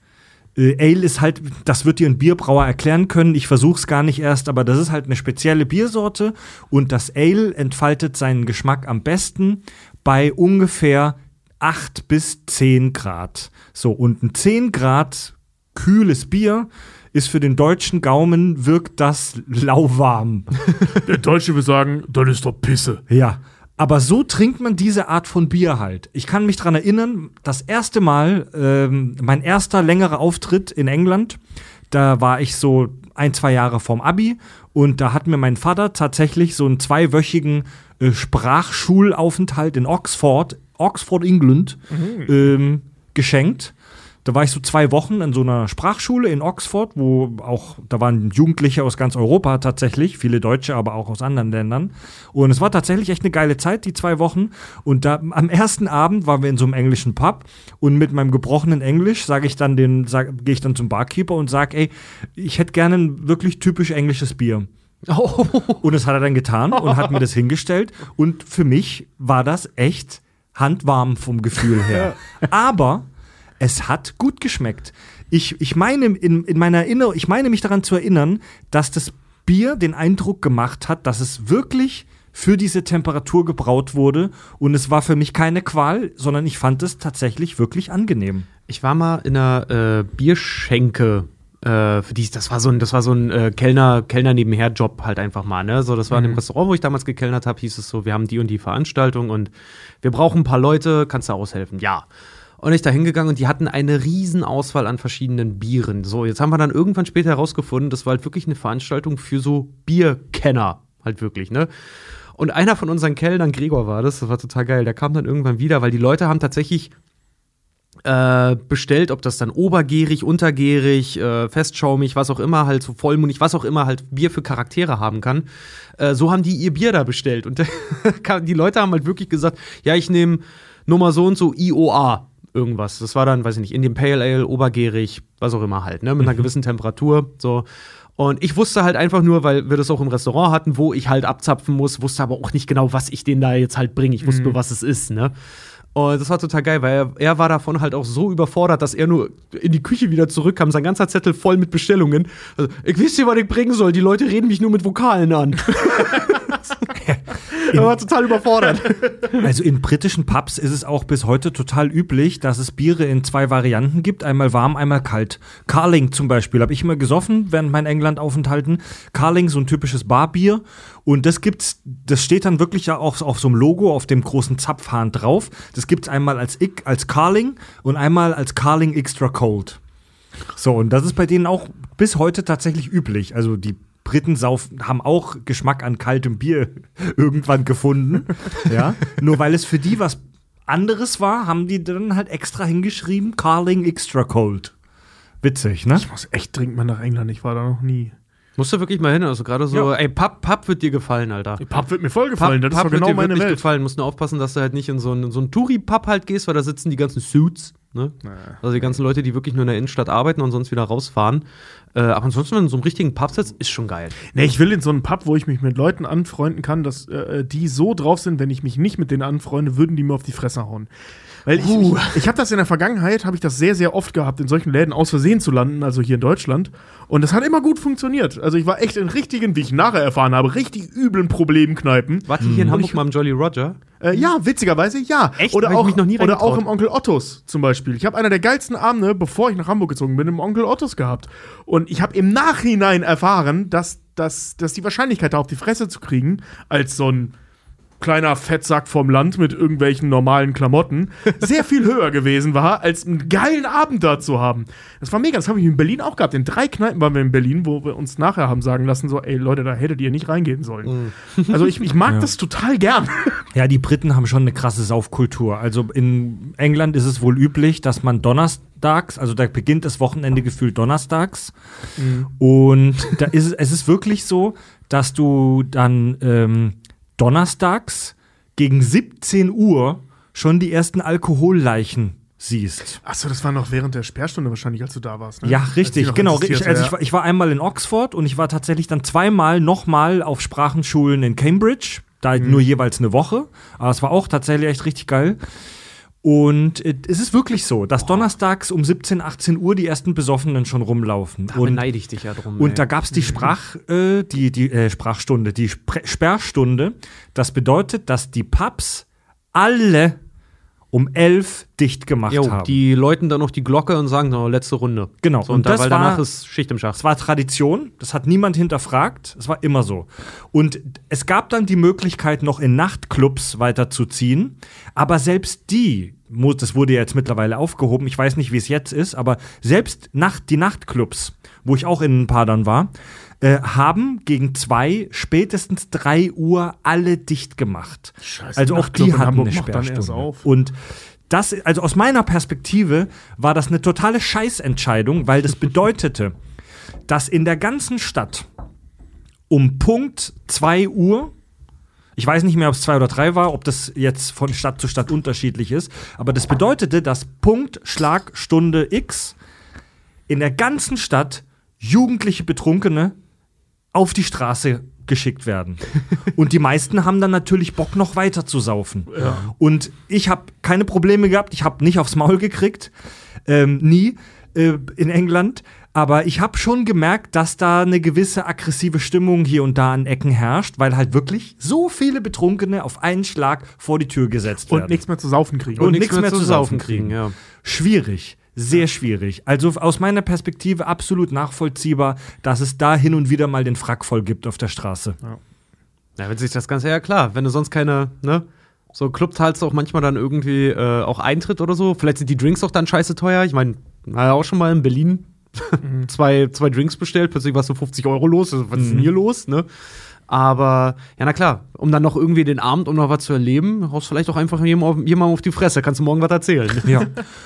Ale ist halt, das wird dir ein Bierbrauer erklären können, ich versuch's gar nicht erst, aber das ist halt eine spezielle Biersorte und das Ale entfaltet seinen Geschmack am besten bei ungefähr acht bis zehn Grad. So, und ein zehn Grad kühles Bier ist für den deutschen Gaumen, wirkt das lauwarm. Der Deutsche will sagen, das ist doch Pisse. Ja. Aber so trinkt man diese Art von Bier halt. Ich kann mich dran erinnern, das erste Mal, ähm, mein erster längerer Auftritt in England, da war ich so ein, zwei Jahre vorm Abi und da hat mir mein Vater tatsächlich so einen zweiwöchigen äh, Sprachschulaufenthalt in Oxford, Oxford, England, mhm. ähm, geschenkt. Da war ich so zwei Wochen in so einer Sprachschule in Oxford, wo auch, da waren Jugendliche aus ganz Europa tatsächlich, viele Deutsche, aber auch aus anderen Ländern. Und es war tatsächlich echt eine geile Zeit, die zwei Wochen. Und da am ersten Abend waren wir in so einem englischen Pub und mit meinem gebrochenen Englisch sage ich dann den, gehe ich dann zum Barkeeper und sage, ey, ich hätte gerne ein wirklich typisch englisches Bier. Oh. Und das hat er dann getan und hat mir das hingestellt. Und für mich war das echt handwarm vom Gefühl her. Aber es hat gut geschmeckt. Ich, ich meine, in, in meiner Erinnerung, ich meine mich daran zu erinnern, dass das Bier den Eindruck gemacht hat, dass es wirklich für diese Temperatur gebraut wurde. Und es war für mich keine Qual, sondern ich fand es tatsächlich wirklich angenehm. Ich war mal in einer äh, Bierschenke. Äh, für die, das war so ein, das war so ein äh, Kellner, Kellner nebenher Job halt einfach mal, ne? So, das war mhm. in dem Restaurant, wo ich damals gekellnert habe, hieß es so, wir haben die und die Veranstaltung und wir brauchen ein paar Leute, kannst du aushelfen? Ja. Und ich da hingegangen und die hatten eine riesen Auswahl an verschiedenen Bieren. So, jetzt haben wir dann irgendwann später herausgefunden, das war halt wirklich eine Veranstaltung für so Bierkenner, halt wirklich, ne? Und einer von unseren Kellnern, Gregor war das, das war total geil, der kam dann irgendwann wieder, weil die Leute haben tatsächlich äh, bestellt, ob das dann obergärig, untergärig, äh, festschaumig, was auch immer, halt so vollmundig, was auch immer halt Bier für Charaktere haben kann. Äh, so haben die ihr Bier da bestellt. Und die Leute haben halt wirklich gesagt, ja, ich nehme Nummer so und so I O A. Irgendwas. Das war dann, weiß ich nicht, Indian Pale Ale, obergärig, was auch immer halt, ne, mit einer gewissen Temperatur, so. Und ich wusste halt einfach nur, weil wir das auch im Restaurant hatten, wo ich halt abzapfen muss, wusste aber auch nicht genau, was ich denen da jetzt halt bringe. Ich wusste mhm. nur, was es ist, ne. Und das war total geil, weil er, er war davon halt auch so überfordert, dass er nur in die Küche wieder zurückkam, sein ganzer Zettel voll mit Bestellungen. Also, ich weiß nicht, was ich bringen soll, die Leute reden mich nur mit Vokalen an. Er war total überfordert. Also in britischen Pubs ist es auch bis heute total üblich, dass es Biere in zwei Varianten gibt, einmal warm, einmal kalt. Carling zum Beispiel habe ich immer gesoffen während meinen England-Aufenthalten. Carling, so ein typisches Barbier. Und das gibt's, das steht dann wirklich ja auch auf so einem Logo, auf dem großen Zapfhahn drauf. Das gibt's einmal als, als Carling und einmal als Carling Extra Cold. So, und das ist bei denen auch bis heute tatsächlich üblich. Also die Briten saufen, haben auch Geschmack an kaltem Bier irgendwann gefunden. Ja? Nur weil es für die was anderes war, haben die dann halt extra hingeschrieben, Carling Extra Cold. Witzig, ne? Ich muss echt dringend mal nach England, ich war da noch nie. Musst du wirklich mal hin, also gerade so, ja. ey, Pub, Pub wird dir gefallen, Alter. Pub wird mir voll gefallen, Pub, das ist Pub doch genau wird dir meine wirklich Welt. gefallen. Musst nur aufpassen, dass du halt nicht in so einen so einen Touri-Pub halt gehst, weil da sitzen die ganzen Suits, ne? Naja. Also die ganzen Leute, die wirklich nur in der Innenstadt arbeiten und sonst wieder rausfahren. Äh, aber ansonsten, wenn du in so einem richtigen Pub sitzt, ist schon geil. Nee, ich will in so einen Pub, wo ich mich mit Leuten anfreunden kann, dass äh, die so drauf sind, wenn ich mich nicht mit denen anfreunde, würden die mir auf die Fresse hauen. Weil ich, uh. ich, ich habe das in der Vergangenheit, habe ich das sehr, sehr oft gehabt, in solchen Läden aus Versehen zu landen, also hier in Deutschland. Und das hat immer gut funktioniert. Also ich war echt in richtigen, wie ich nachher erfahren habe, richtig üblen Problemkneipen. Wart ihr hier in Hamburg mal im Jolly Roger? Äh, ja, witzigerweise, ja. Echt? Oder, auch, ich mich noch nie oder auch im Onkel Ottos zum Beispiel. Ich habe einer der geilsten Abende, bevor ich nach Hamburg gezogen bin, im Onkel Ottos gehabt. Und ich habe im Nachhinein erfahren, dass, dass, dass die Wahrscheinlichkeit, da auf die Fresse zu kriegen, als so ein kleiner Fettsack vom Land mit irgendwelchen normalen Klamotten, sehr viel höher gewesen war, als einen geilen Abend da zu haben. Das war mega, das habe ich in Berlin auch gehabt. In drei Kneipen waren wir in Berlin, wo wir uns nachher haben sagen lassen, so, ey Leute, da hättet ihr nicht reingehen sollen. Mhm. Also ich, ich mag ja. das total gern. Ja, die Briten haben schon eine krasse Saufkultur. Also in England ist es wohl üblich, dass man donnerstags, also da beginnt das Wochenende gefühlt donnerstags. Mhm. Und da ist es, es ist wirklich so, dass du dann ähm, donnerstags gegen siebzehn Uhr schon die ersten Alkoholleichen siehst. Achso, das war noch während der Sperrstunde wahrscheinlich, als du da warst, ne? Ja, richtig, genau. Ich, also ich, war, ich war einmal in Oxford und ich war tatsächlich dann zweimal nochmal auf Sprachenschulen in Cambridge. Da mhm. nur jeweils eine Woche. Aber es war auch tatsächlich echt richtig geil. Und äh, es ist wirklich so, dass oh. donnerstags um siebzehn, achtzehn Uhr die ersten Besoffenen schon rumlaufen. Da beneide ich dich ja drum. Und ey. da gab es die Sprach, äh, die, die äh, Sprachstunde, die Spre- Sperrstunde. Das bedeutet, dass die Pubs alle um elf dicht gemacht jo, haben. Die läuten dann noch die Glocke und sagen, so, letzte Runde. Genau. So, und, und da, das weil war, danach ist Schicht im Schacht. Es war Tradition, das hat niemand hinterfragt, es war immer so. Und es gab dann die Möglichkeit, noch in Nachtclubs weiterzuziehen, aber selbst die, das wurde ja jetzt mittlerweile aufgehoben, ich weiß nicht, wie es jetzt ist, aber selbst Nacht, die Nachtclubs, wo ich auch in ein paar dann war, Äh, haben gegen zwei, spätestens drei Uhr alle dicht gemacht. Scheiße, also auch die hatten eine Sperrstunde. Und das, also aus meiner Perspektive war das eine totale Scheißentscheidung, weil das bedeutete, dass in der ganzen Stadt um Punkt zwei Uhr, ich weiß nicht mehr, ob es zwei oder drei war, ob das jetzt von Stadt zu Stadt unterschiedlich ist, aber das bedeutete, dass Punkt Schlag Stunde X in der ganzen Stadt jugendliche Betrunkene auf die Straße geschickt werden. Und die meisten haben dann natürlich Bock, noch weiter zu saufen. Ja. Und ich habe keine Probleme gehabt, ich habe nicht aufs Maul gekriegt, ähm, nie äh, in England, aber ich habe schon gemerkt, dass da eine gewisse aggressive Stimmung hier und da an Ecken herrscht, weil halt wirklich so viele Betrunkene auf einen Schlag vor die Tür gesetzt werden. Und nichts mehr zu saufen kriegen. Und, und nichts mehr, mehr zu saufen kriegen. kriegen. Ja. Schwierig. Sehr schwierig. Also aus meiner Perspektive absolut nachvollziehbar, dass es da hin und wieder mal den Frack voll gibt auf der Straße. Ja, ja, wenn sich das Ganze, ja klar, wenn du sonst keine, ne, so Club zahlst du auch manchmal dann irgendwie äh, auch Eintritt oder so. Vielleicht sind die Drinks auch dann scheiße teuer. Ich meine, war ja auch schon mal in Berlin mhm. zwei, zwei Drinks bestellt, plötzlich warst du fünfzig Euro los. Also, was ist denn hier los, ne? Aber, ja, na klar, um dann noch irgendwie den Abend, um noch was zu erleben, haust vielleicht auch einfach jemandem auf, jemandem auf die Fresse, kannst du morgen was erzählen. Ja.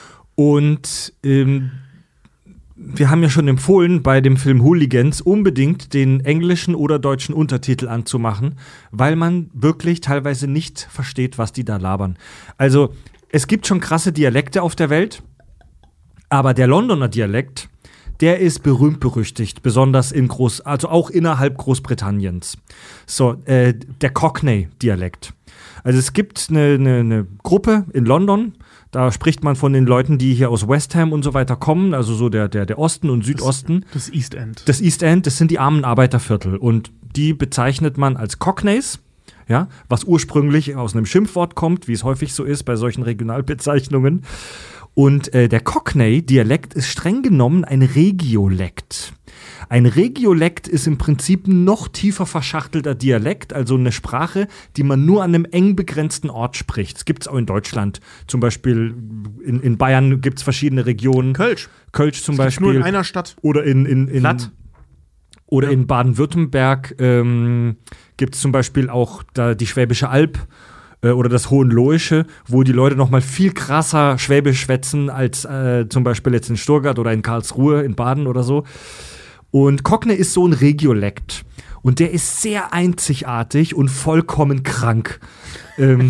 Und ähm, wir haben ja schon empfohlen, bei dem Film Hooligans unbedingt den englischen oder deutschen Untertitel anzumachen, weil man wirklich teilweise nicht versteht, was die da labern. Also, es gibt schon krasse Dialekte auf der Welt, aber der Londoner Dialekt, der ist berühmt berüchtigt, besonders in Groß, also auch innerhalb Großbritanniens. So, äh, der Cockney-Dialekt. Also es gibt eine, eine, eine Gruppe in London, da spricht man von den Leuten, die hier aus West Ham und so weiter kommen, also so der, der, der Osten und Südosten. Das, das East End. Das East End, das sind die armen Arbeiterviertel und die bezeichnet man als Cockneys, ja, was ursprünglich aus einem Schimpfwort kommt, wie es häufig so ist bei solchen Regionalbezeichnungen. Und äh, der Cockney-Dialekt ist streng genommen ein Regiolekt. Ein Regiolekt ist im Prinzip ein noch tiefer verschachtelter Dialekt, also eine Sprache, die man nur an einem eng begrenzten Ort spricht. Das gibt es auch in Deutschland. Zum Beispiel in, in Bayern gibt es verschiedene Regionen. Kölsch. Kölsch zum das Beispiel. Nur in einer Stadt. Oder in, in, in Platt. Oder ja. in Baden-Württemberg ähm, gibt es zum Beispiel auch da die Schwäbische Alb äh, oder das Hohenlohische, wo die Leute noch mal viel krasser Schwäbisch schwätzen als äh, zum Beispiel jetzt in Stuttgart oder in Karlsruhe, in Baden oder so. Und Cockney ist so ein Regiolekt. Und der ist sehr einzigartig und vollkommen krank. ähm,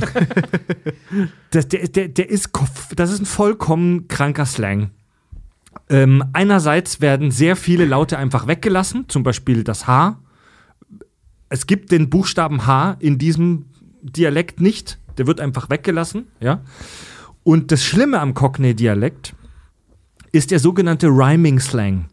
das, der, der, der ist, das ist ein vollkommen kranker Slang. Ähm, einerseits werden sehr viele Laute einfach weggelassen, zum Beispiel das H. Es gibt den Buchstaben H in diesem Dialekt nicht, der wird einfach weggelassen. Ja? Und das Schlimme am Cockney-Dialekt ist der sogenannte Rhyming Slang.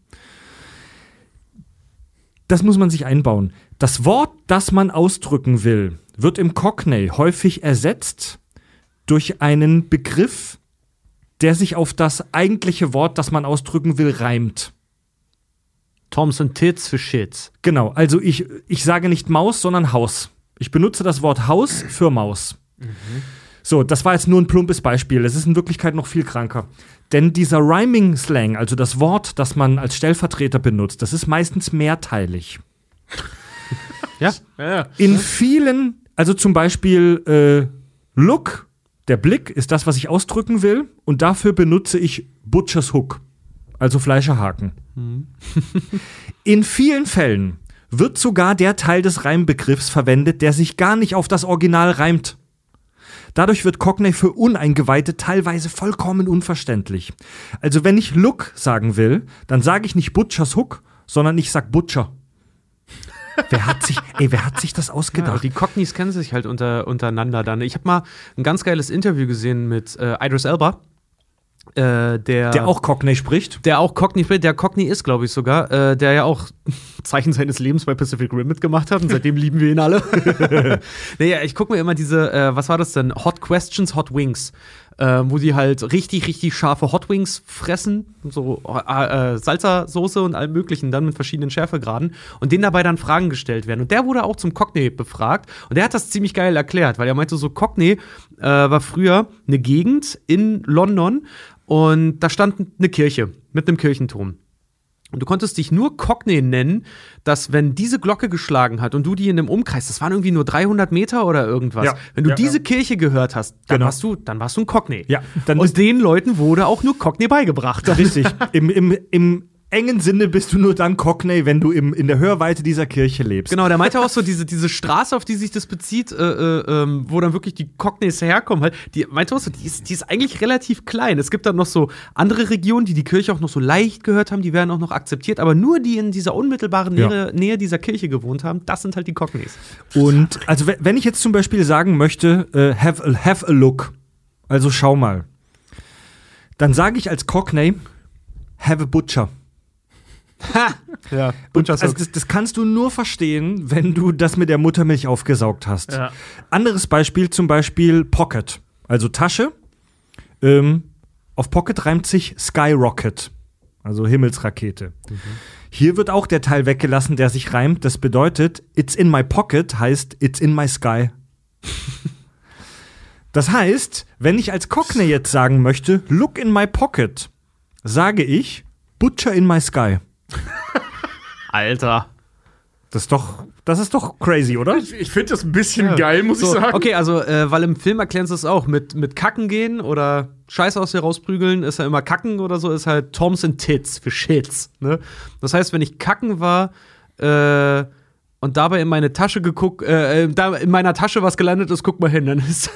Das muss man sich einbauen. Das Wort, das man ausdrücken will, wird im Cockney häufig ersetzt durch einen Begriff, der sich auf das eigentliche Wort, das man ausdrücken will, reimt. Thompson Tits für Shits. Genau, also ich, ich sage nicht Maus, sondern Haus Ich benutze das Wort Haus für Maus. Mhm. So, das war jetzt nur ein plumpes Beispiel. Es ist in Wirklichkeit noch viel kranker. Denn dieser Rhyming-Slang, also das Wort, das man als Stellvertreter benutzt, das ist meistens mehrteilig. Ja. ja. In vielen, also zum Beispiel äh, Look, der Blick ist das, was ich ausdrücken will. Und dafür benutze ich Butcher's Hook, also Fleischerhaken. Mhm. In vielen Fällen wird sogar der Teil des Reimbegriffs verwendet, der sich gar nicht auf das Original reimt. Dadurch wird Cockney für Uneingeweihte teilweise vollkommen unverständlich. Also wenn ich Look sagen will, dann sage ich nicht Butcher's Hook, sondern ich sag Butcher. Wer hat sich, ey, wer hat sich das ausgedacht? Ja, die Cockneys kennen sich halt unter, untereinander dann. Ich habe mal ein ganz geiles Interview gesehen mit äh, Idris Elba. Äh, der, der auch Cockney spricht. Der auch Cockney spricht, der Cockney ist, glaube ich sogar, äh, der ja auch Zeichen seines Lebens bei Pacific Rim mitgemacht hat und seitdem lieben wir ihn alle. Naja, ich gucke mir immer diese, äh, was war das denn? Hot Questions, Hot Wings. Äh, wo die halt richtig, richtig scharfe Hot Wings fressen, so äh, Salsa-Soße und allem möglichen, dann mit verschiedenen Schärfegraden und denen dabei dann Fragen gestellt werden. Und der wurde auch zum Cockney befragt und der hat das ziemlich geil erklärt, weil er meinte so, Cockney äh, war früher eine Gegend in London und da stand eine Kirche mit einem Kirchenturm. Und du konntest dich nur Cockney nennen, dass wenn diese Glocke geschlagen hat und du die in einem Umkreis, das waren irgendwie nur dreihundert Meter oder irgendwas, ja, wenn du ja, diese ja. Kirche gehört hast, dann, genau. warst du, dann warst du ein Cockney. Ja, dann und den Leuten wurde auch nur Cockney beigebracht. Richtig. Im, im, im engen Sinne bist du nur dann Cockney, wenn du im, in der Hörweite dieser Kirche lebst. Genau, der meinte auch so, diese, diese Straße, auf die sich das bezieht, äh, äh, ähm, wo dann wirklich die Cockneys herkommen, halt, die meinte auch so, die ist, die ist eigentlich relativ klein. Es gibt dann noch so andere Regionen, die die Kirche auch noch so leicht gehört haben, die werden auch noch akzeptiert, aber nur die in dieser unmittelbaren Nähe, ja. Nähe dieser Kirche gewohnt haben, das sind halt die Cockneys. Und also wenn ich jetzt zum Beispiel sagen möchte, äh, have, a, have a look, also schau mal, dann sage ich als Cockney, have a butcher. Ha! Ja, und also das, das kannst du nur verstehen, wenn du das mit der Muttermilch aufgesaugt hast. Ja. Anderes Beispiel, zum Beispiel Pocket, also Tasche. Ähm, auf Pocket reimt sich Skyrocket, also Himmelsrakete. Mhm. Hier wird auch der Teil weggelassen, der sich reimt. Das bedeutet, it's in my pocket heißt it's in my sky. Das heißt, wenn ich als Cockney jetzt sagen möchte, look in my pocket, sage ich butcher in my sky. Alter. Das ist doch, das ist doch crazy, oder? Ich, ich finde das ein bisschen ja. geil, muss so, ich sagen. Okay, also, äh, weil im Film erklären sie es auch, mit, mit Kacken gehen oder Scheiße aus dir rausprügeln, ist ja immer Kacken oder so, ist halt Toms and Tits für Shits, ne? Das heißt, wenn ich kacken war, äh, und dabei in meine Tasche geguckt, äh, da in meiner Tasche was gelandet ist, guck mal hin, dann ist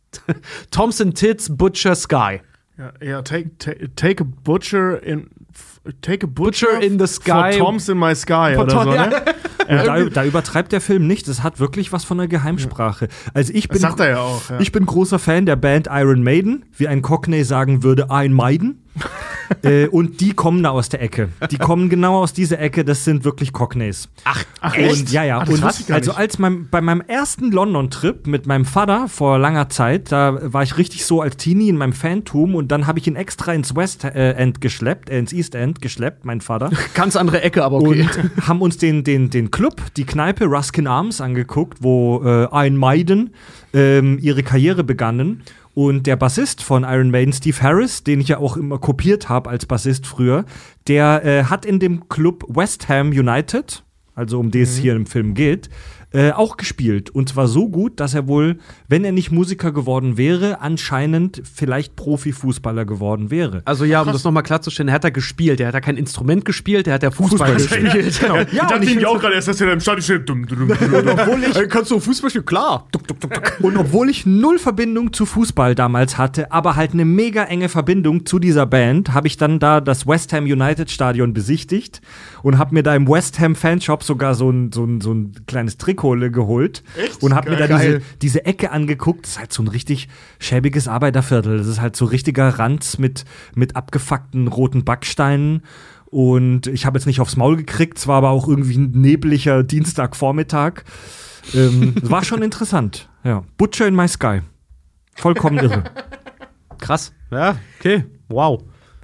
Toms and Tits, Butcher Sky. Ja, ja take, take, take a butcher in Take a butcher, butcher in the sky. For Toms in my sky For oder Tom, so, ja. ne? Und da, da übertreibt der Film nicht. Das hat wirklich was von einer Geheimsprache. Also ich bin, das sagt er ja auch. Ja. Ich bin großer Fan der Band Iron Maiden, wie ein Cockney sagen würde, ein Maiden. äh, und die kommen da aus der Ecke. Die kommen genau aus dieser Ecke. Das sind wirklich Cockneys. Ach, ach und, echt? Ja, ja. Ach, das und weiß ich gar also nicht. als mein, bei meinem ersten London-Trip mit meinem Vater vor langer Zeit, da war ich richtig so als Teenie in meinem Fantum und dann habe ich ihn extra ins West End geschleppt, äh, ins East End geschleppt, mein Vater. Ganz andere Ecke, aber okay. Und haben uns den, den, den Club, die Kneipe Ruskin Arms angeguckt, wo äh, Iron Maiden ähm, ihre Karriere begannen. Und der Bassist von Iron Maiden, Steve Harris, den ich ja auch immer kopiert habe als Bassist früher, der äh, hat in dem Club West Ham United, also um den es mhm. hier im Film geht, äh, auch gespielt. Und zwar so gut, dass er wohl, wenn er nicht Musiker geworden wäre, anscheinend vielleicht Profifußballer geworden wäre. Also ja, um das nochmal klarzustellen, er hat da gespielt. Er hat da kein Instrument gespielt, er hat da Fußball, Fußball gespielt. gespielt. Genau. Ja, ich dachte nämlich auch gerade erst, dass er da im Stadion steht. Dum, dum, dum, dum. Obwohl ich, Kannst du Fußball spielen? Klar. Und obwohl ich null Verbindung zu Fußball damals hatte, aber halt eine mega enge Verbindung zu dieser Band, habe ich dann da das West Ham United Stadion besichtigt und habe mir da im West Ham Fanshop sogar so ein, so ein, so ein kleines Trikot geholt. Echt? Und habe mir da Geil. diese, diese Ecke angeguckt. Das ist halt so ein richtig schäbiges Arbeiterviertel. Das ist halt so richtiger Ranz mit, mit abgefuckten roten Backsteinen. Und ich habe jetzt nicht aufs Maul gekriegt, es war aber auch irgendwie ein nebliger Dienstagvormittag. Ähm, es war schon interessant. Ja. Butcher in my sky. Vollkommen irre. Krass. Ja, okay. Wow.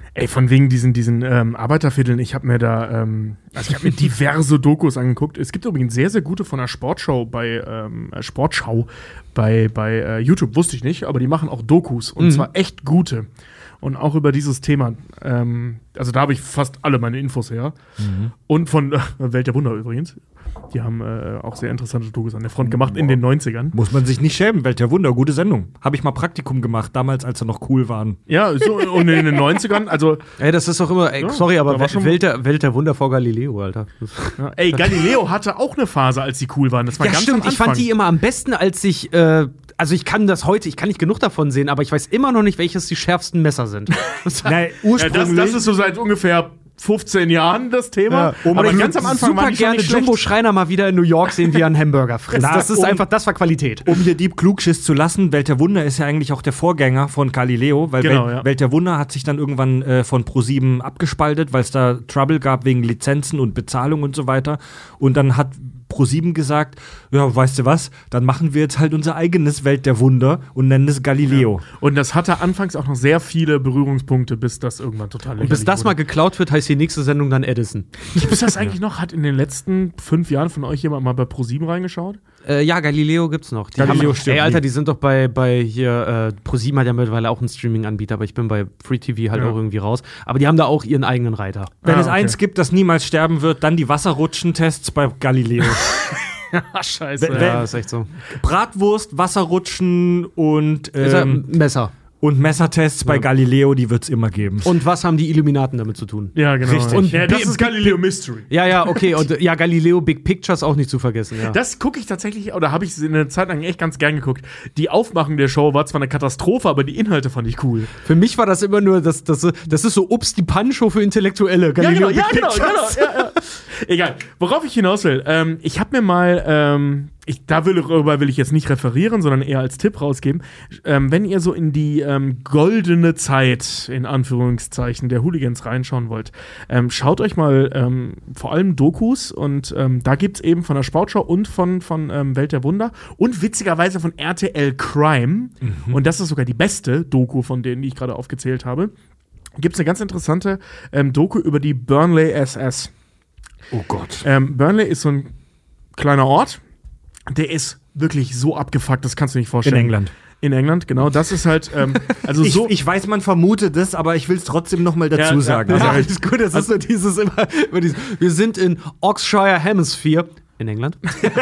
Ey, von wegen diesen, diesen ähm, Arbeitervierteln, ich habe mir da, ähm, also ich habe mir diverse Dokus angeguckt. Es gibt übrigens sehr, sehr gute von der Sportschau bei, ähm, Sportschau bei, bei äh, YouTube, wusste ich nicht, aber die machen auch Dokus und mhm. zwar echt gute. Und auch über dieses Thema, ähm, also da habe ich fast alle meine Infos her. Mhm. Und von äh, Welt der Wunder übrigens. Die haben äh, auch sehr interessante Dokus an der Front gemacht in den neunzigern. Muss man sich nicht schämen, Welt der Wunder, gute Sendung. Habe ich mal Praktikum gemacht, damals, als sie noch cool waren. Ja, so, und in den neunzigern, also ey, das ist doch immer, ey, ja, sorry, aber Welt, Welt, der, Welt der Wunder vor Galileo, Alter. Ja, ey, Galileo hatte auch eine Phase, als sie cool waren. Das war ja, ganz stimmt, am ich fand die immer am besten, als ich, äh, also ich kann das heute, ich kann nicht genug davon sehen, aber ich weiß immer noch nicht, welches die schärfsten Messer sind. Nein, ursprünglich. Ja, das, das ist so seit ungefähr fünfzehn Jahren das Thema. Ja, aber ganz am Anfang super gerne Jumbo Schreiner mal wieder in New York sehen, wie er einen Hamburger frisst. Na, das ist um, einfach, das war Qualität. Um hier Dieb Klugschiss zu lassen, Welt der Wunder ist ja eigentlich auch der Vorgänger von Galileo, weil genau, Welt, ja. Welt der Wunder hat sich dann irgendwann äh, von ProSieben abgespaltet, weil es da Trouble gab wegen Lizenzen und Bezahlung und so weiter. Und dann hat ProSieben gesagt, ja, weißt du was, dann machen wir jetzt halt unser eigenes Welt der Wunder und nennen es Galileo. Ja. Und das hatte anfangs auch noch sehr viele Berührungspunkte, bis das irgendwann total lächerlich Und bis das wurde. mal geklaut wird, heißt die nächste Sendung dann Edison. Gibt es das eigentlich noch? Hat in den letzten fünf Jahren von euch jemand mal bei ProSieben reingeschaut? Äh, ja, Galileo gibt's noch. Die Galileo haben, stimmt. Ey, Alter, die sind doch bei, bei hier, äh, ProSieben hat ja mittlerweile auch einen Streaming-Anbieter, aber ich bin bei Free T V halt ja. auch irgendwie raus. Aber die haben da auch ihren eigenen Reiter. Wenn ah, es okay. eins gibt, das niemals sterben wird, dann die Wasserrutschentests bei Galileo. Ja, scheiße. Wenn- Ja, ist echt so. Bratwurst, Wasserrutschen und, Ist er ähm, Messer. und Messertests bei Ja. Galileo, die wird's immer geben. Und was haben die Illuminaten damit zu tun? Ja, genau. Richtig. Und ja, das Bi- ist Galileo Mystery. Ja, ja, okay. Und äh, ja, Galileo Big Pictures auch nicht zu vergessen. Ja. Das gucke ich tatsächlich, oder habe ich eine Zeit lang echt ganz gern geguckt. Die Aufmachung der Show war zwar eine Katastrophe, aber die Inhalte fand ich cool. Für mich war das immer nur, das, das, das ist so Ups die Pancho für Intellektuelle. Galileo Big Pictures. genau. Ja, ja. Egal. Worauf ich hinaus will, ähm, ich habe mir mal, ähm, ich, da will, darüber will ich jetzt nicht referieren, sondern eher als Tipp rausgeben. Ähm, wenn ihr so in die ähm, goldene Zeit, in Anführungszeichen, der Hooligans reinschauen wollt, ähm, schaut euch mal ähm, vor allem Dokus und ähm, da gibt's eben von der Sportschau und von, von ähm, Welt der Wunder und witzigerweise von R T L Crime. Mhm. Und das ist sogar die beste Doku von denen, die ich gerade aufgezählt habe. Gibt es eine ganz interessante ähm, Doku über die Burnley S S. Oh Gott. Ähm, Burnley ist so ein kleiner Ort, der ist wirklich so abgefuckt, das kannst du nicht vorstellen. In England. In England, genau. Das ist halt, ähm, also Ich, so. ich weiß, man vermutet das, aber ich will es trotzdem noch mal dazu Ja, sagen. ja, Also, Ja, alles gut, das ist so dieses immer, immer dieses, wir sind in Oxshire Hemisphere in England.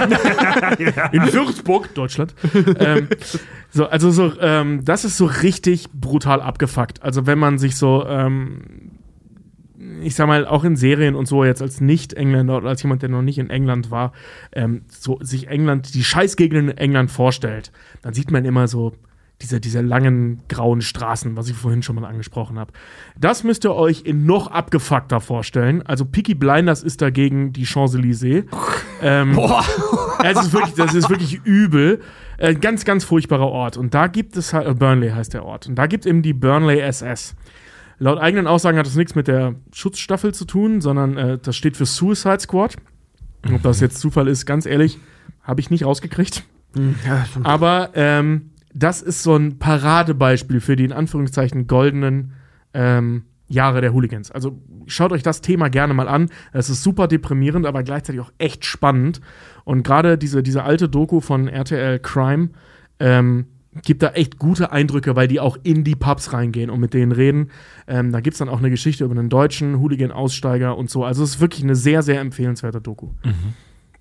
In Würzburg, Deutschland. ähm, so, also so, ähm, das ist so richtig brutal abgefuckt. Also wenn man sich so, ähm, ich sag mal, auch in Serien und so jetzt als Nicht-Engländer oder als jemand, der noch nicht in England war, ähm, so sich England, die Scheißgegend in England vorstellt, dann sieht man immer so diese, diese langen grauen Straßen, was ich vorhin schon mal angesprochen habe. Das müsst ihr euch in noch abgefuckter vorstellen. Also Peaky Blinders ist dagegen die Champs-Élysées. ähm, Boah. Es ist wirklich, das ist wirklich übel. Äh, ganz, ganz furchtbarer Ort. Und da gibt es halt, äh, Burnley heißt der Ort. Und da gibt es eben die Burnley S S. Laut eigenen Aussagen hat das nichts mit der Schutzstaffel zu tun, sondern äh, das steht für Suicide Squad. Ob das jetzt Zufall ist, ganz ehrlich, habe ich nicht rausgekriegt. Ja, Aber ähm, das ist so ein Paradebeispiel für die in Anführungszeichen goldenen ähm, Jahre der Hooligans. Also schaut euch das Thema gerne mal an. Es ist super deprimierend, aber gleichzeitig auch echt spannend. Und gerade diese, diese alte Doku von R T L Crime ähm, gibt da echt gute Eindrücke, weil die auch in die Pubs reingehen und mit denen reden. Ähm, da gibt es dann auch eine Geschichte über einen deutschen Hooligan-Aussteiger und so. Also es ist wirklich eine sehr, sehr empfehlenswerte Doku. Mhm.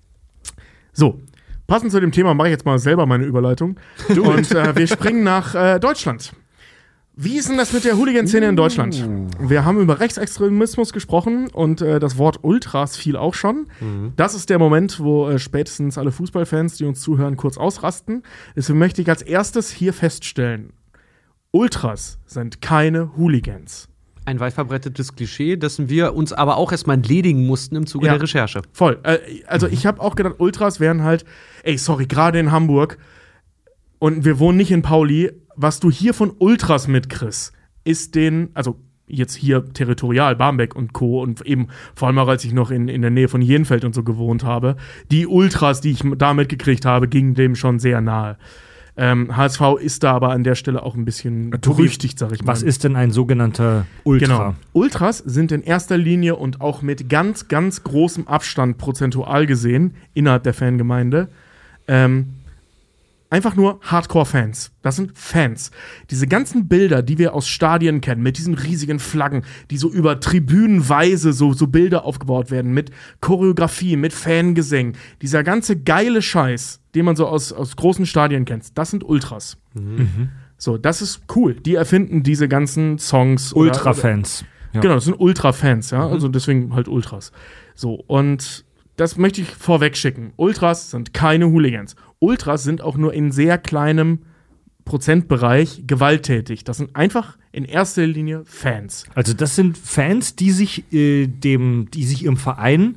So, passend zu dem Thema mache ich jetzt mal selber meine Überleitung. Und äh, wir springen nach äh, Deutschland. Wie ist denn das mit der Hooligan-Szene in Deutschland? Wir haben über Rechtsextremismus gesprochen und äh, das Wort Ultras fiel auch schon. Mhm. Das ist der Moment, wo äh, spätestens alle Fußballfans, die uns zuhören, kurz ausrasten. Deswegen möchte ich als erstes hier feststellen, Ultras sind keine Hooligans. ein weit verbreitetes Klischee, dessen wir uns aber auch erstmal entledigen mussten im Zuge Ja. der Recherche. Voll. Äh, also ich habe auch gedacht, Ultras wären halt, ey, sorry, gerade in Hamburg und wir wohnen nicht in Pauli, was du hier von Ultras mitkriegst, ist den, also jetzt hier territorial, Barmbek und Co. und eben vor allem auch, als ich noch in, in der Nähe von Jenfeld und so gewohnt habe, die Ultras, die ich da mitgekriegt habe, gingen dem schon sehr nahe. Ähm, H S V ist da aber an der Stelle auch ein bisschen berüchtigt, sag ich mal. Was ist denn ein sogenannter Ultra? Genau. Ultras sind in erster Linie und auch mit ganz, ganz großem Abstand prozentual gesehen innerhalb der Fangemeinde ähm, einfach nur Hardcore-Fans. Das sind Fans. Diese ganzen Bilder, die wir aus Stadien kennen, mit diesen riesigen Flaggen, die so über tribünenweise so, so Bilder aufgebaut werden, mit Choreografie, mit Fangesängen, dieser ganze geile Scheiß, den man so aus, aus großen Stadien kennt, das sind Ultras. Mhm. So, das ist cool. Die erfinden diese ganzen Songs. Ultra-Fans. Ja. Genau, das sind Ultra-Fans, ja, mhm. also deswegen halt Ultras. So, und das möchte ich vorweg schicken. Ultras sind keine Hooligans. Ultras sind auch nur in sehr kleinem Prozentbereich gewalttätig. Das sind einfach in erster Linie Fans. Also das sind Fans, die sich äh, dem, die sich ihrem Verein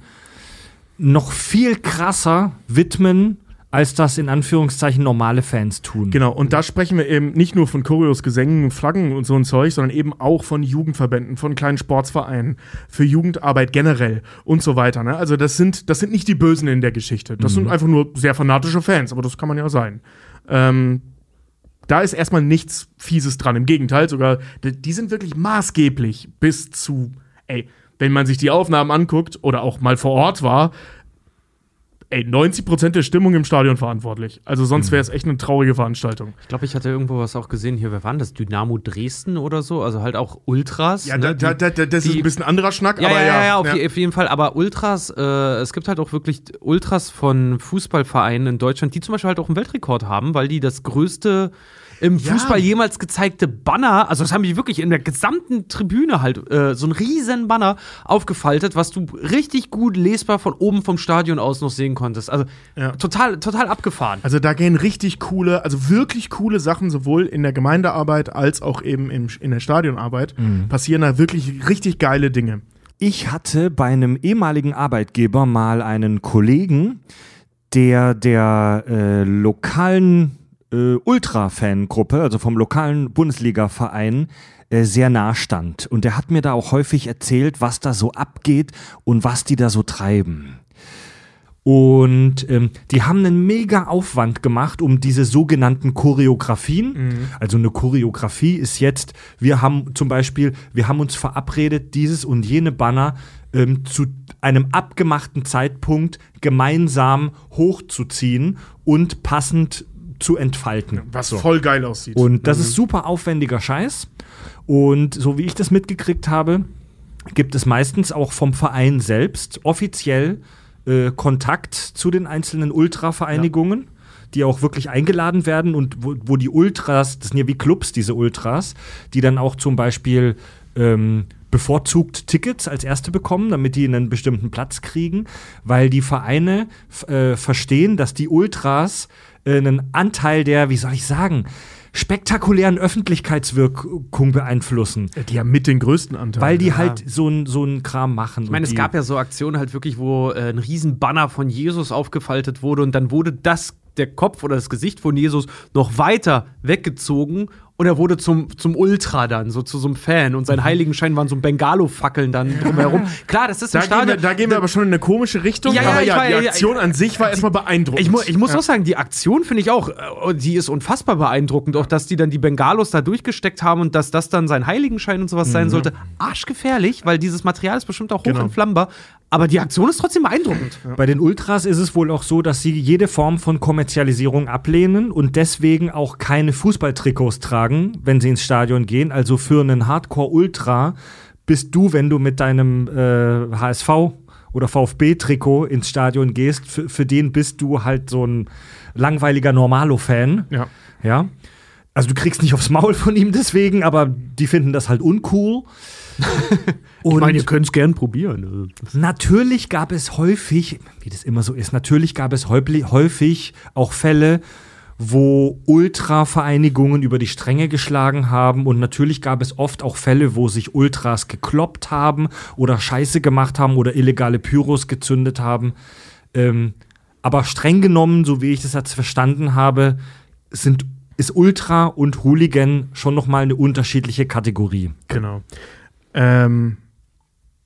noch viel krasser widmen, als das in Anführungszeichen normale Fans tun. Genau, und da sprechen wir eben nicht nur von Choreos, Gesängen, Flaggen und so ein Zeug, sondern eben auch von Jugendverbänden, von kleinen Sportsvereinen, für Jugendarbeit generell und so weiter. Ne? Also das sind, das sind nicht die Bösen in der Geschichte. Das mhm. sind einfach nur sehr fanatische Fans, aber das kann man ja sein. Ähm, da ist erstmal nichts Fieses dran. Im Gegenteil, sogar, die sind wirklich maßgeblich bis zu, ey, wenn man sich die Aufnahmen anguckt oder auch mal vor Ort war, ey, neunzig Prozent der Stimmung im Stadion verantwortlich. Also sonst wäre es echt eine traurige Veranstaltung. Ich glaube, ich hatte irgendwo was auch gesehen hier. Wer war denn das? Dynamo Dresden oder so? Also halt auch Ultras. Ja, ne? da, da, da, das die, ist ein bisschen anderer Schnack, ja, aber ja. Ja, ja, auf, ja. Je, auf jeden Fall. Aber Ultras, äh, es gibt halt auch wirklich Ultras von Fußballvereinen in Deutschland, die zum Beispiel halt auch einen Weltrekord haben, weil die das größte im Ja. Fußball jemals gezeigte Banner, also das haben die wirklich in der gesamten Tribüne halt, äh, so ein riesen Banner aufgefaltet, was du richtig gut lesbar von oben vom Stadion aus noch sehen konntest. Also Ja. total, total abgefahren. Also da gehen richtig coole, also wirklich coole Sachen, sowohl in der Gemeindearbeit als auch eben im, in der Stadionarbeit, Mhm. passieren da wirklich richtig geile Dinge. Ich hatte bei einem ehemaligen Arbeitgeber mal einen Kollegen, der der äh, lokalen äh, Ultra-Fangruppe, also vom lokalen Bundesliga-Verein, äh, sehr nah stand. Und der hat mir da auch häufig erzählt, was da so abgeht und was die da so treiben. Und ähm, die haben einen mega Aufwand gemacht, um diese sogenannten Choreografien. Mhm. Also eine Choreografie ist jetzt, wir haben zum Beispiel, wir haben uns verabredet, dieses und jene Banner ähm, zu einem abgemachten Zeitpunkt gemeinsam hochzuziehen und passend zu entfalten. Was So. voll geil aussieht. Und das Mhm. ist super aufwendiger Scheiß. Und so wie ich das mitgekriegt habe, gibt es meistens auch vom Verein selbst offiziell äh, Kontakt zu den einzelnen Ultra-Vereinigungen, die auch wirklich eingeladen werden und wo, wo die Ultras, das sind ja wie Clubs, diese Ultras, die dann auch zum Beispiel ähm, bevorzugt Tickets als erste bekommen, damit die einen bestimmten Platz kriegen, weil die Vereine f- äh, verstehen, dass die Ultras äh, einen Anteil der, wie soll ich sagen, spektakulären Öffentlichkeitswirkung beeinflussen. Die haben mit den größten Anteil. Weil die Ja. halt so ein so ein Kram machen. Ich meine, es gab ja so Aktionen halt wirklich, wo äh, ein riesen Banner von Jesus aufgefaltet wurde und dann wurde das, der Kopf oder das Gesicht von Jesus noch weiter weggezogen und er wurde zum, zum Ultra dann, so zu so einem Fan und sein Heiligenschein waren so Bengalo-Fackeln dann drumherum. Klar, das ist Da ein gehen, wir, Stadion. da gehen wir aber schon in eine komische Richtung. Ja, ja, aber ich ja, war- die ja, ja, Aktion an sich war erstmal beeindruckend. Ich, mu ich muss Ja. auch sagen, die Aktion finde ich auch, äh, die ist unfassbar beeindruckend. Auch, dass die dann die Bengalos da durchgesteckt haben und dass das dann sein Heiligenschein und sowas sein sollte. Arschgefährlich, weil dieses Material ist bestimmt auch Genau. hochentflammbar. Aber die Aktion ist trotzdem beeindruckend. Bei den Ultras ist es wohl auch so, dass sie jede Form von Kommerzialisierung ablehnen und deswegen auch keine Fußballtrikots tragen, wenn sie ins Stadion gehen. Also für einen Hardcore-Ultra bist du, wenn du mit deinem äh, H S V oder VfB-Trikot ins Stadion gehst, für, für den bist du halt so ein langweiliger Normalo-Fan. Ja. Ja. Also du kriegst nicht aufs Maul von ihm deswegen, aber die finden das halt uncool. Und könnt es gern probieren. natürlich gab es häufig, wie das immer so ist, natürlich gab es häufig, häufig auch Fälle, wo Ultra-Vereinigungen über die Stränge geschlagen haben und natürlich gab es oft auch Fälle, wo sich Ultras gekloppt haben oder Scheiße gemacht haben oder illegale Pyros gezündet haben. Ähm, aber streng genommen, so wie ich das jetzt verstanden habe, sind, ist Ultra und Hooligan schon noch mal eine unterschiedliche Kategorie. Genau. Ähm,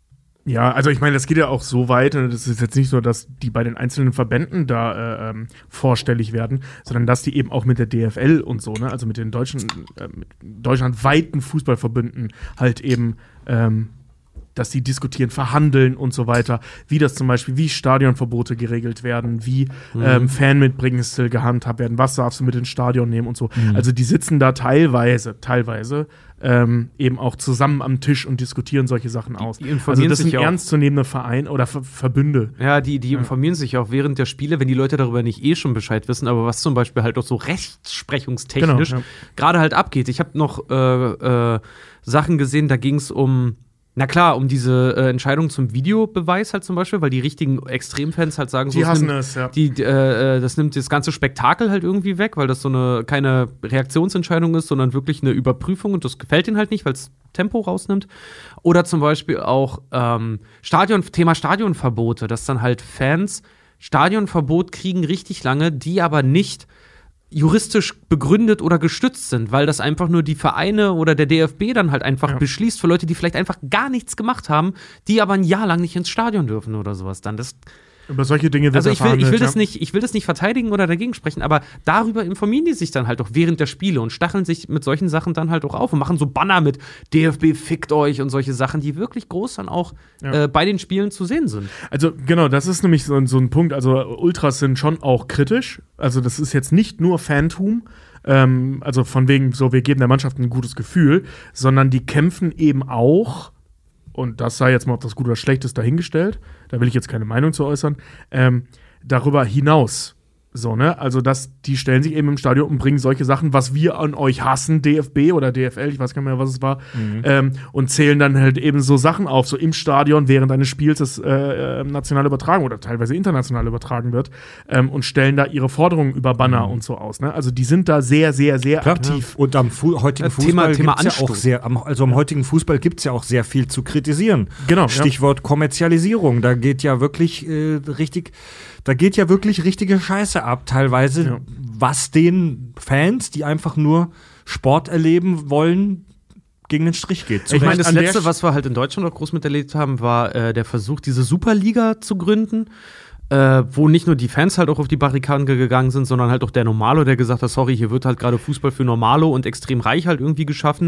Ja, also ich meine, das geht ja auch so weit, und das ist jetzt nicht so, dass die bei den einzelnen Verbänden da äh, ähm, vorstellig werden, sondern dass die eben auch mit der D F L und so, ne, also mit den deutschen, äh, mit deutschlandweiten Fußballverbünden halt eben, ähm, dass die diskutieren, verhandeln und so weiter, wie das zum Beispiel, wie Stadionverbote geregelt werden, wie mhm. ähm, Fanmitbringsel gehandhabt werden, was darfst du mit ins Stadion nehmen und so. Mhm. Also die sitzen da teilweise, teilweise ähm, eben auch zusammen am Tisch und diskutieren solche Sachen aus. Die, die informieren also das sich sind auch. ernstzunehmende Vereine oder Ver Verbünde. Ja, die, die ja. informieren sich auch während der Spiele, wenn die Leute darüber nicht eh schon Bescheid wissen, aber was zum Beispiel halt auch so rechtsprechungstechnisch genau, ja. gerade halt abgeht. Ich habe noch äh, äh, Sachen gesehen, da ging es um Na klar, um diese äh, Entscheidung zum Videobeweis halt zum Beispiel, weil die richtigen Extremfans halt sagen, so, die hassen nimmt, es, ja. Die, äh, das nimmt das ganze Spektakel halt irgendwie weg, weil das so eine keine Reaktionsentscheidung ist, sondern wirklich eine Überprüfung und das gefällt ihnen halt nicht, weil es Tempo rausnimmt. Oder zum Beispiel auch ähm, Stadion, Thema Stadionverbote, dass dann halt Fans Stadionverbot kriegen richtig lange, die aber nicht juristisch begründet oder gestützt sind, weil das einfach nur die Vereine oder der D F B dann halt einfach ja. beschließt für Leute, die vielleicht einfach gar nichts gemacht haben, die aber ein Jahr lang nicht ins Stadion dürfen oder sowas dann. Das Über solche Dinge wird Also ich will, ich will ja. das nicht, ich will das nicht verteidigen oder dagegen sprechen, aber darüber informieren die sich dann halt auch während der Spiele und stacheln sich mit solchen Sachen dann halt auch auf und machen so Banner mit D F B fickt euch und solche Sachen, die wirklich groß dann auch ja. äh, bei den Spielen zu sehen sind. Also genau, das ist nämlich so, so ein Punkt. Also Ultras sind schon auch kritisch. Also das ist jetzt nicht nur Fantum, ähm, also von wegen so, wir geben der Mannschaft ein gutes Gefühl, sondern die kämpfen eben auch, und das sei jetzt mal, ob das gut oder schlecht ist, dahingestellt, da will ich jetzt keine Meinung zu äußern, ähm, darüber hinaus. So, ne? Also, dass die stellen sich eben im Stadion und bringen solche Sachen, was wir an euch hassen, D F B oder D F L, ich weiß gar nicht mehr, was es war, mhm. ähm, und zählen dann halt eben so Sachen auf, so im Stadion, während eines Spiels das äh, national übertragen oder teilweise international übertragen wird, ähm, und stellen da ihre Forderungen über Banner mhm. und so aus. Ne? Also, die sind da sehr, sehr, sehr Klar. aktiv. Und am Fu- heutigen ja, Fußball Thema, Thema gibt's ja auch sehr, am, also am heutigen Fußball gibt es ja auch sehr viel zu kritisieren. Genau. Stichwort ja. Kommerzialisierung. Da geht ja wirklich äh, richtig, da geht ja wirklich richtige Scheiße ab, teilweise, ja. was den Fans, die einfach nur Sport erleben wollen, gegen den Strich geht. Ich meine, das an Letzte, was wir halt in Deutschland auch groß miterlebt haben, war äh, der Versuch, diese Superliga zu gründen. Äh, wo nicht nur die Fans halt auch auf die Barrikaden gegangen sind, sondern halt auch der Normalo, der gesagt hat, sorry, hier wird halt gerade Fußball für Normalo und extrem reich halt irgendwie geschaffen.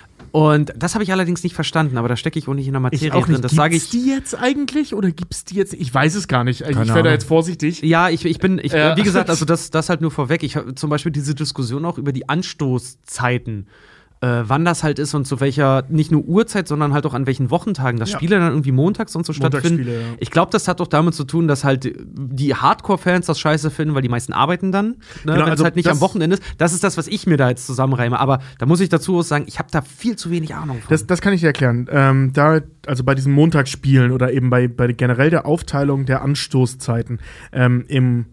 Und das habe ich allerdings nicht verstanden, aber da stecke ich auch nicht in der Materie ich auch drin. nicht. Das gibt's sage ich. die jetzt eigentlich oder gibt's die jetzt? Ich weiß es gar nicht. Ich Keine werde Ahnung. jetzt vorsichtig. Ja, ich, ich bin, ich, Ja. wie gesagt, also das, das halt nur vorweg. Ich habe zum Beispiel diese Diskussion auch über die Anstoßzeiten, äh, wann das halt ist und zu welcher, nicht nur Uhrzeit, sondern halt auch an welchen Wochentagen, dass Ja. Spiele dann irgendwie montags und so stattfinden. Montagsspiele, ja. Ich glaube, das hat doch damit zu tun, dass halt die Hardcore-Fans das scheiße finden, weil die meisten arbeiten dann, ne, Genau, wenn es also halt nicht das- am Wochenende ist. Das ist das, was ich mir da jetzt zusammenreime. Aber da muss ich dazu auch sagen, ich habe da viel zu wenig Ahnung von. Das, das kann ich dir erklären. Ähm, da, also bei diesen Montagsspielen oder eben bei, bei generell der Aufteilung der Anstoßzeiten ähm, im,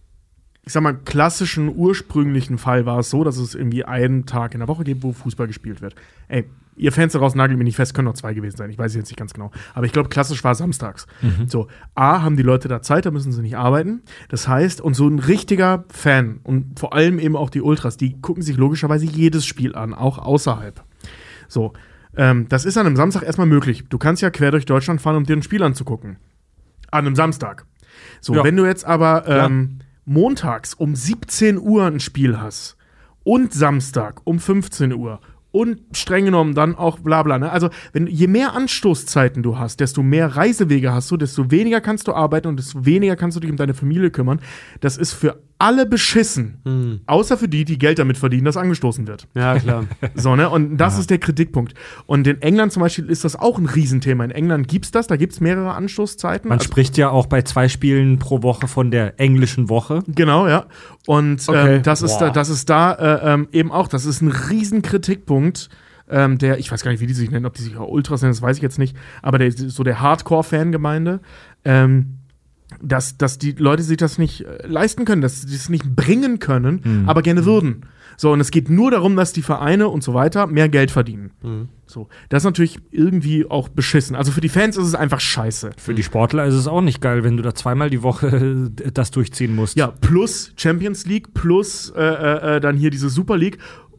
ich sag mal, klassischen, ursprünglichen Fall war es so, dass es irgendwie einen Tag in der Woche gibt, wo Fußball gespielt wird. Ey, ihr Fans daraus nagelt mich nicht fest, können noch zwei gewesen sein, ich weiß jetzt nicht ganz genau. Aber ich glaube, klassisch war es samstags. Mhm. So, A, haben die Leute da Zeit, da müssen sie nicht arbeiten. Das heißt, und so ein richtiger Fan und vor allem eben auch die Ultras, die gucken sich logischerweise jedes Spiel an, auch außerhalb. So, ähm, das ist an einem Samstag erstmal möglich. Du kannst ja quer durch Deutschland fahren, um dir ein Spiel anzugucken. An einem Samstag. So, Ja. wenn du jetzt aber ähm, montags um siebzehn Uhr ein Spiel hast und Samstag um fünfzehn Uhr und streng genommen dann auch bla bla, ne? Also, wenn, je mehr Anstoßzeiten du hast, desto mehr Reisewege hast du, desto weniger kannst du arbeiten und desto weniger kannst du dich um deine Familie kümmern. Das ist für alle beschissen. Hm. Außer für die, die Geld damit verdienen, dass angestoßen wird. Ja, klar. So, ne? Und das ist der Kritikpunkt. Und in England zum Beispiel ist das auch ein Riesenthema. In England gibt's das, da gibt's mehrere Anstoßzeiten. Man Also- spricht ja auch bei zwei Spielen pro Woche von der englischen Woche. Genau, ja. Und Okay. ähm, das, ist da, Boah. das ist da äh, ähm, eben auch, das ist ein riesen Kritikpunkt, ähm, der, ich weiß gar nicht, wie die sich nennen, ob die sich auch Ultras nennen, das weiß ich jetzt nicht, aber der, so der Hardcore-Fangemeinde, ähm, dass, dass die Leute sich das nicht äh, leisten können, dass sie das nicht bringen können, Mhm. aber gerne würden. So, und es geht nur darum, dass die Vereine und so weiter mehr Geld verdienen. Mhm. So, das ist natürlich irgendwie auch beschissen. Also für die Fans ist es einfach scheiße. Für die Sportler ist es auch nicht geil, wenn du da zweimal die Woche das durchziehen musst. Ja, plus Champions League, plus äh, äh, dann hier diese Super League,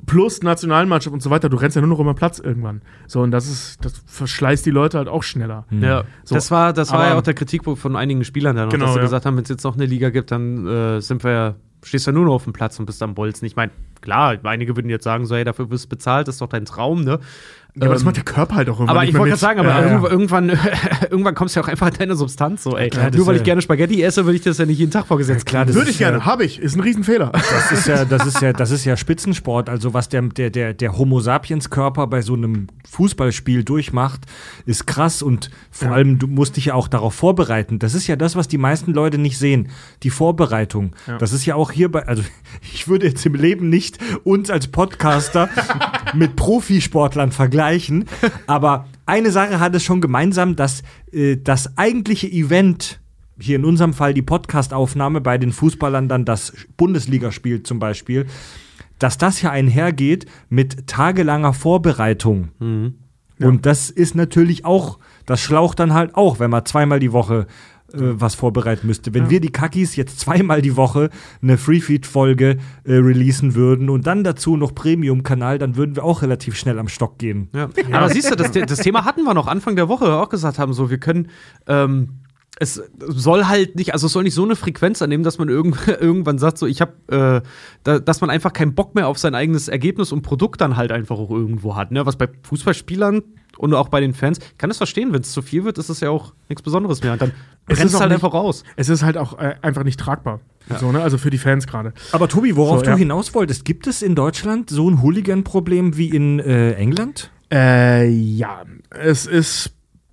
plus Nationalmannschaft und so weiter, du rennst ja nur noch über den Platz irgendwann. So, und das ist, das verschleißt die Leute halt auch schneller. Ja, so. das war, das war Aber, ja auch der Kritikpunkt von einigen Spielern dann, genau, dass sie ja. gesagt haben, wenn es jetzt noch eine Liga gibt, dann äh, sind wir ja, stehst du ja nur noch auf dem Platz und bist am Bolzen. Ich meine, klar, einige würden jetzt sagen, so, hey, dafür wirst du bezahlt, das ist doch dein Traum, ne? Ja, aber das macht der Körper halt auch irgendwann Aber nicht ich mehr wollte mit. gerade sagen, aber Ja, ja. irgendwann, irgendwann kommst du ja auch einfach in deine Substanz so, ey. klar, das Nur weil ist ich ja- gerne Spaghetti esse, würde ich das ja nicht jeden Tag vorgesetzt Ja, klar, kriegen. das Würde ist ich gerne, ja- habe ich. Ist ein Riesenfehler. Das ist ja, das ist ja, das ist ja Spitzensport. Also was der, der, der, der Homo sapiens Körper bei so einem Fußballspiel durchmacht, ist krass und vor Ja. allem du musst dich ja auch darauf vorbereiten. Das ist ja das, was die meisten Leute nicht sehen. Die Vorbereitung. Ja. Das ist ja auch hier bei, also ich würde jetzt im Leben nicht uns als Podcaster mit Profisportlern vergleichen, aber eine Sache hat es schon gemeinsam, dass äh, das eigentliche Event, hier in unserem Fall die Podcast-Aufnahme, bei den Fußballern dann das Bundesligaspiel zum Beispiel, dass das ja einhergeht mit tagelanger Vorbereitung. Mhm. Und das ist natürlich auch, das schlaucht dann halt auch, wenn man zweimal die Woche äh, was vorbereiten müsste. Wenn Ja. wir die Kackis jetzt zweimal die Woche eine Freefeed-Folge äh, releasen würden und dann dazu noch Premium-Kanal, dann würden wir auch relativ schnell am Stock gehen. Ja. Aber siehst du, das, das Thema hatten wir noch Anfang der Woche auch gesagt haben, so wir können ähm, es soll halt nicht, also es soll nicht so eine Frequenz annehmen, dass man irgend, irgendwann sagt, so ich habe, äh, da, dass man einfach keinen Bock mehr auf sein eigenes Ergebnis und Produkt dann halt einfach auch irgendwo hat. Ne? Was bei Fußballspielern und auch bei den Fans, ich kann das verstehen, wenn es zu viel wird, ist es ja auch nichts Besonderes mehr. Und dann Es brennt ist es auch halt nicht- einfach raus. Es ist halt auch äh, einfach nicht tragbar. So, ne? Also für die Fans gerade. Aber Tobi, worauf So, du ja. hinaus wolltest, gibt es in Deutschland so ein Hooligan-Problem wie in äh, England? Äh, ja, es ist,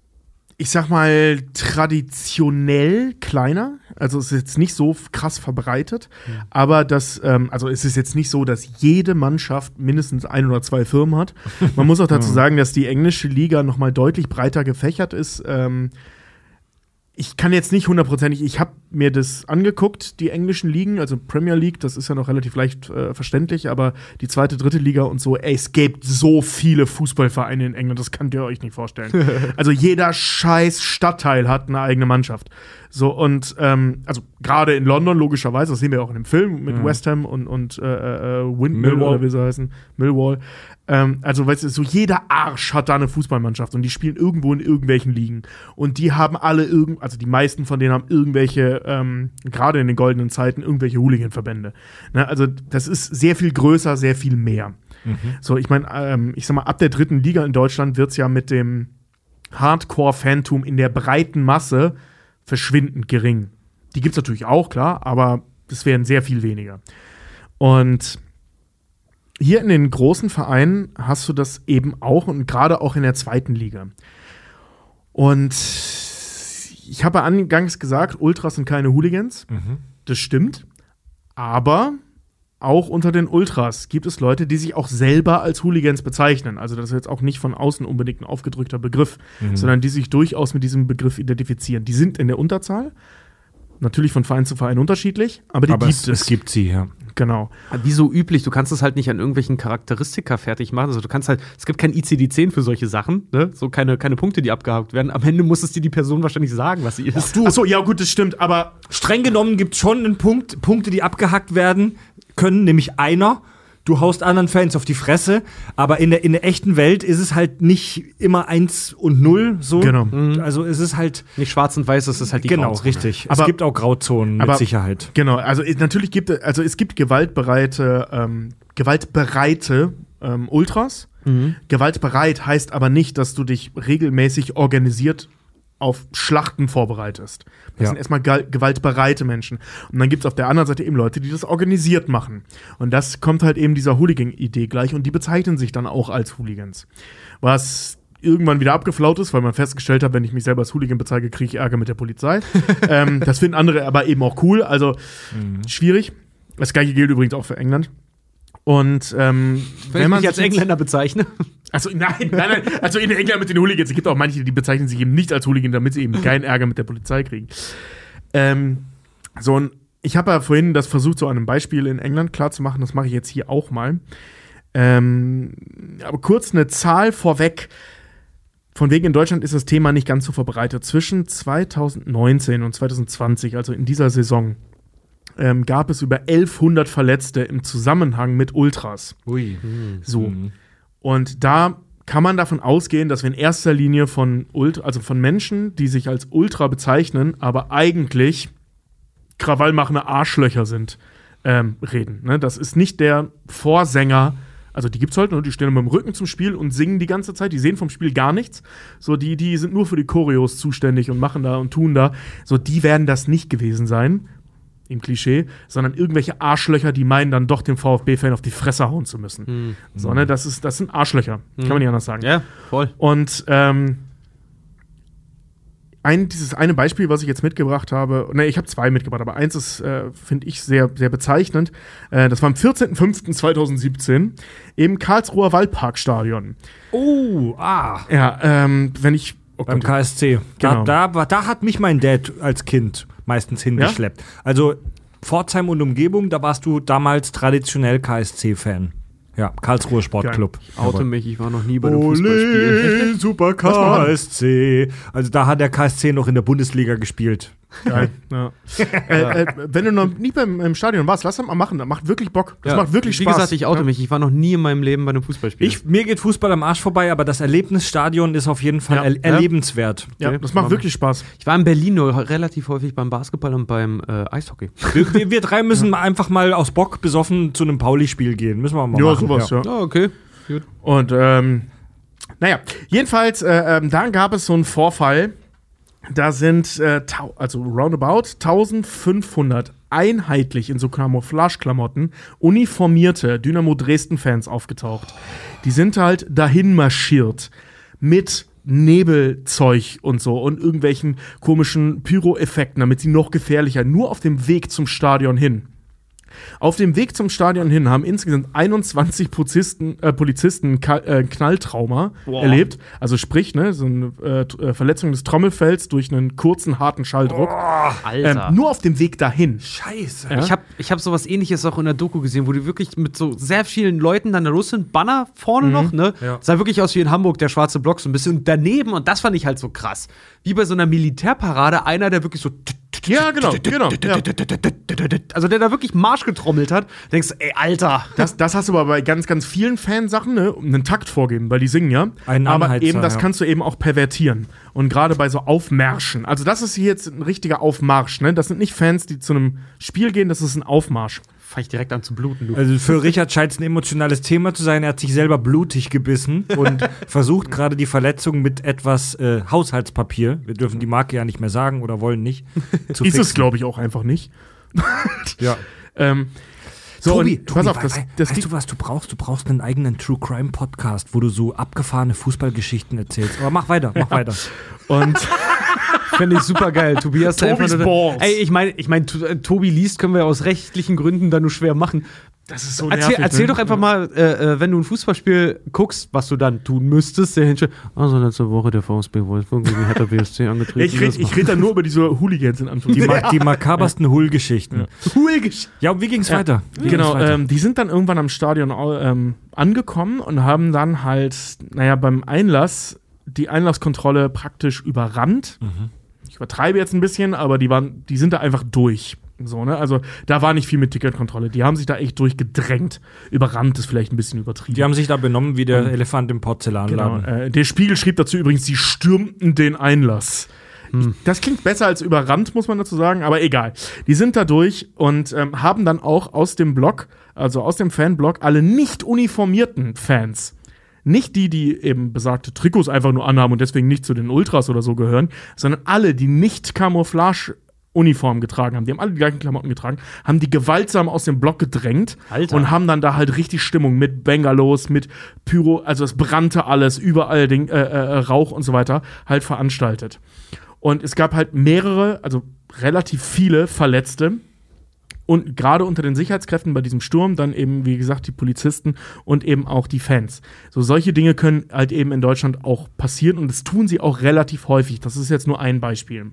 ich sag mal, traditionell kleiner. Also es ist jetzt nicht so f- krass verbreitet. Aber das, ähm, also es ist jetzt nicht so, dass jede Mannschaft mindestens ein oder zwei Firmen hat. Man muss auch dazu sagen, dass die englische Liga noch mal deutlich breiter gefächert ist. Ähm, ich kann jetzt nicht hundertprozentig, ich habe mir das angeguckt, die englischen Ligen, also Premier League, das ist ja noch relativ leicht äh, verständlich, aber die zweite, dritte Liga und so, ey, es gibt so viele Fußballvereine in England, das könnt ihr euch nicht vorstellen. Also jeder scheiß Stadtteil hat eine eigene Mannschaft. So, und ähm, also gerade in London, logischerweise, das sehen wir auch in dem Film mit Mhm. West Ham und, und äh, äh, Windmill Millwall. oder wie sie heißen, Millwall. Ähm, also, weißt du, so jeder Arsch hat da eine Fußballmannschaft und die spielen irgendwo in irgendwelchen Ligen. Und die haben alle irgend, also die meisten von denen haben irgendwelche, ähm, gerade in den goldenen Zeiten, irgendwelche Hooligan-Verbände. Ne? Also, das ist sehr viel größer, sehr viel mehr. So, ich meine, ähm, ich sag mal, ab der dritten Liga in Deutschland wird's ja mit dem Hardcore-Fantum in der breiten Masse verschwindend gering. Die gibt's natürlich auch, klar, aber das wären sehr viel weniger. Und hier in den großen Vereinen hast du das eben auch und gerade auch in der zweiten Liga. Und ich habe angangs gesagt, Ultras sind keine Hooligans. Das stimmt. Aber auch unter den Ultras gibt es Leute, die sich auch selber als Hooligans bezeichnen. Also das ist jetzt auch nicht von außen unbedingt ein aufgedrückter Begriff, sondern die sich durchaus mit diesem Begriff identifizieren. Die sind in der Unterzahl. Natürlich von Verein zu Verein unterschiedlich, aber die Aber gibt es, es. es gibt sie, ja. Genau. Wie so üblich, du kannst es halt nicht an irgendwelchen Charakteristika fertig machen. Also du kannst halt, es gibt kein I C D zehn für solche Sachen, ne? So keine, keine Punkte, die abgehakt werden. Am Ende muss es dir die Person wahrscheinlich sagen, was sie ist. Achso, ja gut, das stimmt, aber Streng genommen gibt es schon einen Punkt, Punkte, die abgehackt werden können, nämlich einer. Du haust anderen Fans auf die Fresse, aber in der, in der echten Welt ist es halt nicht immer eins und null so. Genau. Also es ist halt, Nicht schwarz und weiß, das ist halt die genau, Grauzone. richtig. Aber- es gibt auch Grauzonen aber- mit Sicherheit. Genau, also es- natürlich gibt es, also es gibt gewaltbereite, ähm, gewaltbereite ähm, Ultras. Gewaltbereit heißt aber nicht, dass du dich regelmäßig organisiert auf Schlachten vorbereitest. Das Ja. sind erstmal ge- gewaltbereite Menschen. Und dann gibt es auf der anderen Seite eben Leute, die das organisiert machen. Und das kommt halt eben dieser Hooligan-Idee gleich und die bezeichnen sich dann auch als Hooligans. Was irgendwann wieder abgeflaut ist, weil man festgestellt hat, wenn ich mich selber als Hooligan bezeichne, kriege ich Ärger mit der Polizei. ähm, das finden andere aber eben auch cool, also schwierig. Das gleiche gilt übrigens auch für England. Und ähm, Wenn ich mich als sich jetzt- Engländer bezeichne. Also nein, nein, nein. Also in England mit den Hooligans. Es gibt auch manche, die bezeichnen sich eben nicht als Hooligan, damit sie eben keinen Ärger mit der Polizei kriegen. Ähm, so, und ich habe ja vorhin das versucht, so an einem Beispiel in England klarzumachen. Das mache ich jetzt hier auch mal. Ähm, aber kurz eine Zahl vorweg. Von wegen in Deutschland ist das Thema nicht ganz so verbreitet. Zwischen zwanzig neunzehn und zwanzig zwanzig, also in dieser Saison, ähm, gab es über elfhundert Verletzte im Zusammenhang mit Ultras. Ui. So. Und da kann man davon ausgehen, dass wir in erster Linie von Ultra, also von Menschen, die sich als Ultra bezeichnen, aber eigentlich krawallmachende Arschlöcher sind, ähm, reden. Ne? Das ist nicht der Vorsänger, also die gibt's halt, ne? Die stehen mit dem Rücken zum Spiel und singen die ganze Zeit, die sehen vom Spiel gar nichts. So, die, die sind nur für die Choreos zuständig und machen da und tun da. So, die werden das nicht gewesen sein, im Klischee, sondern irgendwelche Arschlöcher, die meinen dann doch dem VfB-Fan auf die Fresse hauen zu müssen. Mhm. So, ne? Das ist, das sind Arschlöcher, mhm. kann man nicht anders sagen. Ja, voll. Und, ähm, Ein, dieses eine Beispiel, was ich jetzt mitgebracht habe, ne, ich habe zwei mitgebracht, aber eins ist, äh, finde ich, sehr, sehr bezeichnend. Äh, das war am vierzehnten fünften zweitausendsiebzehn im Karlsruher Waldparkstadion. Oh, ah. Ja, ähm, wenn ich. Oh Beim Gott. K S C. Genau. Da, da, da hat mich mein Dad als Kind meistens hingeschleppt. Ja? Also Pforzheim und Umgebung, da warst du damals traditionell K S C-Fan. Ja, Karlsruher Sportclub. Ich oute mich, ich war noch nie bei einem Fußballspiel. Ole, super K S C. Also da hat der K S C noch in der Bundesliga gespielt. Geil. Ja. äh, äh, wenn du noch nie beim im Stadion warst, lass das mal machen. Das macht wirklich Bock. Das ja. macht wirklich Spaß. Wie gesagt, ich oute ja. mich. Ich war noch nie in meinem Leben bei einem Fußballspiel. Ich, mir geht Fußball am Arsch vorbei, aber das Erlebnisstadion ist auf jeden Fall Ja. er erlebenswert. Ja, Okay. das macht wirklich Spaß. Ich war in Berlin nur relativ häufig beim Basketball und beim äh, Eishockey. Wir, wir, wir drei müssen ja. einfach mal aus Bock besoffen zu einem Pauli-Spiel gehen. Müssen wir mal Ja, machen. sowas, ja. Ah, okay. Gut. Und, ähm, naja, jedenfalls, äh, ähm, dann gab es so einen Vorfall. Da sind, äh, tau- also roundabout eintausendfünfhundert einheitlich in so Camouflage-Klamotten uniformierte Dynamo Dresden-Fans aufgetaucht. Die sind halt dahin marschiert mit Nebelzeug und so und irgendwelchen komischen Pyro-Effekten, damit sie noch gefährlicher, nur auf dem Weg zum Stadion hin. Auf dem Weg zum Stadion hin haben insgesamt einundzwanzig Polizisten, äh, Polizisten Ka- äh, Knalltrauma Boah. erlebt. Also sprich, ne, so eine äh, t- äh, Verletzung des Trommelfells durch einen kurzen, harten Schalldruck. Alter. Ähm, nur auf dem Weg dahin. Scheiße. Ja? Ich habe ich hab sowas ähnliches auch in der Doku gesehen, wo die wirklich mit so sehr vielen Leuten dann da los sind, Banner vorne noch, ne? Ja. Sah wirklich aus wie in Hamburg, der schwarze Block, so ein bisschen und daneben, und das fand ich halt so krass. Wie bei so einer Militärparade, einer, der wirklich so Ja, genau, genau. Ja. also der da wirklich Marsch getrommelt hat, denkst du, ey, Alter. Das, das hast du aber bei ganz, ganz vielen Fansachen, ne, einen Takt vorgeben, weil die singen ja. Einen aber Anheizer, eben, das ja. kannst du eben auch pervertieren. Und gerade bei so Aufmärschen. Also, das ist hier jetzt ein richtiger Aufmarsch, ne? Das sind nicht Fans, die zu einem Spiel gehen, das ist ein Aufmarsch. Fang ich direkt an zu bluten, du. Also für Richard scheint es ein emotionales Thema zu sein. Er hat sich selber blutig gebissen und versucht gerade die Verletzung mit etwas äh, Haushaltspapier, wir dürfen die Marke ja nicht mehr sagen oder wollen nicht, zu Ist fixen. es, glaube ich, auch einfach nicht. Ja. ähm, so, Tobi, und, Tobi, pass auf, wei- das, wei- das weißt du, was du brauchst? Du brauchst einen eigenen True Crime Podcast, wo du so abgefahrene Fußballgeschichten erzählst. Aber mach weiter, mach weiter. und Finde ich super geil. Tobias da Tobis einfach nur- Balls. Ey, ich meine, ich mein, To- äh, Tobi liest, können wir aus rechtlichen Gründen da nur schwer machen. das ist so Erzähl, nervig, erzähl ne? doch einfach mal, äh, äh, wenn du ein Fußballspiel guckst, was du dann tun müsstest, der hinschreibt, also letzte Woche der VfB Wolfsburg gegen Hertha B S C angetreten. Ja, ich rede ich red da nur über diese Hooligans in Die, Anführungszeichen. ma die makabersten Hull-Geschichten. Hulgisch. Ja, und wie ging's Ja. weiter? Wie Genau, ging's weiter? ähm, die sind dann irgendwann am Stadion ähm, angekommen und haben dann halt, naja, beim Einlass die Einlasskontrolle praktisch überrannt. Ich übertreibe jetzt ein bisschen, aber die waren, die sind da einfach durch. So, ne? Also da war nicht viel mit Ticketkontrolle. Die haben sich da echt durchgedrängt. Überrannt ist vielleicht ein bisschen übertrieben. Die haben sich da benommen wie der Und- Elefant im Genau, Porzellanladen. äh, der Spiegel schrieb dazu übrigens, sie stürmten den Einlass. Ich, das klingt besser als überrannt, muss man dazu sagen, aber egal. Die sind da durch und ähm, haben dann auch aus dem Block, also aus dem Fanblock, alle nicht uniformierten Fans, nicht die, die eben besagte Trikots einfach nur anhaben und deswegen nicht zu den Ultras oder so gehören, sondern alle, die nicht Camouflage Uniform getragen haben, die haben alle die gleichen Klamotten getragen, haben die gewaltsam aus dem Block gedrängt Alter. und haben dann da halt richtig Stimmung mit Bengalos, mit Pyro, also es brannte alles, überall Ding, äh, äh, Rauch und so weiter, halt veranstaltet. Und es gab halt mehrere, also relativ viele Verletzte. Und gerade unter den Sicherheitskräften bei diesem Sturm dann eben, wie gesagt, die Polizisten und eben auch die Fans. So solche Dinge können halt eben in Deutschland auch passieren und das tun sie auch relativ häufig. Das ist jetzt nur ein Beispiel.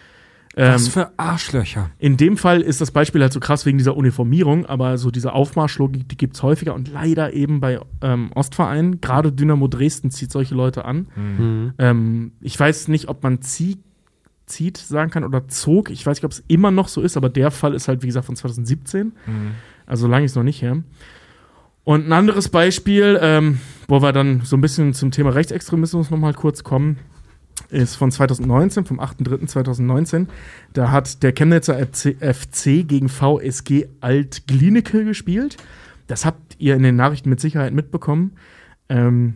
Was Ähm, für Arschlöcher. in dem Fall ist das Beispiel halt so krass wegen dieser Uniformierung, aber so diese Aufmarschlogik, die gibt's häufiger und leider eben bei ähm, Ostvereinen, gerade Dynamo Dresden zieht solche Leute an. Mhm. Ähm, ich weiß nicht, ob man Zieh zieht, sagen kann, oder zog. Ich weiß nicht, ob es immer noch so ist, aber der Fall ist halt, wie gesagt, von zwanzig siebzehn. Mhm. Also lange ist noch nicht her. Und ein anderes Beispiel, ähm, wo wir dann so ein bisschen zum Thema Rechtsextremismus noch mal kurz kommen, ist von zwanzig neunzehn, vom achter dritter zweitausendneunzehn. Da hat der Chemnitzer F C gegen V S G Alt-Glienicke gespielt. Das habt ihr in den Nachrichten mit Sicherheit mitbekommen. Ähm,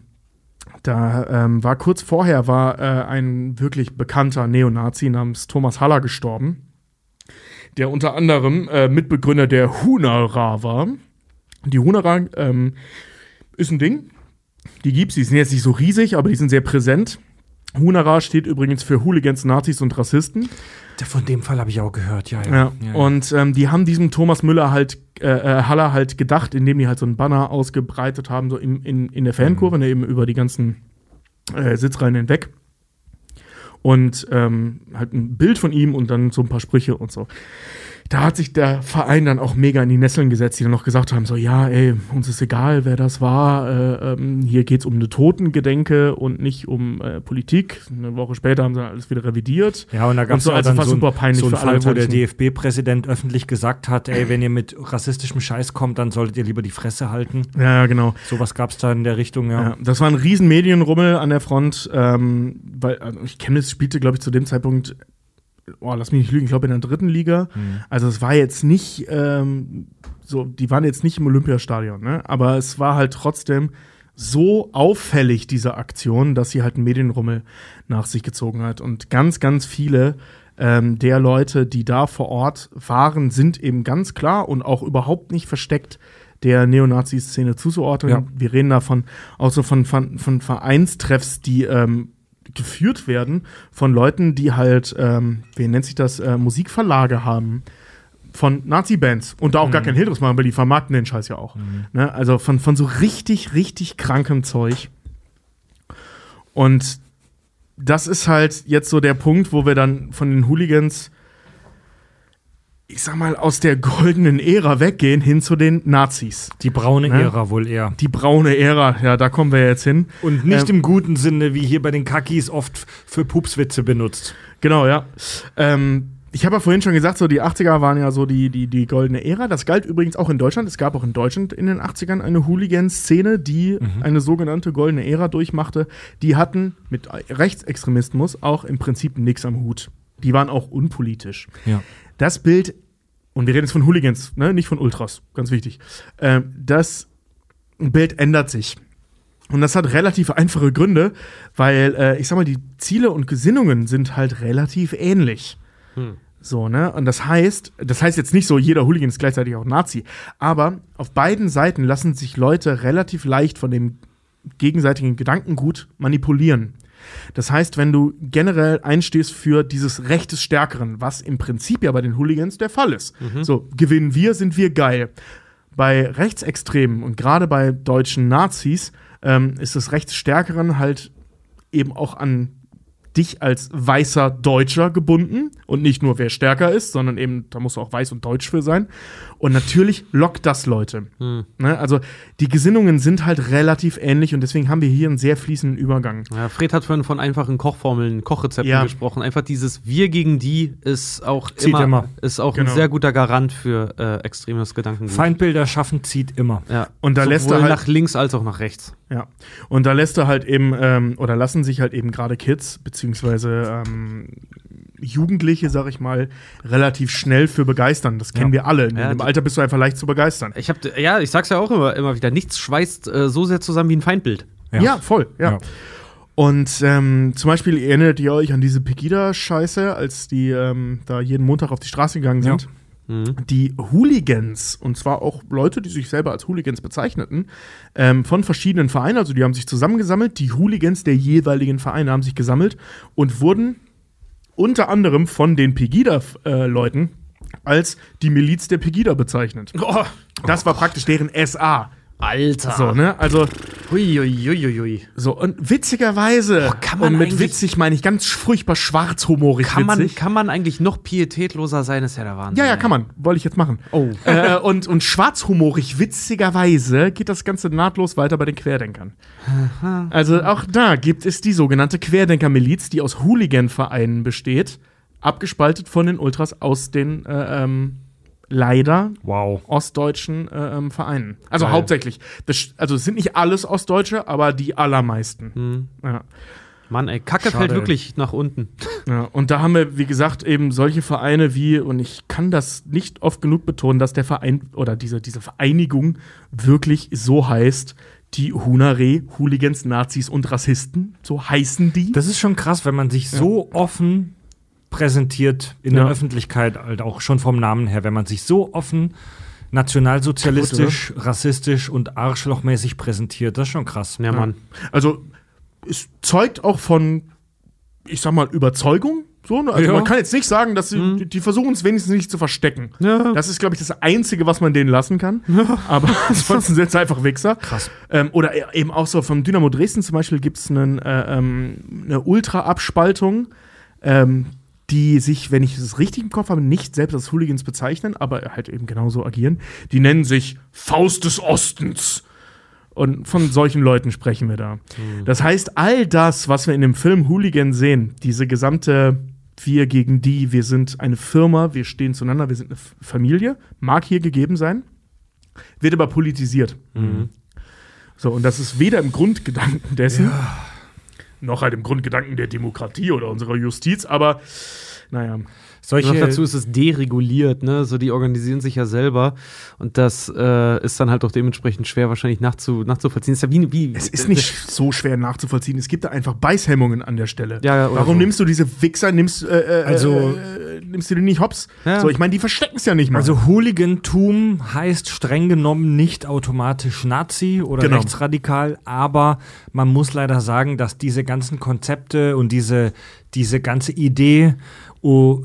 da ähm, war kurz vorher war äh, ein wirklich bekannter Neonazi namens Thomas Haller gestorben, der unter anderem äh, Mitbegründer der Hunera war. Die Hunera ähm, ist ein Ding. Die gibt's, die sind jetzt nicht so riesig, aber die sind sehr präsent. Hunera steht übrigens für Hooligans, Nazis und Rassisten. Von dem Fall habe ich auch gehört, ja. ja. ja. ja, ja. Und ähm, die haben diesem Thomas Müller halt, äh, Haller halt gedacht, indem die halt so einen Banner ausgebreitet haben, so in, in, in der Fankurve, mhm. ne, eben über die ganzen äh, Sitzreihen hinweg. Und ähm, halt ein Bild von ihm und dann so ein paar Sprüche und so. Da hat sich der Verein dann auch mega in die Nesseln gesetzt, die dann noch gesagt haben, so, ja, ey, uns ist egal, wer das war, äh, ähm, hier geht's um eine Totengedenke und nicht um äh, Politik. Eine Woche später haben sie alles wieder revidiert. Ja, und da gab es so, also dann so, super peinlich so einen für alle Fall, wo der Beteiligten. D F B-Präsident öffentlich gesagt hat, ey, wenn ihr mit rassistischem Scheiß kommt, dann solltet ihr lieber die Fresse halten. Ja, genau. Sowas gab es da in der Richtung, ja. ja. Das war ein riesen Medienrummel an der Front, ähm, weil, also ich kenne das, spielte, glaube ich, zu dem Zeitpunkt Oh, lass mich nicht lügen, ich glaube in der dritten Liga. Mhm. Also es war jetzt nicht ähm, so, die waren jetzt nicht im Olympiastadion, ne? Aber es war halt trotzdem so auffällig, diese Aktion, dass sie halt einen Medienrummel nach sich gezogen hat. Und ganz, ganz viele ähm, der Leute, die da vor Ort waren, sind eben ganz klar und auch überhaupt nicht versteckt der Neonazi-Szene zuzuordnen. Ja. Wir reden davon auch so von, von, von Vereinstreffs, die ähm, geführt werden von Leuten, die halt, ähm, wie nennt sich das, äh, Musikverlage haben von Nazi-Bands und da auch mhm. gar kein Hehl draus machen, weil die vermarkten den Scheiß ja auch. Mhm. Ne? Also von, von so richtig, richtig krankem Zeug. Und das ist halt jetzt so der Punkt, wo wir dann von den Hooligans, ich sag mal, aus der goldenen Ära weggehen hin zu den Nazis. Die braune ne? Ära wohl eher. Die braune Ära, ja, da kommen wir jetzt hin. Und nicht ähm, im guten Sinne, wie hier bei den Kakis oft für Pupswitze benutzt. Genau, ja. Ähm, ich habe ja vorhin schon gesagt, so die achtziger waren ja so die, die, die goldene Ära. Das galt übrigens auch in Deutschland. Es gab auch in Deutschland in den achtzigern eine Hooligan-Szene, die mhm. eine sogenannte goldene Ära durchmachte. Die hatten mit Rechtsextremismus auch im Prinzip nichts am Hut. Die waren auch unpolitisch. Ja. Das Bild, und wir reden jetzt von Hooligans, ne, nicht von Ultras, ganz wichtig. Ähm, das Bild ändert sich. Und das hat relativ einfache Gründe, weil, äh, ich sag mal, die Ziele und Gesinnungen sind halt relativ ähnlich. Hm. So, ne? Und das heißt, das heißt jetzt nicht so, jeder Hooligan ist gleichzeitig auch Nazi, aber auf beiden Seiten lassen sich Leute relativ leicht von dem gegenseitigen Gedankengut manipulieren. Das heißt, wenn du generell einstehst für dieses Recht des Stärkeren, was im Prinzip ja bei den Hooligans der Fall ist. Mhm. So, gewinnen wir, sind wir geil. Bei Rechtsextremen und gerade bei deutschen Nazis ähm, ist das Recht des Stärkeren halt eben auch an dich als weißer Deutscher gebunden und nicht nur, wer stärker ist, sondern eben, da musst du auch weiß und deutsch für sein. Und natürlich lockt das Leute. Hm. Ne? Also die Gesinnungen sind halt relativ ähnlich und deswegen haben wir hier einen sehr fließenden Übergang. Ja, Fred hat vorhin von einfachen Kochformeln, Kochrezepten ja. gesprochen. Einfach dieses Wir gegen die ist auch zieht immer, immer. Ist auch genau. ein sehr guter Garant für äh, extremes Gedankengut. Feindbilder schaffen zieht immer. Ja. Und da sowohl lässt er halt nach links als auch nach rechts. Ja, und da lässt er halt eben, ähm, oder lassen sich halt eben gerade Kids, beziehungsweise ähm, Jugendliche, sag ich mal, relativ schnell für begeistern. Das kennen ja. wir alle. In ja, dem Alter bist du einfach leicht zu begeistern. Ich hab, ja, ich sag's ja auch immer, immer wieder, nichts schweißt äh, so sehr zusammen wie ein Feindbild. Ja, ja voll, ja. ja. Und ähm, zum Beispiel erinnert ihr euch an diese Pegida-Scheiße, als die ähm, da jeden Montag auf die Straße gegangen sind? Ja. Mhm. Die Hooligans, und zwar auch Leute, die sich selber als Hooligans bezeichneten, ähm, von verschiedenen Vereinen, also die haben sich zusammengesammelt, die Hooligans der jeweiligen Vereine haben sich gesammelt und wurden unter anderem von den Pegida-Leuten als die Miliz der Pegida bezeichnet. Oh. Das war praktisch deren S A. Alter. So, ne? Also. Huiuiuiui. So, und witzigerweise, oh, kann man und mit witzig meine ich ganz furchtbar schwarzhumorig kann man, witzig. Kann man eigentlich noch pietätloser sein, ist ja der Wahnsinn. Ja, ja, kann man. Wollte ich jetzt machen. Oh. Äh, und, und schwarzhumorig, witzigerweise, geht das Ganze nahtlos weiter bei den Querdenkern. Also auch da gibt es die sogenannte Querdenker-Miliz, die aus Hooligan-Vereinen besteht. abgespaltet von den Ultras aus den äh, ähm, leider Wow. ostdeutschen äh, ähm, Vereinen. Also Geil. hauptsächlich. Das, also es sind nicht alles Ostdeutsche, aber die allermeisten. Hm. Ja. Mann, ey, Kacke Schade. fällt wirklich nach unten. Ja, und da haben wir, wie gesagt, eben solche Vereine wie, und ich kann das nicht oft genug betonen, dass der Verein oder diese, diese Vereinigung wirklich so heißt, die Hunare, Hooligans, Nazis und Rassisten, so heißen die. Das ist schon krass, wenn man sich so offen präsentiert in Ja. der Öffentlichkeit, halt auch schon vom Namen her, wenn man sich so offen nationalsozialistisch, rassistisch und arschlochmäßig präsentiert, das ist schon krass. Ja, Mann. Also es zeugt auch von, ich sag mal, Überzeugung. So, ne? Also Ja. man kann jetzt nicht sagen, dass sie, Mhm. die, die versuchen es wenigstens nicht zu verstecken. Ja. Das ist, glaube ich, das Einzige, was man denen lassen kann. Aber ansonsten sind sie einfach Wichser. Krass. Ähm, oder e- eben auch so vom Dynamo Dresden zum Beispiel gibt es äh, ähm, eine Ultra-Abspaltung, ähm, die sich, wenn ich es richtig im Kopf habe, nicht selbst als Hooligans bezeichnen, aber halt eben genauso agieren. Die nennen sich Faust des Ostens. Und von solchen Leuten sprechen wir da. Das heißt, all das, was wir in dem Film Hooligan sehen, diese gesamte wir gegen die, wir sind eine Firma, wir stehen zueinander, wir sind eine F- Familie, mag hier gegeben sein, wird aber politisiert. So, und das ist weder im Grundgedanken dessen, noch halt im Grundgedanken der Demokratie oder unserer Justiz, aber naja. Noch Solche, dazu ist es dereguliert, ne? So, die organisieren sich ja selber. Und das äh, ist dann halt auch dementsprechend schwer wahrscheinlich nachzu, nachzuvollziehen. Es ist ja wie, wie Es ist nicht so schwer nachzuvollziehen. Es gibt da einfach Beißhemmungen an der Stelle. Ja, ja, oder Warum so. nimmst du diese Wichser, nimmst, äh, äh, Also- äh, nimmst du die nicht hops? Ja. So, ich meine, die verstecken es ja nicht mal. also Hooligantum heißt streng genommen nicht automatisch Nazi oder Genau. rechtsradikal, aber man muss leider sagen, dass diese ganzen Konzepte und diese, diese ganze Idee oh,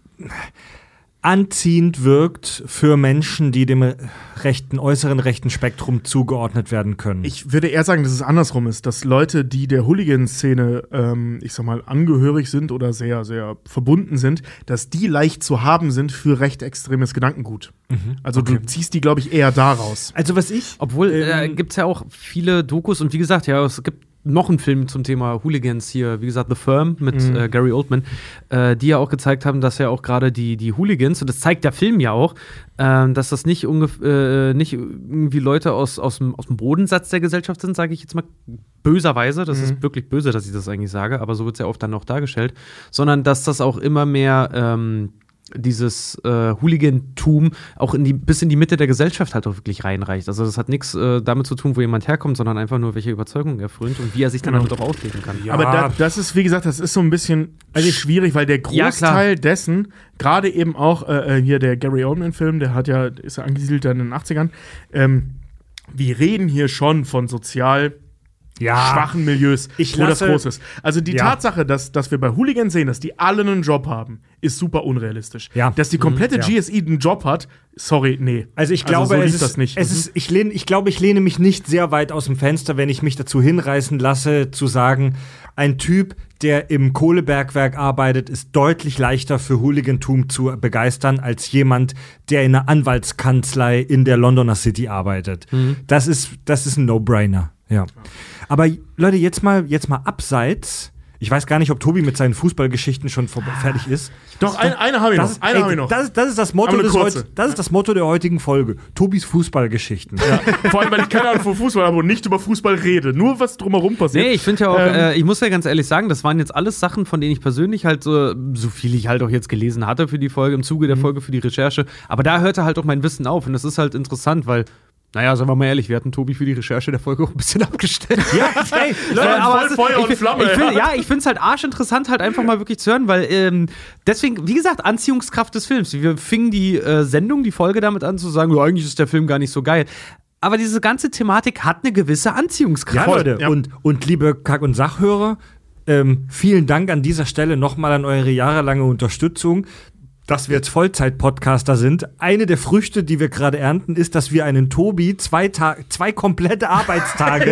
anziehend wirkt für Menschen, die dem rechten, äußeren rechten Spektrum zugeordnet werden können. Ich würde eher sagen, dass es andersrum ist, dass Leute, die der Hooligan-Szene, ähm, ich sag mal, angehörig sind oder sehr, sehr verbunden sind, dass die leicht zu haben sind für rechtsextremes Gedankengut. Also du ziehst die, glaube ich, eher daraus. also was ich Obwohl, äh, Ähm, gibt es ja auch viele Dokus und wie gesagt, ja, es gibt noch einen Film zum Thema Hooligans hier, wie gesagt, The Firm mit Mhm. äh, Gary Oldman, äh, die ja auch gezeigt haben, dass ja auch gerade die, die Hooligans, und das zeigt der Film ja auch, äh, dass das nicht, ungef- äh, nicht irgendwie Leute aus, aus, dem, aus dem Bodensatz der Gesellschaft sind, sage ich jetzt mal böserweise, das Mhm. ist wirklich böse, dass ich das eigentlich sage, aber so wird es ja oft dann auch dargestellt, sondern dass das auch immer mehr ähm, dieses äh, Hooligantum auch in die, bis in die Mitte der Gesellschaft halt auch wirklich reinreicht. Also das hat nichts äh, damit zu tun, wo jemand herkommt, sondern einfach nur, welche Überzeugungen er frönt und wie er sich dann Genau. damit auch ausleben kann. Ja. Aber da, das ist, wie gesagt, das ist so ein bisschen schwierig, weil der Ja, klar. Großteil dessen, gerade eben auch äh, hier der Gary Oldman-Film, der hat ja, ist ja angesiedelt in den achtzigern, ähm, wir reden hier schon von sozial ja, schwachen Milieus, Ich wo das lasse- groß ist. Also die Ja. Tatsache, dass, dass wir bei Hooligans sehen, dass die alle einen Job haben, ist super unrealistisch. Ja. Dass die komplette Mhm, ja. G S I einen Job hat, sorry, nee. Also ich glaube, so es lief ist, das nicht. Es Mhm. ist, ich, lehne, ich glaube, ich lehne mich nicht sehr weit aus dem Fenster, wenn ich mich dazu hinreißen lasse, zu sagen, ein Typ, der im Kohlebergwerk arbeitet, ist deutlich leichter für Hooligantum zu begeistern, als jemand, der in einer Anwaltskanzlei in der Londoner City arbeitet. Das ist, das ist ein No-Brainer. Ja. Aber Leute, jetzt mal, jetzt mal abseits. Ich weiß gar nicht, ob Tobi mit seinen Fußballgeschichten schon vor- fertig ist. Doch, ein, eine habe ich Das, noch. Eine ey, habe ich noch. Das, ist- das, ist das, Motto Aber eine des kurze. heut, das ist das Motto der heutigen Folge. Tobis Fußballgeschichten. Vor allem, weil ich keine Ahnung von Fußball habe und nicht über Fußball rede. Nur was drumherum passiert. Nee, ich finde ja auch, Ähm, äh, ich muss ja ganz ehrlich sagen, das waren jetzt alles Sachen, von denen ich persönlich halt so, so viel ich halt auch jetzt gelesen hatte für die Folge, im Zuge der Folge für die Recherche. Aber da hörte halt auch mein Wissen auf und das ist halt interessant, weil, naja, sagen wir mal ehrlich, wir hatten Tobi für die Recherche der Folge auch ein bisschen abgestellt. Ja, hey, Leute, Äh, aber voll es ist- Feuer und ich, Flamme, Ich find, ja. ja, ich finde es halt arschinteressant, halt einfach mal wirklich zu hören, weil ähm, deswegen, wie gesagt, Anziehungskraft des Films. Wir fingen die äh, Sendung, die Folge damit an zu sagen, ja, eigentlich ist der Film gar nicht so geil. Aber diese ganze Thematik hat eine gewisse Ja, Anziehungskraft. Leute, ja. und, und liebe Kack- und Sachhörer, ähm, vielen Dank an dieser Stelle nochmal an eure jahrelange Unterstützung, dass wir jetzt Vollzeit-Podcaster sind. Eine der Früchte, die wir gerade ernten, ist, dass wir einen Tobi zwei, Ta- zwei komplette Arbeitstage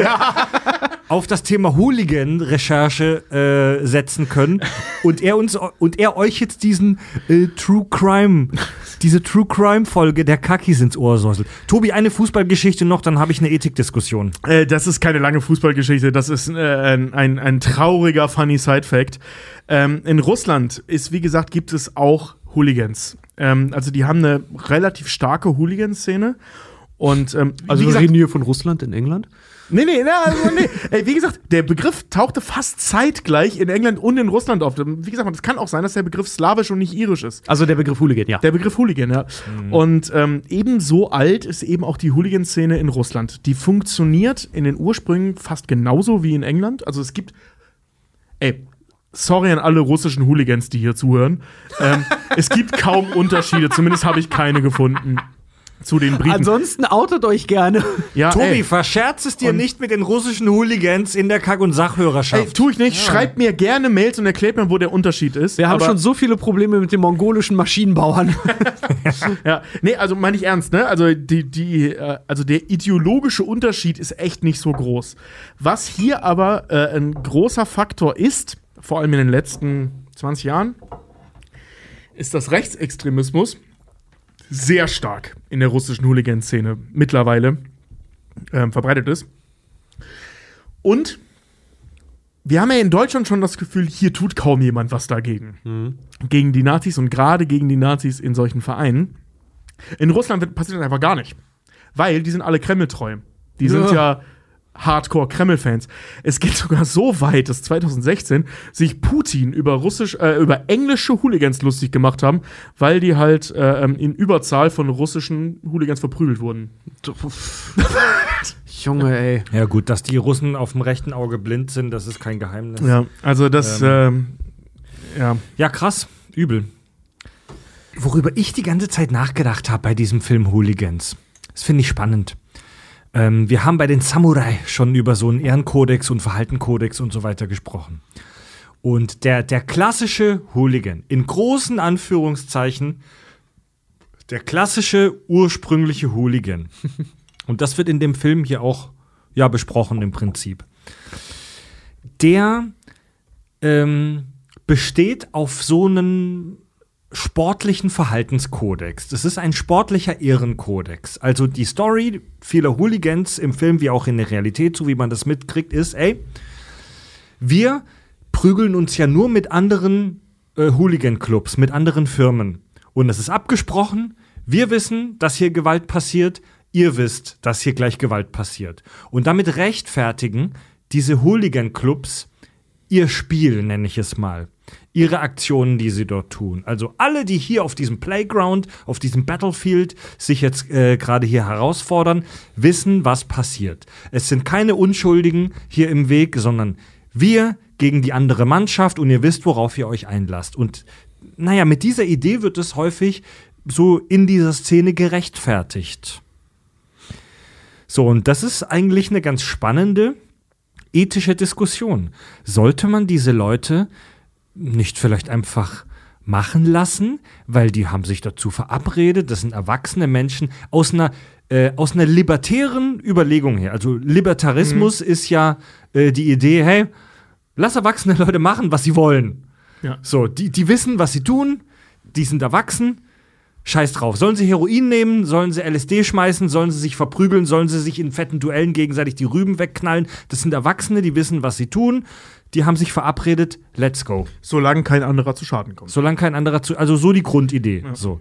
auf das Thema Hooligan-Recherche äh, setzen können und er uns und er euch jetzt diesen äh, True Crime, diese True Crime-Folge der Kakis ins Ohr säuselt. Tobi, eine Fußballgeschichte noch, dann habe ich eine Ethikdiskussion. Äh, das ist keine lange Fußballgeschichte, das ist äh, ein, ein, ein trauriger Funny Side-Fact. Ähm, in Russland ist, wie gesagt, gibt es auch Hooligans. Ähm, also die haben eine relativ starke Hooligan-Szene. Und, ähm, Also wie wir gesagt, reden hier von Russland in England? Nee, nee, nee, also, nee. Ey, wie gesagt, der Begriff tauchte fast zeitgleich in England und in Russland auf. Wie gesagt, es kann auch sein, dass der Begriff slawisch und nicht irisch ist. Also der Begriff Hooligan, ja. Der Begriff Hooligan, ja. Mhm. Und ähm, ebenso alt ist eben auch die Hooligan-Szene in Russland. Die funktioniert in den Ursprüngen fast genauso wie in England. Also es gibt, ey, sorry an alle russischen Hooligans, die hier zuhören. ähm, es gibt kaum Unterschiede, zumindest habe ich keine gefunden. Zu den Briten. Ansonsten outet euch gerne. Ja, Tobi, ey. verscherz es dir Und- nicht mit den russischen Hooligans in der Kack- und Sachhörerschaft. Ey, tu ich nicht. Schreibt mir gerne Mails und erklärt mir, wo der Unterschied ist. Wir haben Aber- schon so viele Probleme mit den mongolischen Maschinenbauern. Ja, nee, also meine ich ernst, ne? Also die, die, äh, also der ideologische Unterschied ist echt nicht so groß. Was hier aber äh, ein großer Faktor ist, vor allem in den letzten zwanzig Jahren, ist, dass Rechtsextremismus sehr stark in der russischen Hooligan-Szene mittlerweile ähm, verbreitet ist. Und wir haben ja in Deutschland schon das Gefühl, hier tut kaum jemand was dagegen. Mhm. Gegen die Nazis und gerade gegen die Nazis in solchen Vereinen. In Russland wird- passiert das einfach gar nicht. Weil die sind alle Kreml-treu. Die sind ja Hardcore-Kreml-Fans. Es geht sogar so weit, dass zwanzig sechzehn sich Putin über russisch, äh, über englische Hooligans lustig gemacht haben, weil die halt äh, in Überzahl von russischen Hooligans verprügelt wurden. Junge, ey. Ja gut, dass die Russen auf dem rechten Auge blind sind, das ist kein Geheimnis. Ja, also das, ähm, ja. Ja, krass, übel. Worüber ich die ganze Zeit nachgedacht habe bei diesem Film Hooligans, das finde ich spannend. Ähm, wir haben bei den Samurai schon über so einen Ehrenkodex und Verhaltenkodex und so weiter gesprochen. Und der, der klassische Hooligan, in großen Anführungszeichen, der klassische ursprüngliche Hooligan. Und das wird in dem Film hier auch ja, besprochen im Prinzip. Der ähm, besteht auf so einen sportlichen Verhaltenskodex. Das ist ein sportlicher Ehrenkodex. Also die Story vieler Hooligans im Film wie auch in der Realität, so wie man das mitkriegt, ist, ey, wir prügeln uns ja nur mit anderen äh, Hooligan-Clubs, mit anderen Firmen. Und es ist abgesprochen, wir wissen, dass hier Gewalt passiert, ihr wisst, dass hier gleich Gewalt passiert. Und damit rechtfertigen diese Hooligan-Clubs ihr Spiel, nenne ich es mal. Ihre Aktionen, die sie dort tun. Also alle, die hier auf diesem Playground, auf diesem Battlefield sich jetzt äh, gerade hier herausfordern, wissen, was passiert. Es sind keine Unschuldigen hier im Weg, sondern wir gegen die andere Mannschaft und ihr wisst, worauf ihr euch einlasst. Und naja, mit dieser Idee wird es häufig so in dieser Szene gerechtfertigt. So, und das ist eigentlich eine ganz spannende ethische Diskussion. Sollte man diese Leute nicht vielleicht einfach machen lassen, weil die haben sich dazu verabredet, das sind erwachsene Menschen aus einer, äh, aus einer libertären Überlegung her. Also Libertarismus mhm. ist ja äh, die Idee, hey, lass erwachsene Leute machen, was sie wollen. Ja. So, die, die wissen, was sie tun, die sind erwachsen, scheiß drauf. Sollen sie Heroin nehmen, sollen sie L S D schmeißen, sollen sie sich verprügeln, sollen sie sich in fetten Duellen gegenseitig die Rüben wegknallen. Das sind Erwachsene, die wissen, was sie tun. Die haben sich verabredet, let's go. Solange kein anderer zu Schaden kommt. Solange kein anderer zu, also so die Grundidee. Ja. So.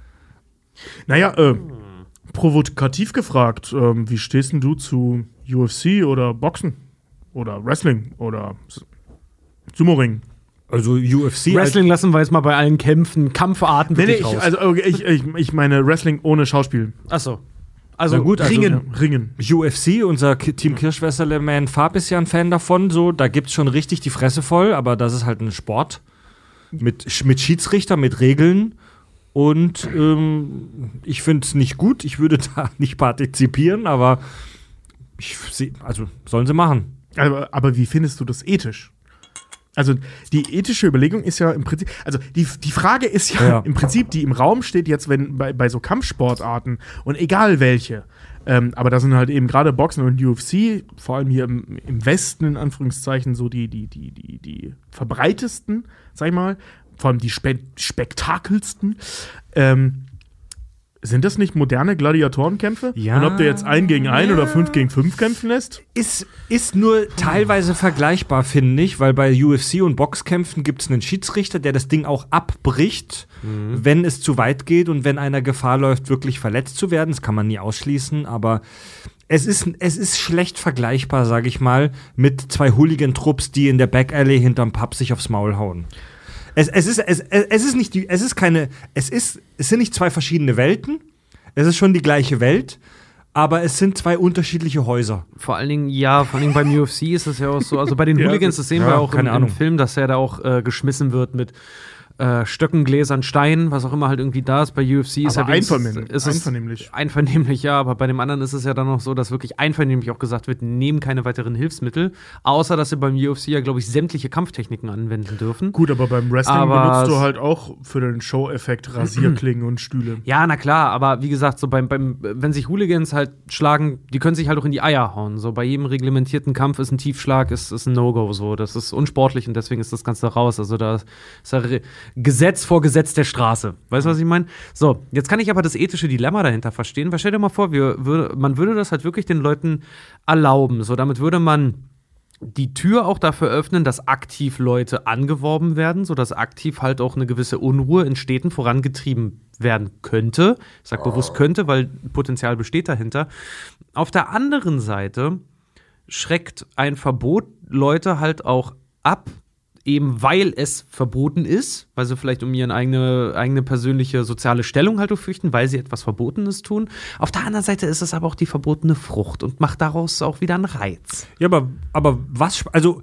Naja, äh, provokativ gefragt, ähm, wie stehst denn du zu U F C oder Boxen? Oder Wrestling oder S- Sumo-Ring? Also U F C. Wrestling lassen wir jetzt mal bei allen Kämpfen, Kampfarten Nee, nee, wirklich ich, raus. also okay, ich, ich, ich meine Wrestling ohne Schauspiel. Achso. Also, Na gut, also- Ringen. Ja, Ringen. U F C, unser K- Team Kirschwässerle-Man Farb ist ja ein Fan davon, so, da gibt's schon richtig die Fresse voll, aber das ist halt ein Sport mit, Sch- mit Schiedsrichter, mit Regeln und ähm, ich finde es nicht gut, ich würde da nicht partizipieren, aber ich seh, also sollen sie machen. Aber, aber wie findest du das ethisch? Also die ethische Überlegung ist ja im Prinzip, also die, die Frage ist ja, Ja. im Prinzip, die im Raum steht jetzt, wenn bei, bei so Kampfsportarten und egal welche, ähm, aber da sind halt eben gerade Boxen und U F C, vor allem hier im, im Westen in Anführungszeichen, so die, die, die, die, die verbreitesten, sag ich mal, vor allem die spe spektakelsten. Ähm, Sind das nicht moderne Gladiatorenkämpfe? Ja. Und ob du jetzt ein gegen ein Ja. oder fünf gegen fünf kämpfen lässt? Ist, ist nur teilweise vergleichbar, finde ich, weil bei U F C und Boxkämpfen gibt es einen Schiedsrichter, der das Ding auch abbricht, mhm. wenn es zu weit geht und wenn einer Gefahr läuft, wirklich verletzt zu werden. Das kann man nie ausschließen, aber es ist, es ist schlecht vergleichbar, sage ich mal, mit zwei Hooligan-Trupps, die in der Backalley hinterm Pub sich aufs Maul hauen. Es, es, ist, es, es ist nicht die, es ist keine, es ist, es sind nicht zwei verschiedene Welten, es ist schon die gleiche Welt, aber es sind zwei unterschiedliche Häuser. Vor allen Dingen, ja, vor allen Dingen beim U F C ist es ja auch so, also bei den Ja, Hooligans, das sehen ja, wir auch im, keine im Ahnung. Film, dass er da auch äh, geschmissen wird mit äh, Stöcken, Gläsern, Steinen, was auch immer halt irgendwie da ist. Bei U F C ist Aber ja wenigstens- einvernehmlich. ist es Einvernehmlich. Einvernehmlich, ja, aber bei dem anderen ist es ja dann noch so, dass wirklich einvernehmlich auch gesagt wird, nehmen keine weiteren Hilfsmittel, außer dass sie beim U F C ja, glaube ich, sämtliche Kampftechniken anwenden dürfen. Gut, aber beim Wrestling Aber benutzt du es- halt auch für den Show-Effekt Rasierklingen und Stühle. Ja, na klar, aber wie gesagt, so beim, beim, wenn sich Hooligans halt schlagen, die können sich halt auch in die Eier hauen. So bei jedem reglementierten Kampf ist ein Tiefschlag, ist, ist ein No-Go. So, das ist unsportlich und deswegen ist das Ganze raus. Also da ist ja Re- Gesetz vor Gesetz der Straße. Weißt du, was ich meine? So, jetzt kann ich aber das ethische Dilemma dahinter verstehen. Weil stell dir mal vor, wir, würde, man würde das halt wirklich den Leuten erlauben. So, damit würde man die Tür auch dafür öffnen, dass aktiv Leute angeworben werden, sodass aktiv halt auch eine gewisse Unruhe in Städten vorangetrieben werden könnte. Ich sag bewusst könnte, weil Potenzial besteht dahinter. Auf der anderen Seite schreckt ein Verbot Leute halt auch ab, eben weil es verboten ist, weil sie vielleicht um ihre eigene, eigene persönliche soziale Stellung halt auch fürchten, weil sie etwas Verbotenes tun. Auf der anderen Seite ist es aber auch die verbotene Frucht und macht daraus auch wieder einen Reiz. Ja, aber, aber was, also,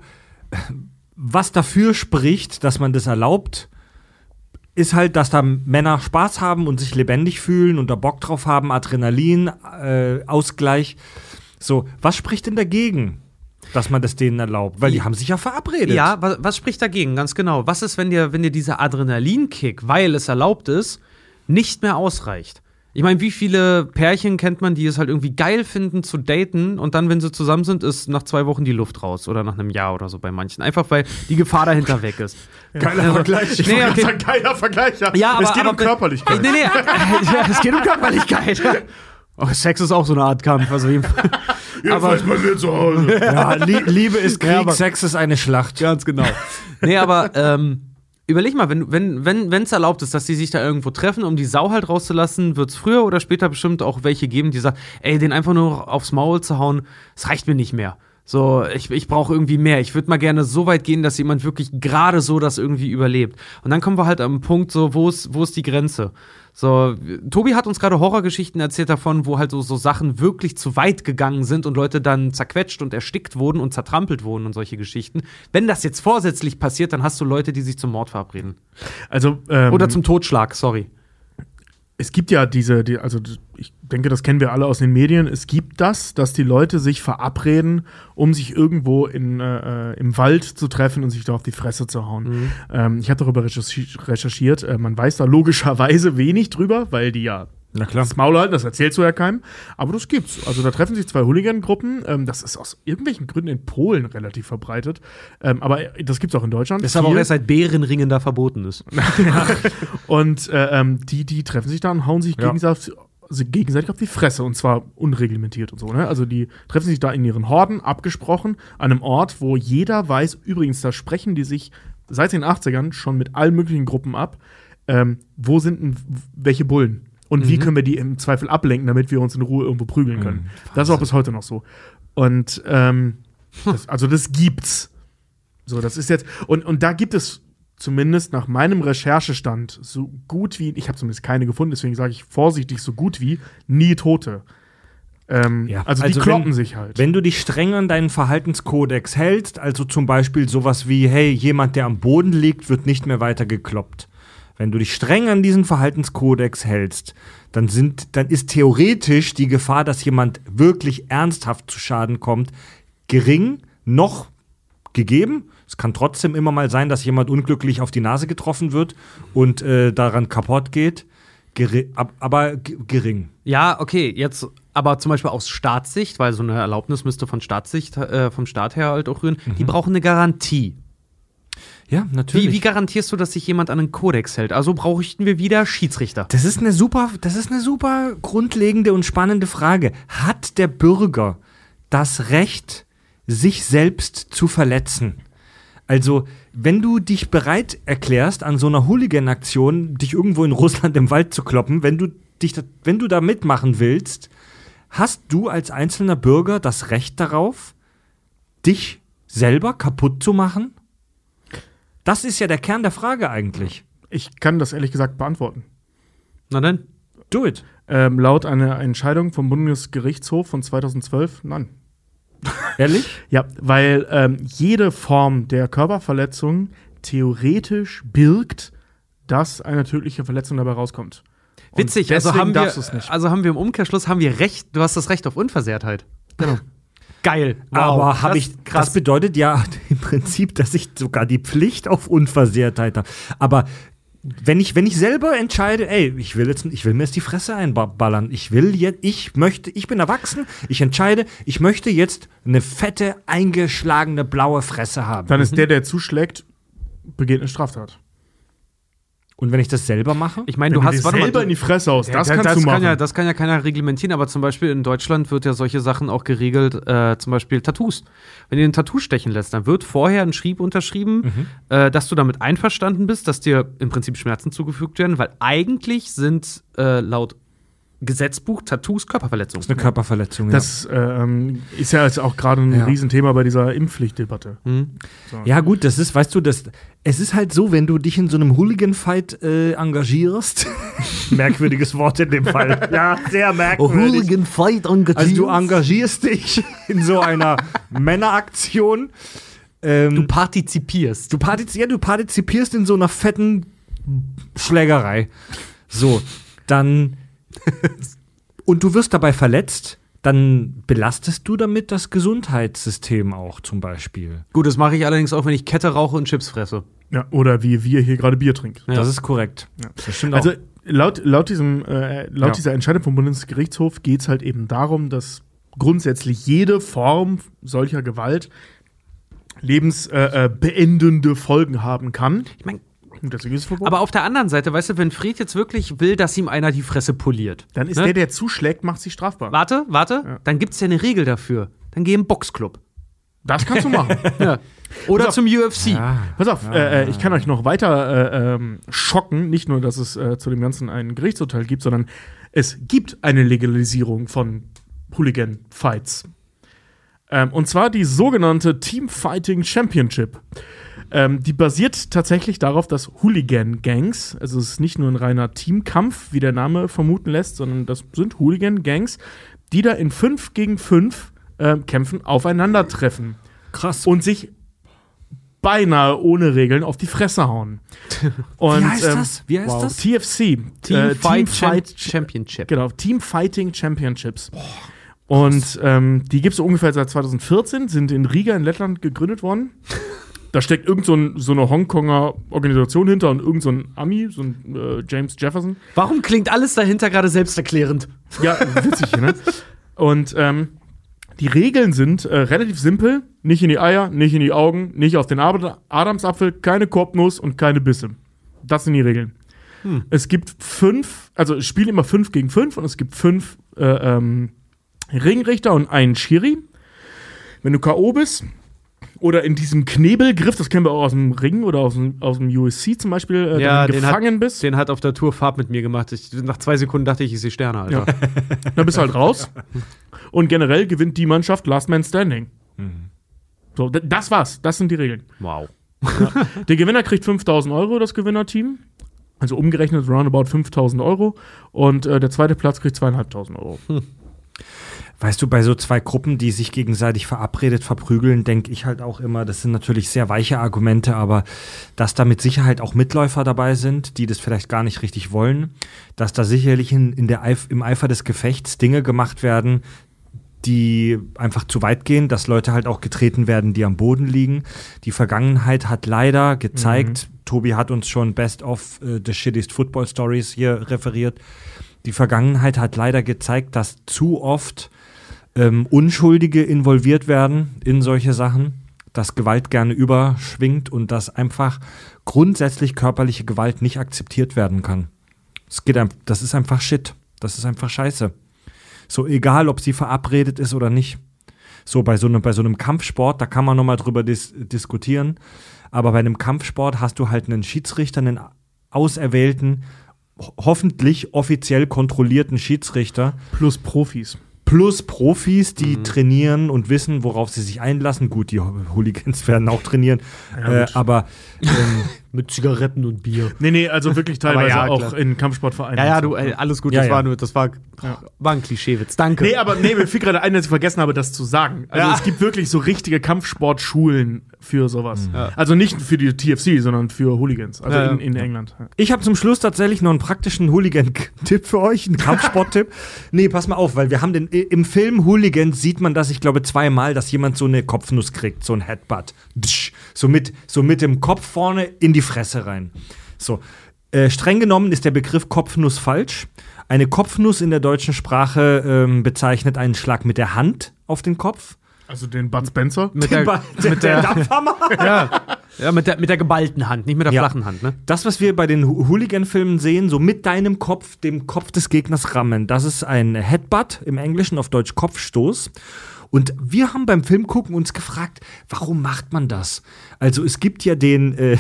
was dafür spricht, dass man das erlaubt, ist halt, dass da Männer Spaß haben und sich lebendig fühlen und da Bock drauf haben, Adrenalin, äh, Ausgleich. So, was spricht denn dagegen, dass man das denen erlaubt? Weil die haben sich ja verabredet. Ja, was, was spricht dagegen? Ganz genau. Was ist, wenn dir, wenn dir dieser Adrenalinkick, weil es erlaubt ist, nicht mehr ausreicht? Ich meine, wie viele Pärchen kennt man, die es halt irgendwie geil finden zu daten und dann, wenn sie zusammen sind, ist nach zwei Wochen die Luft raus oder nach einem Jahr oder so bei manchen. Einfach, weil die Gefahr dahinter weg ist. Geiler Vergleich. Ich Nee, wollte okay. gerade sagen, geiler Vergleich. Ja, Ja, aber, es geht aber, um Körperlichkeit. Nee, nee, ja, es geht um Körperlichkeit. Oh, Sex ist auch so eine Art Kampf. Also Jedenfalls bei mir zu Hause. Ja, Lie- Liebe ist Krieg, Ja, aber- Sex ist eine Schlacht. Ganz genau. Nee, aber ähm, überleg mal, wenn wenn wenn wenn, es erlaubt ist, dass die sich da irgendwo treffen, um die Sau halt rauszulassen, wird es früher oder später bestimmt auch welche geben, die sagen, ey, den einfach nur aufs Maul zu hauen, das reicht mir nicht mehr. So, ich, ich brauche irgendwie mehr. Ich würde mal gerne so weit gehen, dass jemand wirklich gerade so das irgendwie überlebt. Und dann kommen wir halt am Punkt, so, wo ist, wo ist die Grenze? So, Tobi hat uns gerade Horrorgeschichten erzählt davon, wo halt so, so Sachen wirklich zu weit gegangen sind und Leute dann zerquetscht und erstickt wurden und zertrampelt wurden und solche Geschichten. Wenn das jetzt vorsätzlich passiert, dann hast du Leute, die sich zum Mord verabreden. Also, ähm, Oder zum Totschlag, sorry. es gibt ja diese, die, also ich denke, das kennen wir alle aus den Medien. Es gibt das, dass die Leute sich verabreden, um sich irgendwo in, äh, im Wald zu treffen und sich da auf die Fresse zu hauen. Mhm. Ähm, ich habe darüber recherchi- recherchiert. Äh, man weiß da logischerweise wenig drüber, weil die ja Na klar. das Maul halten, das erzählst du ja keinem. Aber das gibt's. Also da treffen sich zwei Hooligan-Gruppen. Ähm, das ist aus irgendwelchen Gründen in Polen relativ verbreitet. Ähm, aber das gibt's auch in Deutschland. Das ist aber auch Viel. erst seit Bärenringen da verboten ist. Und äh, ähm, die, die treffen sich da und hauen sich Ja. gegenseitig, also gegenseitig auf die Fresse. Und zwar unreglementiert und so. Ne? Also die treffen sich da in ihren Horden, abgesprochen, an einem Ort, wo jeder weiß, übrigens, da sprechen die sich seit den achtzigern schon mit allen möglichen Gruppen ab. Ähm, wo sind denn welche Bullen? Und wie können wir die im Zweifel ablenken, damit wir uns in Ruhe irgendwo prügeln können? Das ist auch bis heute noch so. Und ähm, das, also das gibt's. So, das ist jetzt. Und, und da gibt es zumindest nach meinem Recherchestand so gut wie, ich habe zumindest keine gefunden, deswegen sage ich vorsichtig so gut wie, nie Tote. Ähm, Ja, also, also die kloppen wenn- sich halt. Wenn du dich streng an deinen Verhaltenskodex hältst, also zum Beispiel sowas wie, hey, jemand, der am Boden liegt, wird nicht mehr weiter gekloppt. Wenn du dich streng an diesen Verhaltenskodex hältst, dann, sind, dann ist theoretisch die Gefahr, dass jemand wirklich ernsthaft zu Schaden kommt, gering, noch gegeben. Es kann trotzdem immer mal sein, dass jemand unglücklich auf die Nase getroffen wird und äh, daran kaputt geht. Geri ab, aber g- gering. Ja, okay, jetzt aber zum Beispiel aus Staatssicht, weil so eine Erlaubnis müsste von Staatssicht, äh, vom Staat her halt auch rühren, die brauchen eine Garantie. Ja, natürlich. Wie, wie garantierst du, dass sich jemand an einen Kodex hält? Also bräuchten wir wieder Schiedsrichter. Das ist eine super, das ist eine super grundlegende und spannende Frage. Hat der Bürger das Recht, sich selbst zu verletzen? Also, wenn du dich bereit erklärst, an so einer Hooligan-Aktion dich irgendwo in Russland im Wald zu kloppen, wenn du dich, da, wenn du da mitmachen willst, hast du als einzelner Bürger das Recht darauf, dich selber kaputt zu machen? Das ist ja der Kern der Frage eigentlich. Ich kann das ehrlich gesagt beantworten. Na dann? Do it. Ähm, laut einer Entscheidung vom Bundesgerichtshof von zweitausendzwölf, nein. Ehrlich? Ja, weil ähm, jede Form der Körperverletzung theoretisch birgt, dass eine tödliche Verletzung dabei rauskommt. Und Witzig, also deswegen haben, wir, darfst du's nicht. also haben wir im Umkehrschluss haben wir Recht, du hast das Recht auf Unversehrtheit. Genau. Geil. Wow. Aber habe Das- ich, das bedeutet ja im Prinzip, dass ich sogar die Pflicht auf Unversehrtheit habe. Aber wenn ich, wenn ich selber entscheide, ey, ich will jetzt, ich will mir jetzt die Fresse einballern, ich will jetzt, ich möchte, ich bin erwachsen, ich entscheide, ich möchte jetzt eine fette, eingeschlagene blaue Fresse haben. Dann ist der, der zuschlägt, begeht eine Straftat. Und wenn ich das selber mache? Ich meine, Wenn du du hast dir selber in die Fresse aus, das Ja, kannst das du machen. Kann ja, das kann ja keiner reglementieren, aber zum Beispiel in Deutschland wird ja solche Sachen auch geregelt, äh, zum Beispiel Tattoos. Wenn du ein Tattoo stechen lässt, dann wird vorher ein Schrieb unterschrieben, Mhm. äh, dass du damit einverstanden bist, dass dir im Prinzip Schmerzen zugefügt werden, weil eigentlich sind äh, laut Gesetzbuch Tattoos Körperverletzungen. Das ist eine Körperverletzung, Das ähm, ist ja jetzt auch gerade ein Ja. Riesenthema bei dieser Impfpflichtdebatte. Mhm. So. ja. Ja, gut, das ist, weißt du, das, es ist halt so, wenn du dich in so einem Hooligan-Fight äh, engagierst. Merkwürdiges Wort in dem Fall. Ja, sehr merkwürdig. Fight Also du engagierst dich in so einer Männeraktion. Ähm, Du partizipierst. du, partiz ja, du partizipierst in so einer fetten Schlägerei. So, dann und du wirst dabei verletzt, dann belastest du damit das Gesundheitssystem auch zum Beispiel. Gut, das mache ich allerdings auch, wenn ich Kette rauche und Chips fresse. Ja, oder wie wir hier gerade Bier trinken. Ja. Das ist korrekt. Das stimmt Also auch. laut, laut, diesem, äh, laut Ja. dieser Entscheidung vom Bundesgerichtshof geht es halt eben darum, dass grundsätzlich jede Form solcher Gewalt lebensbeendende äh, beendende Folgen haben kann. Ich meine, Und deswegen ist es verboten. aber auf der anderen Seite, weißt du, wenn Fred jetzt wirklich will, dass ihm einer die Fresse poliert. Dann ist ne? der, der zuschlägt, macht sich strafbar. Warte, warte, Ja. dann gibt's ja eine Regel dafür. Dann geh im Boxclub. Das kannst du machen. Ja. Oder Pass auf. zum U F C. Ja. Pass auf, äh, äh, ich kann euch noch weiter äh, ähm, schocken. Nicht nur, dass es äh, zu dem Ganzen ein Gerichtsurteil gibt, sondern es gibt eine Legalisierung von Hooligan-Fights. Ähm, und zwar die sogenannte Team Fighting Championship. Ähm, die basiert tatsächlich darauf, dass Hooligan-Gangs, also es ist nicht nur ein reiner Teamkampf, wie der Name vermuten lässt, sondern das sind Hooligan-Gangs, die da in fünf gegen fünf äh, Kämpfen aufeinandertreffen Krass. und sich beinahe ohne Regeln auf die Fresse hauen. Und, Wie heißt ähm, das? Wie heißt wow. das? T F C. Team äh, Fight, Team Fight Championship. Genau, Team Fighting Championships. Und ähm, die gibt es so ungefähr seit zweitausendvierzehn, sind in Riga in Lettland gegründet worden. Da steckt irgend so, ein, so eine Hongkonger Organisation hinter und irgend so ein Ami, so ein äh, James Jefferson. Warum klingt alles dahinter gerade selbsterklärend? Ja, witzig, ne? Und ähm, die Regeln sind äh, relativ simpel. Nicht in die Eier, nicht in die Augen, nicht auf den Ad- Adamsapfel, keine Korbnuss und keine Bisse. Das sind die Regeln. Hm. Es gibt fünf, also es spielen immer fünf gegen fünf und es gibt fünf äh, ähm, Ringrichter und einen Schiri. Wenn du K O bist oder in diesem Knebelgriff, das kennen wir auch aus dem Ring oder aus dem, aus dem U F C zum Beispiel, äh, Ja, dann den gefangen hat, bist, Den hat auf der Tour Farb mit mir gemacht. Ich, nach zwei Sekunden dachte ich, ich sehe Sterne, Alter. dann bist du halt raus. Und generell gewinnt die Mannschaft Last Man Standing. So, d- das war's. Das sind die Regeln. Wow. Der Gewinner kriegt fünftausend Euro, das Gewinnerteam. Also umgerechnet roundabout fünftausend Euro. Und äh, der zweite Platz kriegt zweieinhalbtausend Euro. Weißt du, bei so zwei Gruppen, die sich gegenseitig verabredet verprügeln, denke ich halt auch immer, das sind natürlich sehr weiche Argumente, aber dass da mit Sicherheit auch Mitläufer dabei sind, die das vielleicht gar nicht richtig wollen, dass da sicherlich in, in der Eif- im Eifer des Gefechts Dinge gemacht werden, die einfach zu weit gehen, dass Leute halt auch getreten werden, die am Boden liegen. Die Vergangenheit hat leider gezeigt, Tobi hat uns schon Best of uh, the Shittiest Football Stories hier referiert, die Vergangenheit hat leider gezeigt, dass zu oft ähm, Unschuldige involviert werden in solche Sachen. dass Gewalt gerne überschwingt und dass einfach grundsätzlich körperliche Gewalt nicht akzeptiert werden kann. Es geht einem, das ist einfach Shit. Das ist einfach scheiße. So egal, ob sie verabredet ist oder nicht. So bei so einem, bei so einem Kampfsport, da kann man nochmal drüber dis- diskutieren. Aber bei einem Kampfsport hast du halt einen Schiedsrichter, einen auserwählten, ho- hoffentlich offiziell kontrollierten Schiedsrichter. Plus Profis. Plus Profis, die Mhm. trainieren und wissen, worauf sie sich einlassen. Gut, die Hooligans werden auch trainieren. Ja, äh, gut. aber ähm, Mit Zigaretten und Bier. Nee, nee, also wirklich teilweise ja, auch klar. in Kampfsportvereinen. Ja, ja, und so. du, ey, alles gut, Ja, das ja. war nur, das war, Ja. war ein Klischeewitz. Danke. Nee, aber nee, mir fiel gerade ein, dass ich vergessen habe, das zu sagen. Also Ja. es gibt wirklich so richtige Kampfsportschulen für sowas. Ja. Also nicht für die T F C, sondern für Hooligans. Also Ja, ja. in, in England. Ja. ich habe zum Schluss tatsächlich noch einen praktischen Hooligan-Tipp für euch, einen Kampfsport-Tipp. Nee, pass mal auf, weil wir haben den im Film Hooligans sieht man das, ich glaube, zweimal, dass jemand so eine Kopfnuss kriegt, so ein Headbutt. So mit, so mit dem Kopf vorne in die Fresse rein. So. Äh, streng genommen ist der Begriff Kopfnuss falsch. Eine Kopfnuss in der deutschen Sprache ähm, bezeichnet einen Schlag mit der Hand auf den Kopf. Also den Bud Spencer. mit der, der, mit der, Dampfhammer. ja, ja, mit der, mit der geballten Hand, nicht mit der Ja. flachen Hand, ne? Das, was wir bei den Ho- Hooligan-Filmen sehen, so mit deinem Kopf, dem Kopf des Gegners rammen, das ist ein Headbutt, im Englischen auf Deutsch Kopfstoß. Und wir haben beim Film gucken uns gefragt, warum macht man das? Also es gibt ja den, äh,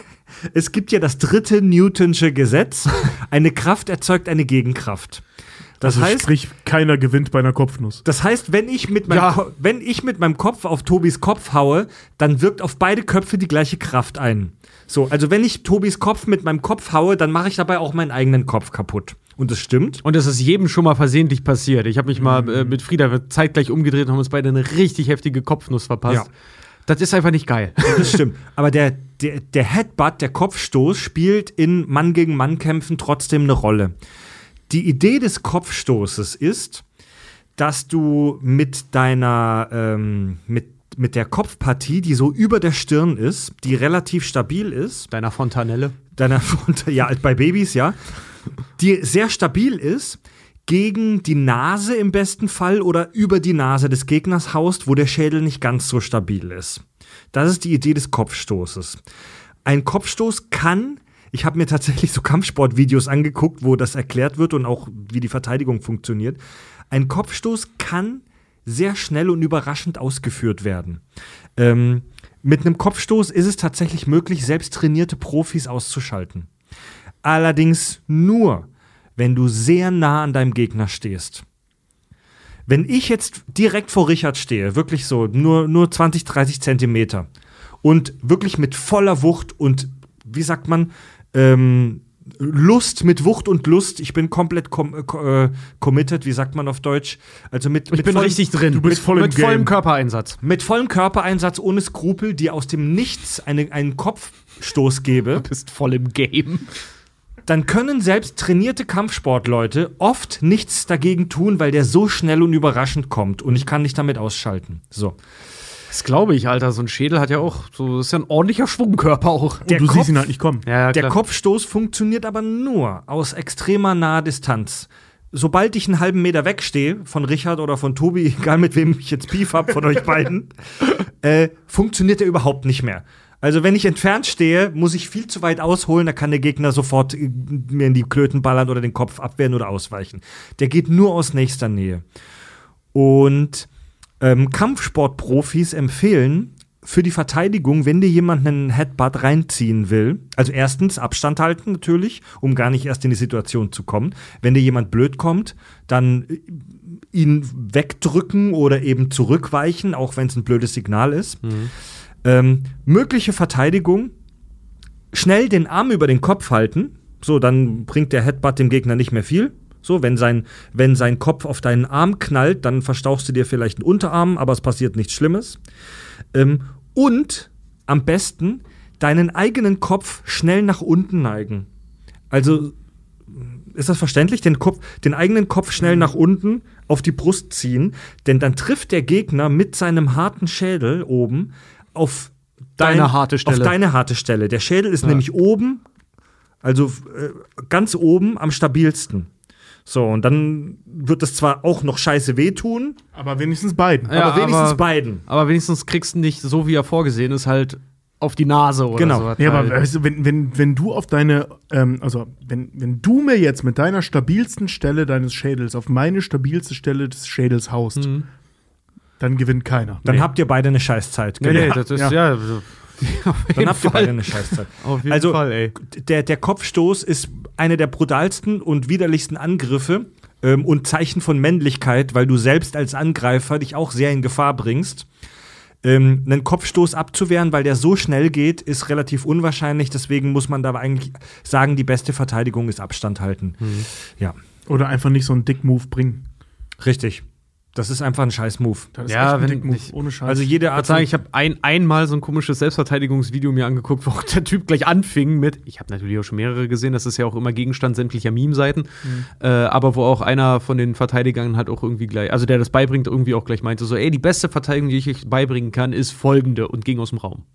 es gibt ja das dritte Newtonsche Gesetz, eine Kraft erzeugt eine Gegenkraft. Das also heißt, sprich, keiner gewinnt bei einer Kopfnuss. das heißt, wenn ich, mit meinem Ja. Ko- wenn ich mit meinem Kopf auf Tobis Kopf haue, dann wirkt auf beide Köpfe die gleiche Kraft ein. So, also wenn ich Tobis Kopf mit meinem Kopf haue, dann mache ich dabei auch meinen eigenen Kopf kaputt. Und das stimmt. Und es ist jedem schon mal versehentlich passiert. Ich habe mich mal äh, mit Frieda zeitgleich umgedreht und haben uns beide eine richtig heftige Kopfnuss verpasst. Ja. Das ist einfach nicht geil. Das stimmt. Aber der, der, der Headbutt, der Kopfstoß, spielt in Mann-gegen-Mann-Kämpfen trotzdem eine Rolle. Die Idee des Kopfstoßes ist, dass du mit deiner, ähm, mit, mit der Kopfpartie, die so über der Stirn ist, die relativ stabil ist, Deiner Fontanelle. deiner, ja, bei Babys, ja, die sehr stabil ist, gegen die Nase im besten Fall oder über die Nase des Gegners haust, wo der Schädel nicht ganz so stabil ist. Das ist die Idee des Kopfstoßes. Ein Kopfstoß kann, ich habe mir tatsächlich so Kampfsportvideos angeguckt, wo das erklärt wird und auch wie die Verteidigung funktioniert. Ein Kopfstoß kann sehr schnell und überraschend ausgeführt werden. Ähm, mit einem Kopfstoß ist es tatsächlich möglich, selbst trainierte Profis auszuschalten. Allerdings nur, wenn du sehr nah an deinem Gegner stehst. Wenn ich jetzt direkt vor Richard stehe, wirklich so, nur, nur zwanzig, dreißig Zentimeter und wirklich mit voller Wucht und, wie sagt man, ähm, Lust, mit Wucht und Lust, ich bin komplett com- äh, committed, wie sagt man auf Deutsch? Also mit, Ich mit bin vollem- richtig drin. du bist mit, voll im mit vollem Game. Körpereinsatz. mit vollem Körpereinsatz, ohne Skrupel, dir aus dem Nichts eine, einen Kopfstoß gebe. Du bist voll im Game. Dann können selbst trainierte Kampfsportleute oft nichts dagegen tun, weil der so schnell und überraschend kommt und ich kann nicht damit ausschalten. So. Das glaube ich, Alter. So ein Schädel hat ja auch, so das ist ja ein ordentlicher Schwungkörper auch. Und Der du Kopf- siehst ihn halt nicht kommen. Ja, ja, Der klar. Kopfstoß funktioniert aber nur aus extremer naher Distanz. Sobald ich einen halben Meter wegstehe, von Richard oder von Tobi, egal mit wem ich jetzt Beef habe von euch beiden, äh, funktioniert er überhaupt nicht mehr. Also wenn ich entfernt stehe, muss ich viel zu weit ausholen, da kann der Gegner sofort äh, mir in die Klöten ballern oder den Kopf abwehren oder ausweichen. Der geht nur aus nächster Nähe. Und ähm, Kampfsportprofis empfehlen für die Verteidigung, wenn dir jemand einen Headbutt reinziehen will, also erstens Abstand halten natürlich, um gar nicht erst in die Situation zu kommen. Wenn dir jemand blöd kommt, dann äh, ihn wegdrücken oder eben zurückweichen, auch wenn es ein blödes Signal ist. Mhm. Ähm, mögliche Verteidigung, schnell den Arm über den Kopf halten, so, dann bringt der Headbutt dem Gegner nicht mehr viel. So, wenn sein, wenn sein Kopf auf deinen Arm knallt, dann verstauchst du dir vielleicht einen Unterarm, aber es passiert nichts Schlimmes. Ähm, und am besten deinen eigenen Kopf schnell nach unten neigen. Also, ist das verständlich? Den, Kopf, den eigenen Kopf schnell nach unten auf die Brust ziehen, denn dann trifft der Gegner mit seinem harten Schädel oben auf Deine dein, harte Stelle. Auf deine harte Stelle. Der Schädel ist Ja. nämlich oben, also äh, ganz oben am stabilsten. So, und dann wird es zwar auch noch scheiße wehtun, Aber wenigstens beiden. Ja, aber wenigstens aber- beiden. Aber wenigstens kriegst du nicht so, wie er vorgesehen ist, halt auf die Nase oder Genau. so. Ja, aber halt. weißt du, wenn, wenn, wenn du auf deine, ähm, also wenn, wenn du mir jetzt mit deiner stabilsten Stelle deines Schädels auf meine stabilste Stelle des Schädels haust, Mhm. dann gewinnt keiner. Dann Nee. habt ihr beide eine Scheißzeit. Nee, Genau. nee, das ist Ja. ja. so- auf jeden Dann habt ihr beide Fall. eine Scheißzeit. Auf jeden Also, Fall, ey. Der, der Kopfstoß ist einer der brutalsten und widerlichsten Angriffe ähm, und Zeichen von Männlichkeit, weil du selbst als Angreifer dich auch sehr in Gefahr bringst. Ähm, einen Kopfstoß abzuwehren, weil der so schnell geht, ist relativ unwahrscheinlich. Deswegen muss man da eigentlich sagen, die beste Verteidigung ist Abstand halten. Ja, Oder einfach nicht so einen Dick-Move bringen. richtig. Das ist einfach ein Scheiß-Move. Das ist Ja, echt ein wenn Dick-Move, nicht- ohne Scheiß. Also jede Ich Art würde sagen, ich habe ein, einmal so ein komisches Selbstverteidigungsvideo mir angeguckt, wo der Typ gleich anfing mit, ich habe natürlich auch schon mehrere gesehen, das ist ja auch immer Gegenstand sämtlicher Meme-Seiten, äh, aber wo auch einer von den Verteidigern halt auch irgendwie gleich, also der das beibringt, irgendwie auch gleich meinte, so, ey, die beste Verteidigung, die ich euch beibringen kann, ist folgende und ging aus dem Raum.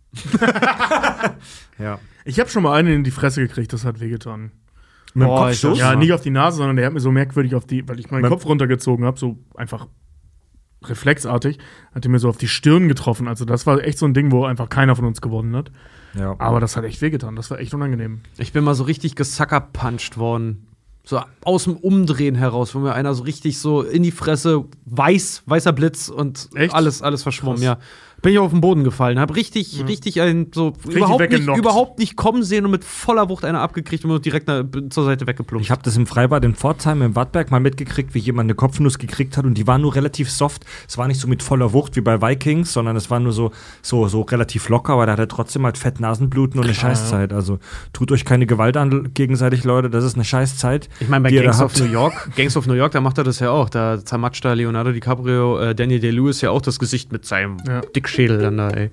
ja. ich habe schon mal einen in die Fresse gekriegt, das hat wehgetan. Mit dem Boah, Kopfstoß? ist Ja, Ja. nicht auf die Nase, sondern der hat mir so merkwürdig auf die, weil ich meinen Beim- Kopf runtergezogen habe, so einfach reflexartig, hat er mir so auf die Stirn getroffen. Also das war echt so ein Ding, wo einfach keiner von uns gewonnen hat. Ja. Aber das hat echt wehgetan, das war echt unangenehm. Ich bin mal so richtig gesuckerpuncht worden. So aus dem Umdrehen heraus, wo mir einer so richtig so in die Fresse, weiß, weißer Blitz und Echt? alles, alles verschwommen, Krass. ja. Bin ich auf den Boden gefallen, hab richtig, richtig einen so überhaupt nicht, weggenockt. überhaupt nicht kommen sehen und mit voller Wucht einer abgekriegt und direkt na, zur Seite weggeplumpt. Ich habe das im Freibad in Pforzheim im Wattberg mal mitgekriegt, wie jemand eine Kopfnuss gekriegt hat und die war nur relativ soft. Es war nicht so mit voller Wucht wie bei Vikings, sondern es war nur so, so, so relativ locker, aber da hat er trotzdem halt fett Nasenbluten und eine Scheißzeit. Also tut euch keine Gewalt an gegenseitig, Leute, das ist eine Scheißzeit. Ich meine, bei die ihr da Gangs of habt. New York, Gangs of New York, da macht er das ja auch. Da zermatscht da Leonardo DiCaprio, äh, Daniel Day-Lewis ja auch das Gesicht mit seinem Ja. Dickschädel dann da, ey.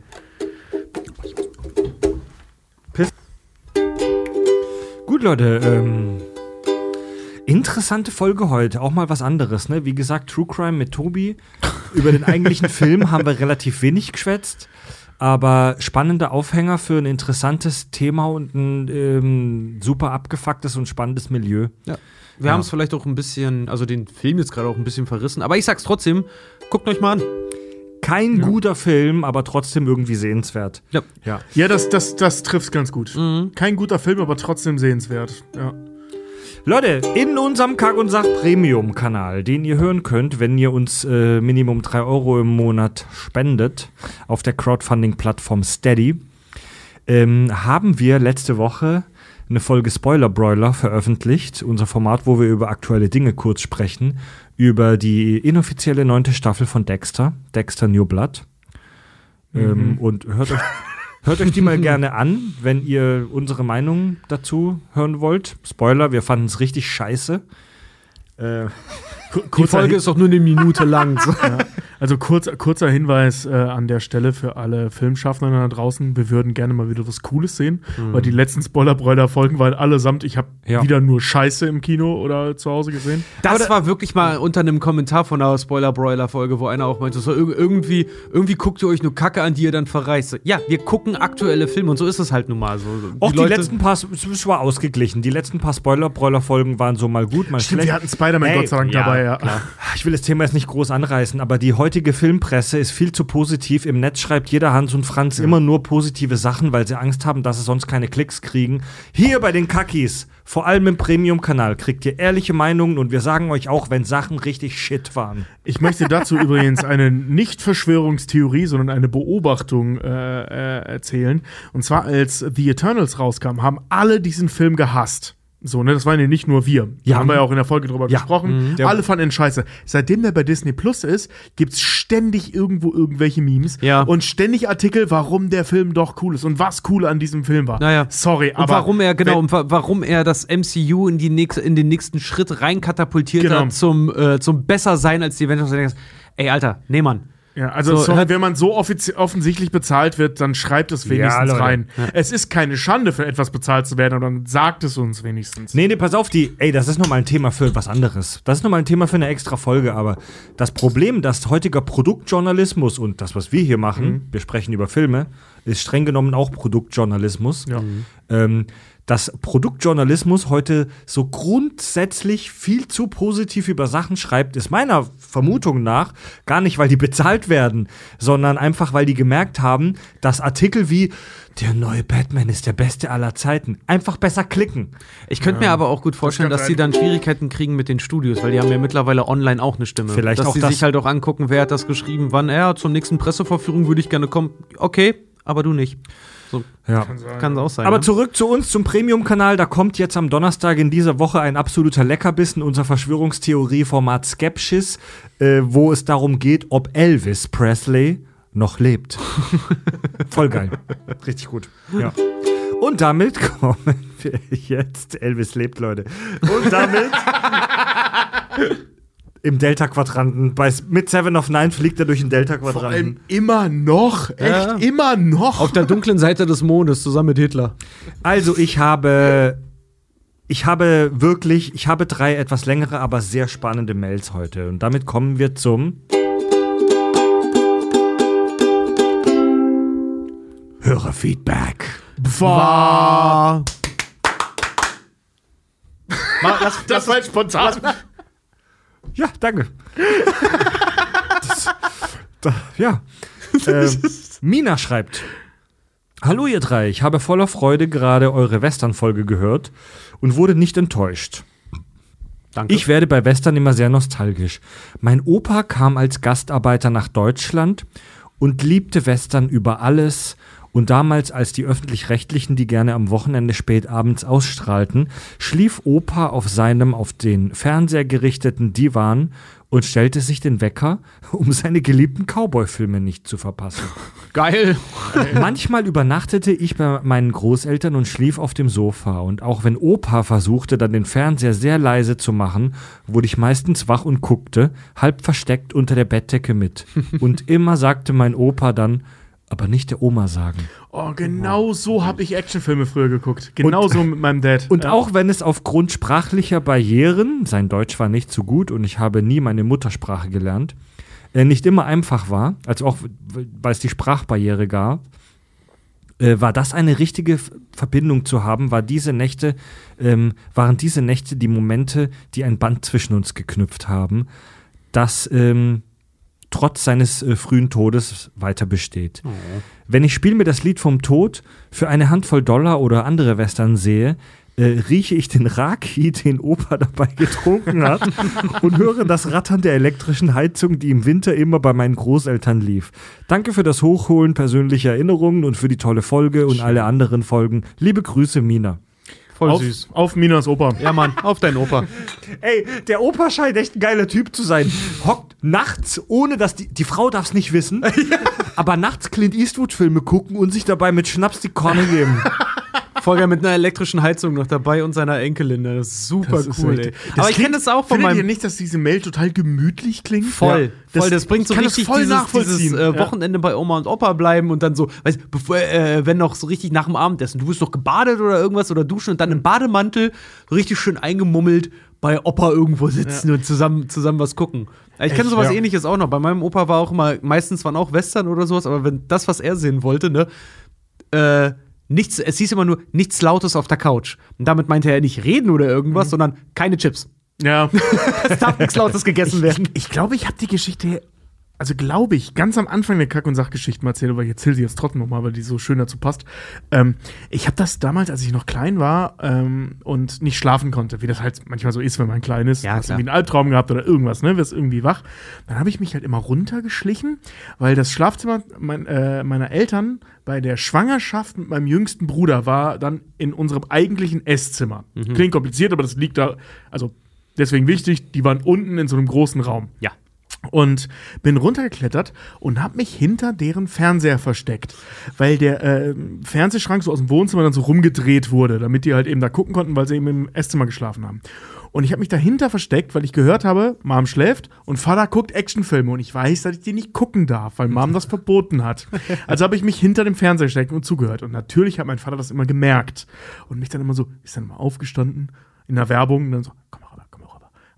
Gut, Leute, ähm, interessante Folge heute, auch mal was anderes, ne? Wie gesagt, True Crime mit Tobi. Über den eigentlichen Film haben wir relativ wenig geschwätzt, aber spannender Aufhänger für ein interessantes Thema und ein ähm, super abgefucktes und spannendes Milieu. Wir Ja. haben es vielleicht auch ein bisschen, also den Film jetzt gerade auch ein bisschen verrissen, aber ich sag's trotzdem, guckt euch mal an. Kein guter Film, aber trotzdem irgendwie sehenswert. Ja. Ja. Ja, das, das, das trifft's ganz gut. Mhm. Kein guter Film, aber trotzdem sehenswert. Ja. Leute, in unserem Kack und Sach Premium Kanal, den ihr hören könnt, wenn ihr uns äh, Minimum drei Euro im Monat spendet, auf der Crowdfunding-Plattform Steady, ähm, haben wir letzte Woche eine Folge Spoiler Broiler veröffentlicht. Unser Format, wo wir über aktuelle Dinge kurz sprechen, über die inoffizielle neunte Staffel von Dexter, Dexter New Blood. Ähm, und hört euch, hört euch die mal gerne an, wenn ihr unsere Meinung dazu hören wollt. Spoiler, wir fanden es richtig scheiße. Äh, Die Folge ist auch nur eine Minute lang. So. Also kurz, kurzer Hinweis äh, an der Stelle für alle Filmschaffenden da draußen. Wir würden gerne mal wieder was Cooles sehen, weil die letzten Spoiler-Bräuler-Folgen waren allesamt, ich habe Ja. wieder nur Scheiße im Kino oder zu Hause gesehen. Das war wirklich mal unter einem Kommentar von einer Spoiler-Broiler-Folge, wo einer auch meinte, so ir- irgendwie, irgendwie guckt ihr euch nur Kacke an, die ihr dann verreißt. So, ja, wir gucken aktuelle Filme und so ist es halt nun mal so. auch die, Leute- letzten paar, es war ausgeglichen. Die letzten paar Spoiler-Broiler-Folgen waren so mal gut, mal Stimmt, schlecht. wir hatten Spider-Man Ey, Gott sei Dank ja, dabei, ja. klar. Ich will das Thema jetzt nicht groß anreißen, aber die heutige Filmpresse ist viel zu positiv. Im Netz schreibt jeder Hans und Franz immer nur positive Sachen, weil sie Angst haben, dass sie sonst keine Klicks kriegen. Hier bei den Kackis, vor allem im Premium-Kanal, kriegt ihr ehrliche Meinungen und wir sagen euch auch, wenn Sachen richtig shit waren. Ich möchte dazu übrigens eine Nicht-Verschwörungstheorie, sondern eine Beobachtung äh, äh, erzählen. Und zwar, als The Eternals rauskam, haben alle diesen Film gehasst. So, ne, das waren ja nicht nur wir. Da Ja. haben wir ja auch in der Folge drüber Ja. gesprochen. Der- Alle fanden ihn scheiße. Seitdem der bei Disney Plus ist, gibt's ständig irgendwo irgendwelche Memes Ja. und ständig Artikel, warum der Film doch cool ist und was cool an diesem Film war. Naja. Sorry, Und aber warum er, genau, wenn- und wa warum er das M C U in, die nächste, in den nächsten Schritt reinkatapultiert Genau. hat zum, äh, zum Bessersein als die Avengers. Ey, Alter, nee, Mann. Ja, also So, sorry, hört- wenn man so offizi- offensichtlich bezahlt wird, dann schreibt es wenigstens Leute. rein. Es ist keine Schande, für etwas bezahlt zu werden, aber dann sagt es uns wenigstens. Nee, nee, pass auf, die, ey, das ist nochmal ein Thema für was anderes. Das ist nochmal ein Thema für eine extra Folge, aber das Problem, dass heutiger Produktjournalismus und das, was wir hier machen, wir sprechen über Filme, ist streng genommen auch Produktjournalismus. Ja. Ähm, dass Produktjournalismus heute so grundsätzlich viel zu positiv über Sachen schreibt, ist meiner Vermutung nach gar nicht, weil die bezahlt werden, sondern einfach, weil die gemerkt haben, dass Artikel wie der neue Batman ist der beste aller Zeiten einfach besser klicken. Ich könnte mir aber auch gut vorstellen, Das dass kann sie dann Schwierigkeiten kriegen mit den Studios, weil die haben ja mittlerweile online auch eine Stimme. Vielleicht dass auch sie das. sich halt auch angucken, wer hat das geschrieben, wann er zur nächsten Pressevorführung würde ich gerne kommen. Okay, aber du nicht. So Ja. kann es auch sein. Aber ne? zurück zu uns, zum Premium-Kanal. Da kommt jetzt am Donnerstag in dieser Woche ein absoluter Leckerbissen, unser Verschwörungstheorie-Format Skepsis, äh, wo es darum geht, ob Elvis Presley noch lebt. Voll geil. Richtig gut. Ja. Und damit kommen wir jetzt. Elvis lebt, Leute. Und damit im Delta-Quadranten. Bei, mit Seven of Nine fliegt er durch den Vor Delta-Quadranten. allem immer noch, echt Ja. immer noch. Auf der dunklen Seite des Mondes zusammen mit Hitler. Also ich habe, ich habe wirklich, ich habe drei etwas längere, aber sehr spannende Mails heute. Und damit kommen wir zum Hörerfeedback. Boah. Lass, Das war jetzt spontan. Ja, danke. das, da, ja. Ähm, Mina schreibt: Hallo ihr drei, ich habe voller Freude gerade eure Western-Folge gehört und wurde nicht enttäuscht. Danke. Ich werde bei Western immer sehr nostalgisch. Mein Opa kam als Gastarbeiter nach Deutschland und liebte Western über alles. Und damals, als die Öffentlich-Rechtlichen die gerne am Wochenende spät abends ausstrahlten, schlief Opa auf seinem auf den Fernseher gerichteten Divan und stellte sich den Wecker, um seine geliebten Cowboy-Filme nicht zu verpassen. Geil. Manchmal übernachtete ich bei meinen Großeltern und schlief auf dem Sofa. Und auch wenn Opa versuchte, dann den Fernseher sehr leise zu machen, wurde ich meistens wach und guckte, halb versteckt unter der Bettdecke mit. Und immer sagte mein Opa dann, aber nicht der Oma sagen. Oh, genau so habe ich Actionfilme früher geguckt. Genau Und- so mit meinem Dad. Und Ja. auch wenn es aufgrund sprachlicher Barrieren, sein Deutsch war nicht so gut und ich habe nie meine Muttersprache gelernt, äh, nicht immer einfach war, also auch weil es die Sprachbarriere gab, äh, war das eine richtige F- Verbindung zu haben, war diese Nächte, ähm, waren diese Nächte die Momente, die ein Band zwischen uns geknüpft haben, das ähm, trotz seines äh, frühen Todes weiter besteht. Wenn ich Spiel mir das Lied vom Tod für eine Handvoll Dollar oder andere Western sehe, äh, rieche ich den Raki, den Opa dabei getrunken hat und höre das Rattern der elektrischen Heizung, die im Winter immer bei meinen Großeltern lief. Danke für das Hochholen persönlicher Erinnerungen und für die tolle Folge und alle anderen Folgen. Liebe Grüße, Mina. Voll auf, süß. auf Minas Opa. Ja, Mann, auf deinen Opa. Ey, der Opa scheint echt ein geiler Typ zu sein. Hockt nachts, ohne dass die, die Frau darf es nicht wissen, aber nachts Clint Eastwood-Filme gucken und sich dabei mit Schnaps die Korne geben. Voll geil mit einer elektrischen Heizung noch dabei und seiner Enkelin. Das ist super Das ist cool, richtig- ey. Das Aber ich kenne klingt- das auch von Findet ihr meinem. nicht, dass diese Mail total gemütlich klingt? Voll, Ja. voll, das bringt so ich kann das richtig voll dieses, nachvollziehen. dieses äh, Ja. Wochenende bei Oma und Opa bleiben und dann so, weißt, bevor, äh, wenn noch so richtig nach dem Abendessen, du wirst doch gebadet oder irgendwas oder duschen und dann im Bademantel so richtig schön eingemummelt bei Opa irgendwo sitzen und zusammen, zusammen was gucken. Ich kenne Echt, sowas ja. Ähnliches auch noch. Bei meinem Opa war auch immer, meistens waren auch Western oder sowas, aber wenn das, was er sehen wollte, ne, äh, nichts, es hieß immer nur nichts Lautes auf der Couch. Und damit meinte er nicht reden oder irgendwas, sondern keine Chips. Ja. Es darf nichts Lautes gegessen werden. Ich glaube, ich habe die Geschichte, also glaube ich, ganz am Anfang der Kack- und Sachgeschichten mal erzählt, aber ich erzähle sie jetzt trotzdem nochmal, weil die so schön dazu passt. Ähm, ich habe das damals, als ich noch klein war ähm, und nicht schlafen konnte, wie das halt manchmal so ist, wenn man klein ist. Ja, hast klar. irgendwie einen Albtraum gehabt oder irgendwas, ne? Wirst irgendwie wach. Dann habe ich mich halt immer runtergeschlichen, weil das Schlafzimmer mein, äh, meiner Eltern bei der Schwangerschaft mit meinem jüngsten Bruder war dann in unserem eigentlichen Esszimmer. Klingt kompliziert, aber das liegt da, also deswegen wichtig, die waren unten in so einem großen Raum. Ja. Und bin runtergeklettert und habe mich hinter deren Fernseher versteckt, weil der äh, Fernsehschrank so aus dem Wohnzimmer dann so rumgedreht wurde, damit die halt eben da gucken konnten, weil sie eben im Esszimmer geschlafen haben. Und ich habe mich dahinter versteckt, weil ich gehört habe, Mom schläft und Vater guckt Actionfilme und ich weiß, dass ich die nicht gucken darf, weil Mom das verboten hat. Also habe ich mich hinter dem Fernseher gesteckt und zugehört. Und natürlich hat mein Vater das immer gemerkt und mich dann immer so, ist dann mal aufgestanden in der Werbung und dann so, komm mal rüber, komm mal rüber.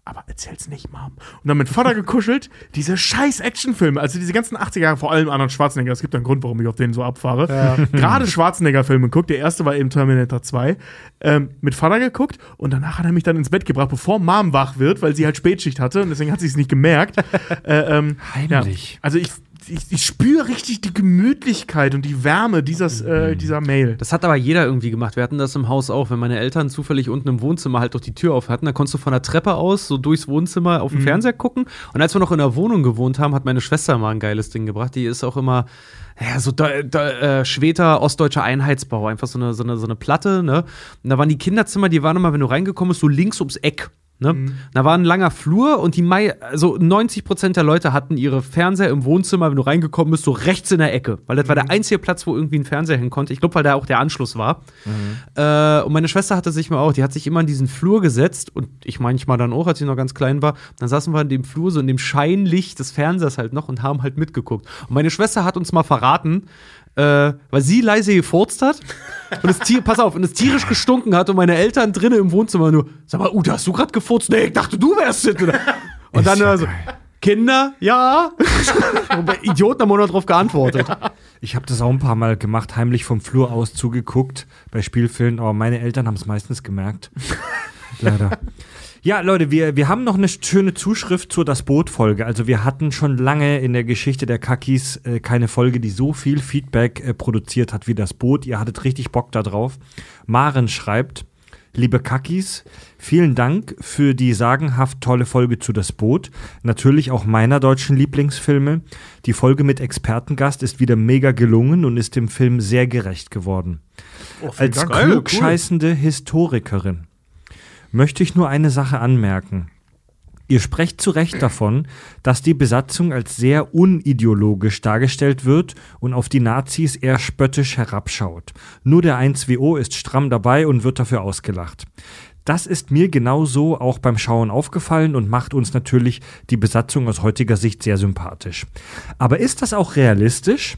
aber erzähl's nicht, Mom. Und dann mit Vater gekuschelt, diese scheiß Actionfilme, also diese ganzen achtziger Jahre, vor allem Arnold Schwarzenegger, es gibt einen Grund, warum ich auf den so abfahre. Ja. Gerade Schwarzenegger-Filme guckt, der erste war eben Terminator zwei, ähm, mit Vater geguckt und danach hat er mich dann ins Bett gebracht, bevor Mom wach wird, weil sie halt Spätschicht hatte und deswegen hat sie es nicht gemerkt. äh, ähm, Heimlich. Ja. Also ich Ich, ich spüre richtig die Gemütlichkeit und die Wärme dieses, äh, dieser Mail. Das hat aber jeder irgendwie gemacht. Wir hatten das im Haus auch. Wenn meine Eltern zufällig unten im Wohnzimmer halt doch die Tür auf hatten, dann konntest du von der Treppe aus so durchs Wohnzimmer auf den mhm. Fernseher gucken. Und als wir noch in der Wohnung gewohnt haben, hat meine Schwester mal ein geiles Ding gebracht. Die ist auch immer, ja, so da, da, äh, Schweter ostdeutscher Einheitsbau. Einfach so eine, so, eine, so eine Platte, ne? Und da waren die Kinderzimmer, die waren immer, wenn du reingekommen bist, so links ums Eck. Ne? Mhm. Da war ein langer Flur und die Mai, also neunzig Prozent der Leute hatten ihre Fernseher im Wohnzimmer, wenn du reingekommen bist, so rechts in der Ecke. Weil das mhm. war der einzige Platz, wo irgendwie ein Fernseher hin konnte. Ich glaube, weil da auch der Anschluss war. Mhm. Äh, und meine Schwester hatte sich mal auch, die hat sich immer in diesen Flur gesetzt und ich manchmal dann auch, als ich noch ganz klein war. Dann saßen wir in dem Flur, so in dem Scheinlicht des Fernsehers halt noch und haben halt mitgeguckt. Und meine Schwester hat uns mal verraten, Äh, weil sie leise gefurzt hat und es Tier, pass auf, und es tierisch gestunken hat und meine Eltern drinnen im Wohnzimmer nur, sag mal, Ute, hast du gerade gefurzt? Nee, ich dachte, du wärst es. Und dann ja so, Kinder, ja. Und bei Idioten haben wir noch drauf geantwortet. Ich habe das auch ein paar Mal gemacht, heimlich vom Flur aus zugeguckt bei Spielfilmen, aber meine Eltern haben es meistens gemerkt. Leider. Ja, Leute, wir, wir haben noch eine schöne Zuschrift zur Das Boot-Folge. Also wir hatten schon lange in der Geschichte der Kakis äh, keine Folge, die so viel Feedback äh, produziert hat wie Das Boot. Ihr hattet richtig Bock da drauf. Maren schreibt, liebe Kakis, vielen Dank für die sagenhaft tolle Folge zu Das Boot. Natürlich auch meiner deutschen Lieblingsfilme. Die Folge mit Expertengast ist wieder mega gelungen und ist dem Film sehr gerecht geworden. Oh, Als Dank. klugscheißende cool. Historikerin möchte ich nur eine Sache anmerken. Ihr sprecht zu Recht davon, dass die Besatzung als sehr unideologisch dargestellt wird und auf die Nazis eher spöttisch herabschaut. Nur der eins W O ist stramm dabei und wird dafür ausgelacht. Das ist mir genauso auch beim Schauen aufgefallen und macht uns natürlich die Besatzung aus heutiger Sicht sehr sympathisch. Aber ist das auch realistisch?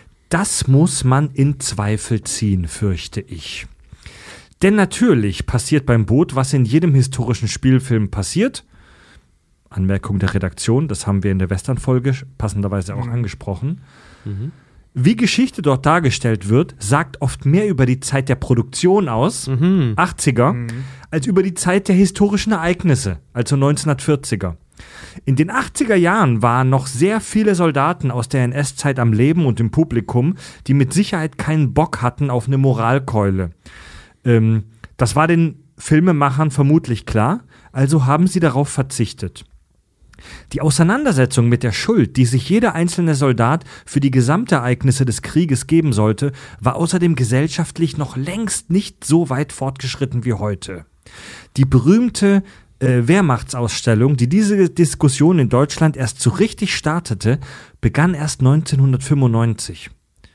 Das muss man in Zweifel ziehen, fürchte ich. Denn natürlich passiert beim Boot, was in jedem historischen Spielfilm passiert. Anmerkung der Redaktion, das haben wir in der Western-Folge passenderweise auch mhm. angesprochen. Mhm. Wie Geschichte dort dargestellt wird, sagt oft mehr über die Zeit der Produktion aus, mhm. achtziger, mhm. als über die Zeit der historischen Ereignisse, also neunzehnhundertvierziger. In den achtziger Jahren waren noch sehr viele Soldaten aus der N S-Zeit am Leben und im Publikum, die mit Sicherheit keinen Bock hatten auf eine Moralkeule. Ähm, das war den Filmemachern vermutlich klar, also haben sie darauf verzichtet. Die Auseinandersetzung mit der Schuld, die sich jeder einzelne Soldat für die Gesamtereignisse des Krieges geben sollte, war außerdem gesellschaftlich noch längst nicht so weit fortgeschritten wie heute. Die berühmte äh, Wehrmachtsausstellung, die diese Diskussion in Deutschland erst so richtig startete, begann erst neunzehnhundertfünfundneunzig.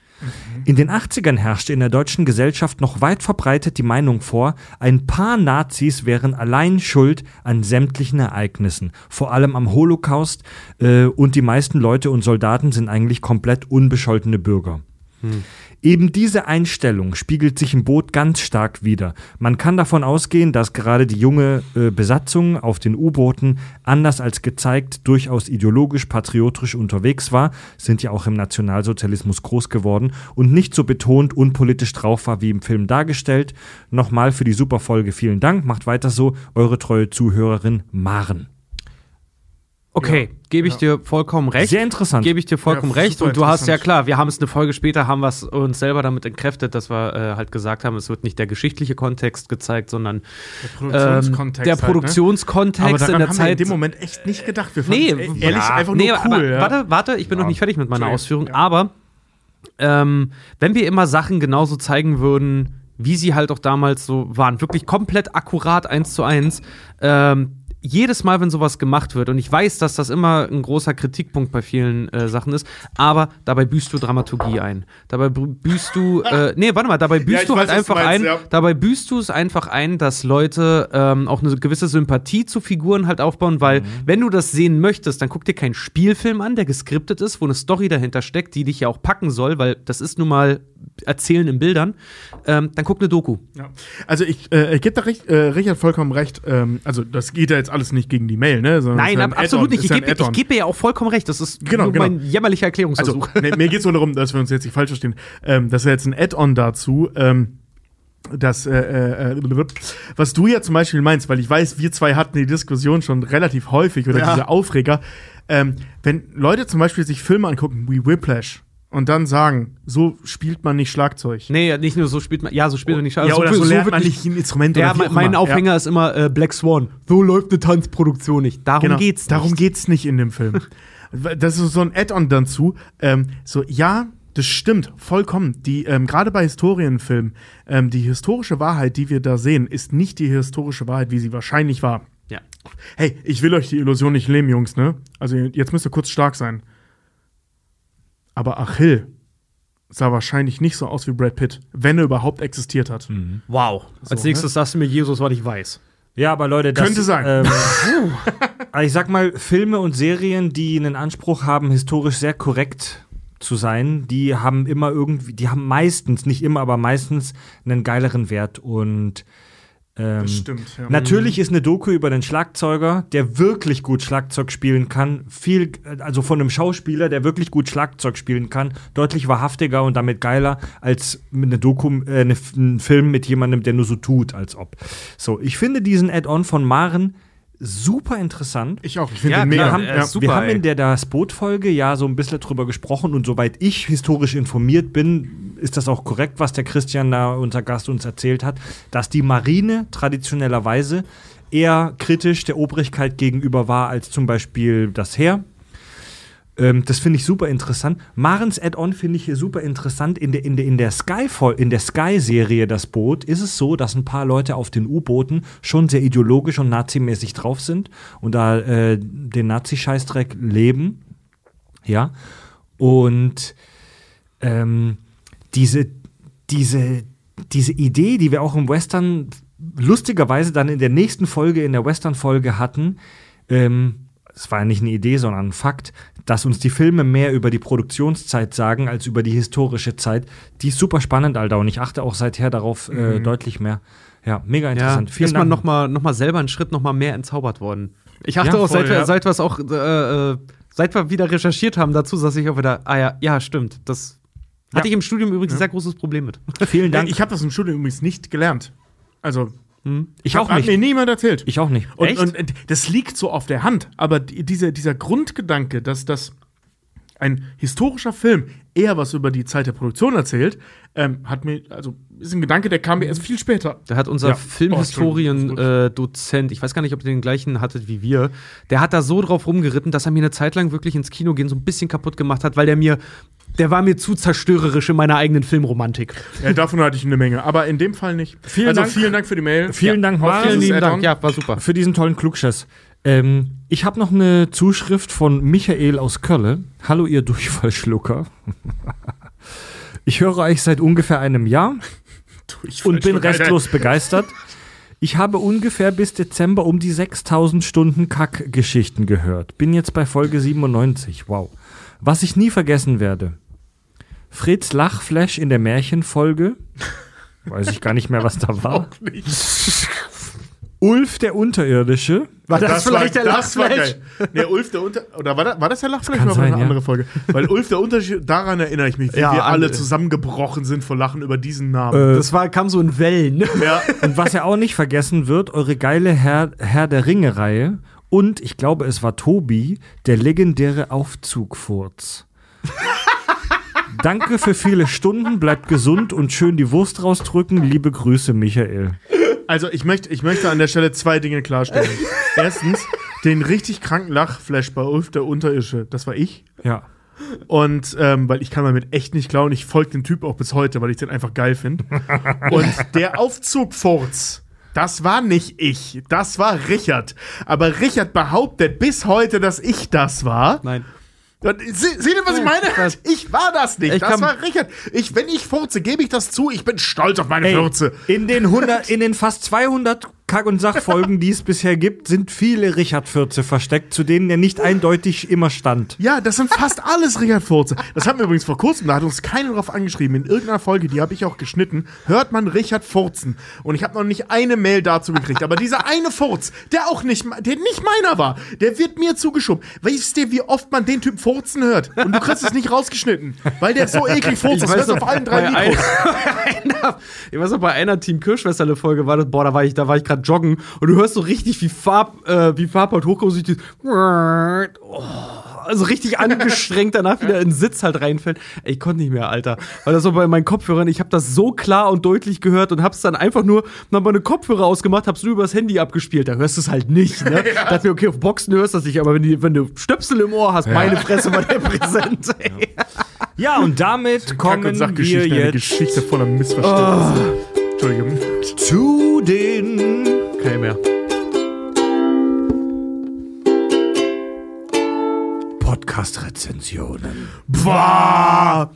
In den achtzigern herrschte in der deutschen Gesellschaft noch weit verbreitet die Meinung vor, ein paar Nazis wären allein schuld an sämtlichen Ereignissen, vor allem am Holocaust, äh, und die meisten Leute und Soldaten sind eigentlich komplett unbescholtene Bürger. Hm. Eben diese Einstellung spiegelt sich im Boot ganz stark wider. Man kann davon ausgehen, dass gerade die junge äh, Besatzung auf den U-Booten anders als gezeigt durchaus ideologisch, patriotisch unterwegs war, sind ja auch im Nationalsozialismus groß geworden und nicht so betont unpolitisch drauf war wie im Film dargestellt. Nochmal für die super Folge vielen Dank, macht weiter so, eure treue Zuhörerin Maren. Okay, ja, gebe ich ja. dir vollkommen recht. Sehr interessant. Gebe ich dir vollkommen ja, recht. Und du hast ja klar, wir haben es eine Folge später, haben wir es uns selber damit entkräftet, dass wir äh, halt gesagt haben, es wird nicht der geschichtliche Kontext gezeigt, sondern der Produktionskontext. Ähm, der halt, Produktionskontext ne? Aber in der haben Zeit. Wir in dem Moment echt nicht gedacht. Wir nee, fanden ehrlich ja, einfach nee, nur cool. Aber, ja. Warte, warte, ich bin ja. noch nicht fertig mit meiner Ausführung. Ja. Aber ähm, wenn wir immer Sachen genauso zeigen würden, wie sie halt auch damals so waren, wirklich komplett akkurat eins zu eins, ähm, jedes Mal, wenn sowas gemacht wird, und ich weiß, dass das immer ein großer Kritikpunkt bei vielen äh, Sachen ist, aber dabei büßt du Dramaturgie ein. Dabei büßt du, äh, nee, warte mal, dabei büßt ja, du halt weiß, einfach meinst, ein, ja. dabei büßt du es einfach ein, dass Leute ähm, auch eine gewisse Sympathie zu Figuren halt aufbauen, weil, mhm. wenn du das sehen möchtest, dann guck dir keinen Spielfilm an, der geskriptet ist, wo eine Story dahinter steckt, die dich ja auch packen soll, weil das ist nun mal Erzählen in Bildern, ähm, dann guck eine Doku. Ja. Also ich, äh, ich gebe da recht, äh, Richard vollkommen recht, ähm, also das geht ja jetzt alles nicht gegen die Mail, ne? Sondern Nein, ist ja ein ab, absolut Add-on, nicht. Ich ist ja ein gebe Add-on. geb mir ja auch vollkommen recht. Das ist Genau, nur genau. mein jämmerlicher Erklärungsversuch. Also, ne, mir geht es nur darum, dass wir uns jetzt nicht falsch verstehen. Ähm, das ist ja jetzt ein Add-on dazu, ähm, das, äh, äh, was du ja zum Beispiel meinst, weil ich weiß, wir zwei hatten die Diskussion schon relativ häufig oder Ja. diese Aufreger. Ähm, wenn Leute zum Beispiel sich Filme angucken wie Whiplash und dann sagen, so spielt man nicht Schlagzeug. Nee, nicht nur so spielt man, ja, so spielt man nicht Ja, oder so, so lernt wird man nicht ein Instrument Ja, oder wie mein, auch mein immer. Aufhänger Ja. ist immer äh, Black Swan. So läuft eine Tanzproduktion nicht. Darum Genau, geht's nicht. Darum geht's nicht in dem Film. Das ist so ein Add-on dazu. Ähm, so, ja, das stimmt, vollkommen. Die, ähm, gerade bei Historienfilmen, ähm, die historische Wahrheit, die wir da sehen, ist nicht die historische Wahrheit, wie sie wahrscheinlich war. Ja. Hey, ich will euch die Illusion nicht nehmen, Jungs, ne? Also, jetzt müsst ihr kurz stark sein. Aber Achill sah wahrscheinlich nicht so aus wie Brad Pitt, wenn er überhaupt existiert hat. Wow. Als So, nächstes sagst du mir Jesus, was ich weiß. Ja, aber Leute, das Könnte sein. Ähm, also ich sag mal, Filme und Serien, die einen Anspruch haben, historisch sehr korrekt zu sein, die haben immer irgendwie, die haben meistens, nicht immer, aber meistens einen geileren Wert. Und ähm, Das stimmt, ja. natürlich ist eine Doku über den Schlagzeuger, der wirklich gut Schlagzeug spielen kann, viel, also von einem Schauspieler, der wirklich gut Schlagzeug spielen kann, deutlich wahrhaftiger und damit geiler als mit einer Doku, äh, eine, ein Film mit jemandem, der nur so tut, als ob. So, ich finde diesen Add-on von Maren super interessant. Ich auch, ich finde Ja, den klar, mega. Wir haben, äh, ja. super, wir haben ey. in der Das Boot-Folge ja so ein bisschen drüber gesprochen und soweit ich historisch informiert bin, ist das auch korrekt, was der Christian da, unser Gast, uns erzählt hat, dass die Marine traditionellerweise eher kritisch der Obrigkeit gegenüber war als zum Beispiel das Heer. Ähm, das finde ich super interessant. Marens Add-on finde ich hier super interessant. In der, in der, in der Sky, in der Sky-Serie Das Boot ist es so, dass ein paar Leute auf den U-Booten schon sehr ideologisch und nazimäßig drauf sind und da äh, den Nazi-Scheißdreck leben. Ja. Und ähm, diese, diese, diese Idee, die wir auch im Western lustigerweise dann in der nächsten Folge, in der Western-Folge hatten, ähm, es war ja nicht eine Idee, sondern ein Fakt, dass uns die Filme mehr über die Produktionszeit sagen als über die historische Zeit. Die ist super spannend, Alter, und ich achte auch seither darauf äh, deutlich mehr. Ja, mega interessant. Ja, Vielen ist man Dank. noch mal, noch mal selber einen Schritt noch mal mehr entzaubert worden. Ich achte Ja, auch, voll, seit, wir, ja. seit wir es auch, äh, äh, seit wir wieder recherchiert haben dazu, dass ich auch wieder, ah ja, ja, stimmt. Das hatte Ja. ich im Studium übrigens ein sehr großes Problem mit. Vielen Ja, Dank. ich habe das im Studium übrigens nicht gelernt. Also, Ich auch hat nicht. mir niemand erzählt. Ich auch nicht. Und, Echt? und äh, das liegt so auf der Hand. Aber die, dieser, dieser Grundgedanke, dass das ein historischer Film eher was über die Zeit der Produktion erzählt, ähm, hat mir, also ist ein Gedanke, der kam mir erst viel später. Da hat unser Ja. Filmhistorien-Dozent, ich weiß gar nicht, ob ihr den gleichen hattet wie wir, der hat da so drauf rumgeritten, dass er mir eine Zeit lang wirklich ins Kino gehen so ein bisschen kaputt gemacht hat, weil der mir, der war mir zu zerstörerisch in meiner eigenen Filmromantik. Ja, davon hatte ich eine Menge. Aber in dem Fall nicht. Vielen also Dank. vielen Dank für die Mail. Vielen Dank, Auf Maren. dieses Vielen lieben Add-on. Dank, ja, war super. Für diesen tollen Klugschiss. Ähm, ich habe noch eine Zuschrift von Michael aus Köln. Hallo, ihr Durchfallschlucker. Ich höre euch seit ungefähr einem Jahr Ich und bin Alter. restlos begeistert. Ich habe ungefähr bis Dezember um die sechstausend Stunden Kackgeschichten gehört. Bin jetzt bei Folge siebenundneunzig. Wow. Was ich nie vergessen werde. Freds Lachflash in der Märchenfolge. Weiß ich gar nicht mehr, was da war. Ulf der Unterirdische. War das, vielleicht der das war Lachflash? geil. Nee, Ulf der Unter... Oder war das, war das der Lachflash Kann oder war das sein, eine ja. andere Folge? Weil Ulf der Unterschied, daran erinnere ich mich, wie Ja, wir alle an- zusammengebrochen sind vor Lachen über diesen Namen. Äh, Das war, kam so in Wellen. ja. Und was ja auch nicht vergessen wird, eure geile Herr, Herr der Ringe-Reihe. Und ich glaube, es war Tobi, der legendäre Aufzugfurz. Danke für viele Stunden, bleibt gesund und schön die Wurst rausdrücken. Liebe Grüße, Michael. Also ich möchte, ich möchte an der Stelle zwei Dinge klarstellen. Erstens, den richtig kranken Lachflash bei Ulf der Unterirdische, das war ich. Ja. Und ähm, weil ich kann damit echt nicht klauen, ich folge dem Typ auch bis heute, weil ich den einfach geil finde. Und der Aufzugfurz, das war nicht ich, das war Richard. Aber Richard behauptet bis heute, dass ich das war. Nein. Und se- Seht ihr, was ich meine? Was? Ich war das nicht. Ich das kann- war Richard. Ich, wenn ich furze, gebe ich das zu. Ich bin stolz auf meine Ey, Furze. in den hundert, in den fast zweihundert Kack- und Sachfolgen, die es bisher gibt, sind viele Richard-Fürze versteckt, zu denen er nicht eindeutig immer stand. Ja, das sind fast alles Richard Furze. Das haben wir übrigens vor kurzem, da hat uns keiner drauf angeschrieben. In irgendeiner Folge, die habe ich auch geschnitten, hört man Richard Furzen. Und ich habe noch nicht eine Mail dazu gekriegt. Aber dieser eine Furz, der auch nicht, der nicht meiner war, der wird mir zugeschoben. Weißt du, wie oft man den Typ Furzen hört? Und du kriegst es nicht rausgeschnitten, weil der so eklig furzt. Das hörst du auf allen drei Mikros. Einer, ich weiß noch, bei einer Team Kirschwässerle-Folge war das, boah, da war ich, da war ich gerade joggen und du hörst so richtig, wie Farb, äh, wie Farb hochkommt, so dieses, oh, also richtig angestrengt danach wieder in den Sitz halt reinfällt. Ey, ich konnte nicht mehr, Alter. Weil das so bei meinen Kopfhörern, ich habe das so klar und deutlich gehört und hab's dann einfach nur, hab meine Kopfhörer ausgemacht, hab's nur übers Handy abgespielt. Da hörst du es halt nicht, ne? Ja. Da dachte mir, okay, auf Boxen hörst du das nicht, aber wenn, die, wenn du Stöpsel im Ohr hast, ja. Meine Fresse war der präsent. Ja. Ja, und damit kommen wir jetzt eine Geschichte voller Missverständnisse. Oh. Entschuldigung. Zu den Kein mehr. Podcast-Rezensionen. Boah!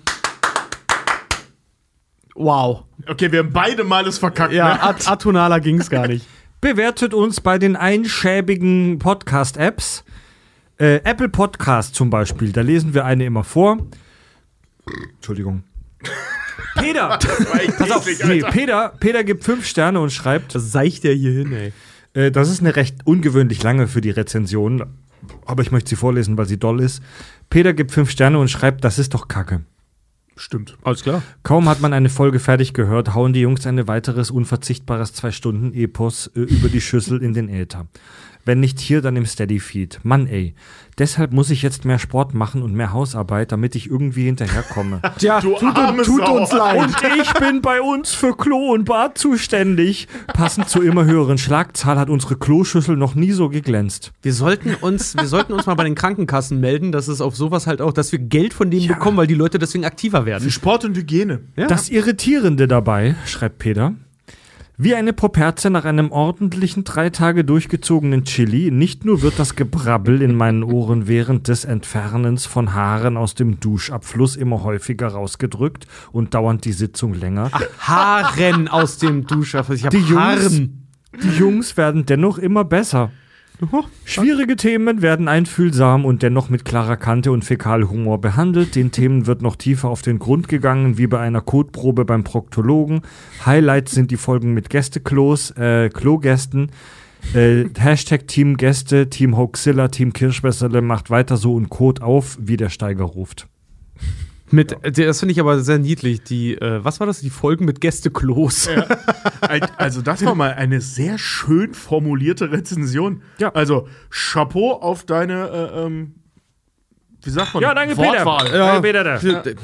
Wow. Okay, wir haben beide mal es verkackt. Ja, ne? at- atonaler ging's gar nicht. Bewertet uns bei den einschäbigen Podcast-Apps. Äh, Apple Podcast zum Beispiel, da lesen wir eine immer vor. Entschuldigung. Peter! Pass auf, nee, Peter, Peter gibt fünf Sterne und schreibt. Das seicht der hier hin, ey. Äh, das ist eine recht ungewöhnlich lange für die Rezension, aber ich möchte sie vorlesen, weil sie doll ist. Peter gibt fünf Sterne und schreibt, das ist doch Kacke. Stimmt. Alles klar. Kaum hat man eine Folge fertig gehört, hauen die Jungs ein weiteres unverzichtbares Zwei-Stunden-Epos äh, über die Schüssel in den Äther. Wenn nicht hier, dann im Steady-Feed. Mann, ey. Deshalb muss ich jetzt mehr Sport machen und mehr Hausarbeit, damit ich irgendwie hinterherkomme. Tja, Du tut, arme tut Sau. uns leid. Und ich bin bei uns für Klo und Bad zuständig. Passend zur immer höheren Schlagzahl hat unsere Kloschüssel noch nie so geglänzt. Wir sollten uns, wir sollten uns mal bei den Krankenkassen melden, dass es auf sowas halt auch, dass wir Geld von denen Ja. bekommen, weil die Leute deswegen aktiver werden. Für Sport und Hygiene. Ja. Das Irritierende dabei, schreibt Peter, wie eine Properze nach einem ordentlichen drei Tage durchgezogenen Chili, nicht nur wird das Gebrabbel in meinen Ohren während des Entfernens von Haaren aus dem Duschabfluss immer häufiger rausgedrückt und dauernd die Sitzung länger. Ach, Haaren aus dem Duschabfluss. Ich hab Die Jungs- Haaren. Die Jungs werden dennoch immer besser. Schwierige Themen werden einfühlsam und dennoch mit klarer Kante und Fäkalhumor behandelt. Den Themen wird noch tiefer auf den Grund gegangen, wie bei einer Kotprobe beim Proktologen. Highlights sind die Folgen mit Gästeklos, äh, Klogästen. Äh, Hashtag Team Gäste, Team Hoaxilla, Team Kirschwässerle macht weiter so und Kot auf, wie der Steiger ruft. Mit, das finde ich aber sehr niedlich. Die, äh, was war das? Die Folgen mit Gästeklos. Ja. Also, das war mal eine sehr schön formulierte Rezension. Ja. Also, Chapeau auf deine, äh, ähm, wie sagt man? Ja, danke, Wortwahl. Peter. Ja. Danke, Peter. Da.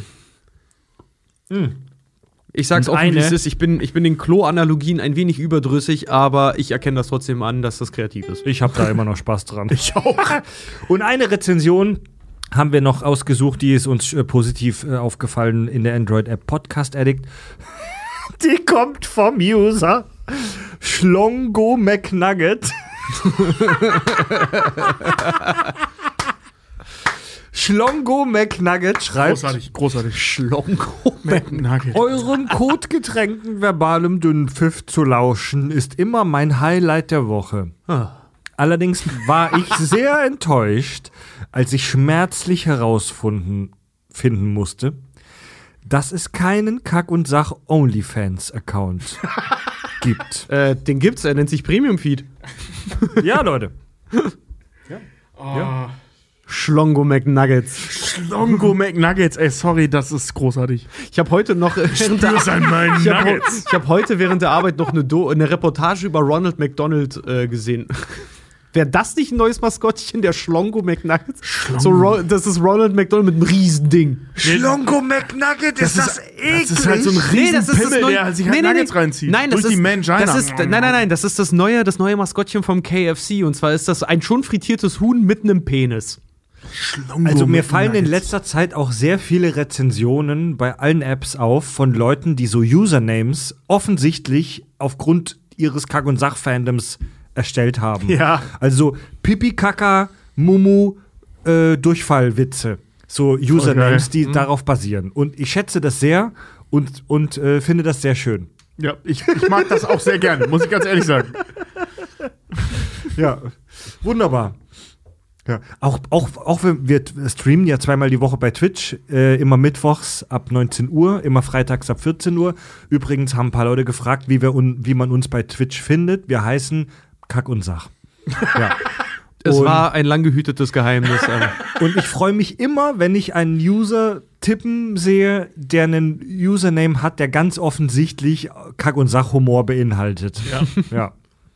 Ja. Ich sag's Und offen, wie eine- es ist. Ich bin, ich bin den Klo-Analogien ein wenig überdrüssig, aber ich erkenne das trotzdem an, dass das kreativ ist. Ich habe da immer noch Spaß dran. Ich auch. Und eine Rezension haben wir noch ausgesucht, die ist uns äh, positiv äh, aufgefallen in der Android-App Podcast Addict. Die kommt vom User Schlongo McNugget. Schlongo McNugget schreibt: Großartig, großartig. Schlongo. McNugget. Eurem kotgetränkten verbalem Dünnpfiff zu lauschen, ist immer mein Highlight der Woche. Allerdings war ich sehr enttäuscht, als ich schmerzlich herausfinden finden musste, dass es keinen Kack- und Sach-Onlyfans-Account gibt. Äh, den gibt's, er nennt sich Premium-Feed. Ja, Leute. Oh. Schlongo McNuggets. Schlongo McNuggets, ey, sorry, das ist großartig. Ich habe heute noch äh, während der Spür's an meinen ich habe Nuggets. hab heute während der Arbeit noch eine, Do eine Reportage über Ronald McDonald äh, gesehen. Wäre das nicht ein neues Maskottchen, der Schlongo McNuggets? So, Ro das ist Ronald McDonald mit einem Riesending. Schlongo McNugget, ist das, eklig? Das ist halt so ein riesen Pimmel, der sich halt Nuggets reinzieht. Nein, das durch ist, die Mangina. das ist, nein, nein, nein, das ist das neue, das neue Maskottchen vom K F C. Und zwar ist das ein schon frittiertes Huhn mit einem Penis. Schlongo Also mir fallen in McNuggets. letzter Zeit auch sehr viele Rezensionen bei allen Apps auf von Leuten, die so Usernames offensichtlich aufgrund ihres Kack- und Sach-Fandoms erstellt haben. Ja. Also Pipi, Kaka, Mumu, äh, Durchfallwitze. So Usernames, Okay. die darauf basieren. Und ich schätze das sehr und, und äh, finde das sehr schön. Ja, ich, ich mag das auch sehr gerne, muss ich ganz ehrlich sagen. Ja, wunderbar. Ja, auch, auch, auch wir, wir streamen ja zweimal die Woche bei Twitch, äh, immer mittwochs ab neunzehn Uhr, immer freitags ab vierzehn Uhr. Übrigens haben ein paar Leute gefragt, wie, wir un, wie man uns bei Twitch findet. Wir heißen Kack und Sach. Ja. Es und, war ein lang gehütetes Geheimnis. Aber. Und ich freue mich immer, wenn ich einen User tippen sehe, der einen Username hat, der ganz offensichtlich Kack- und Sach-Humor beinhaltet. Ja. Ja.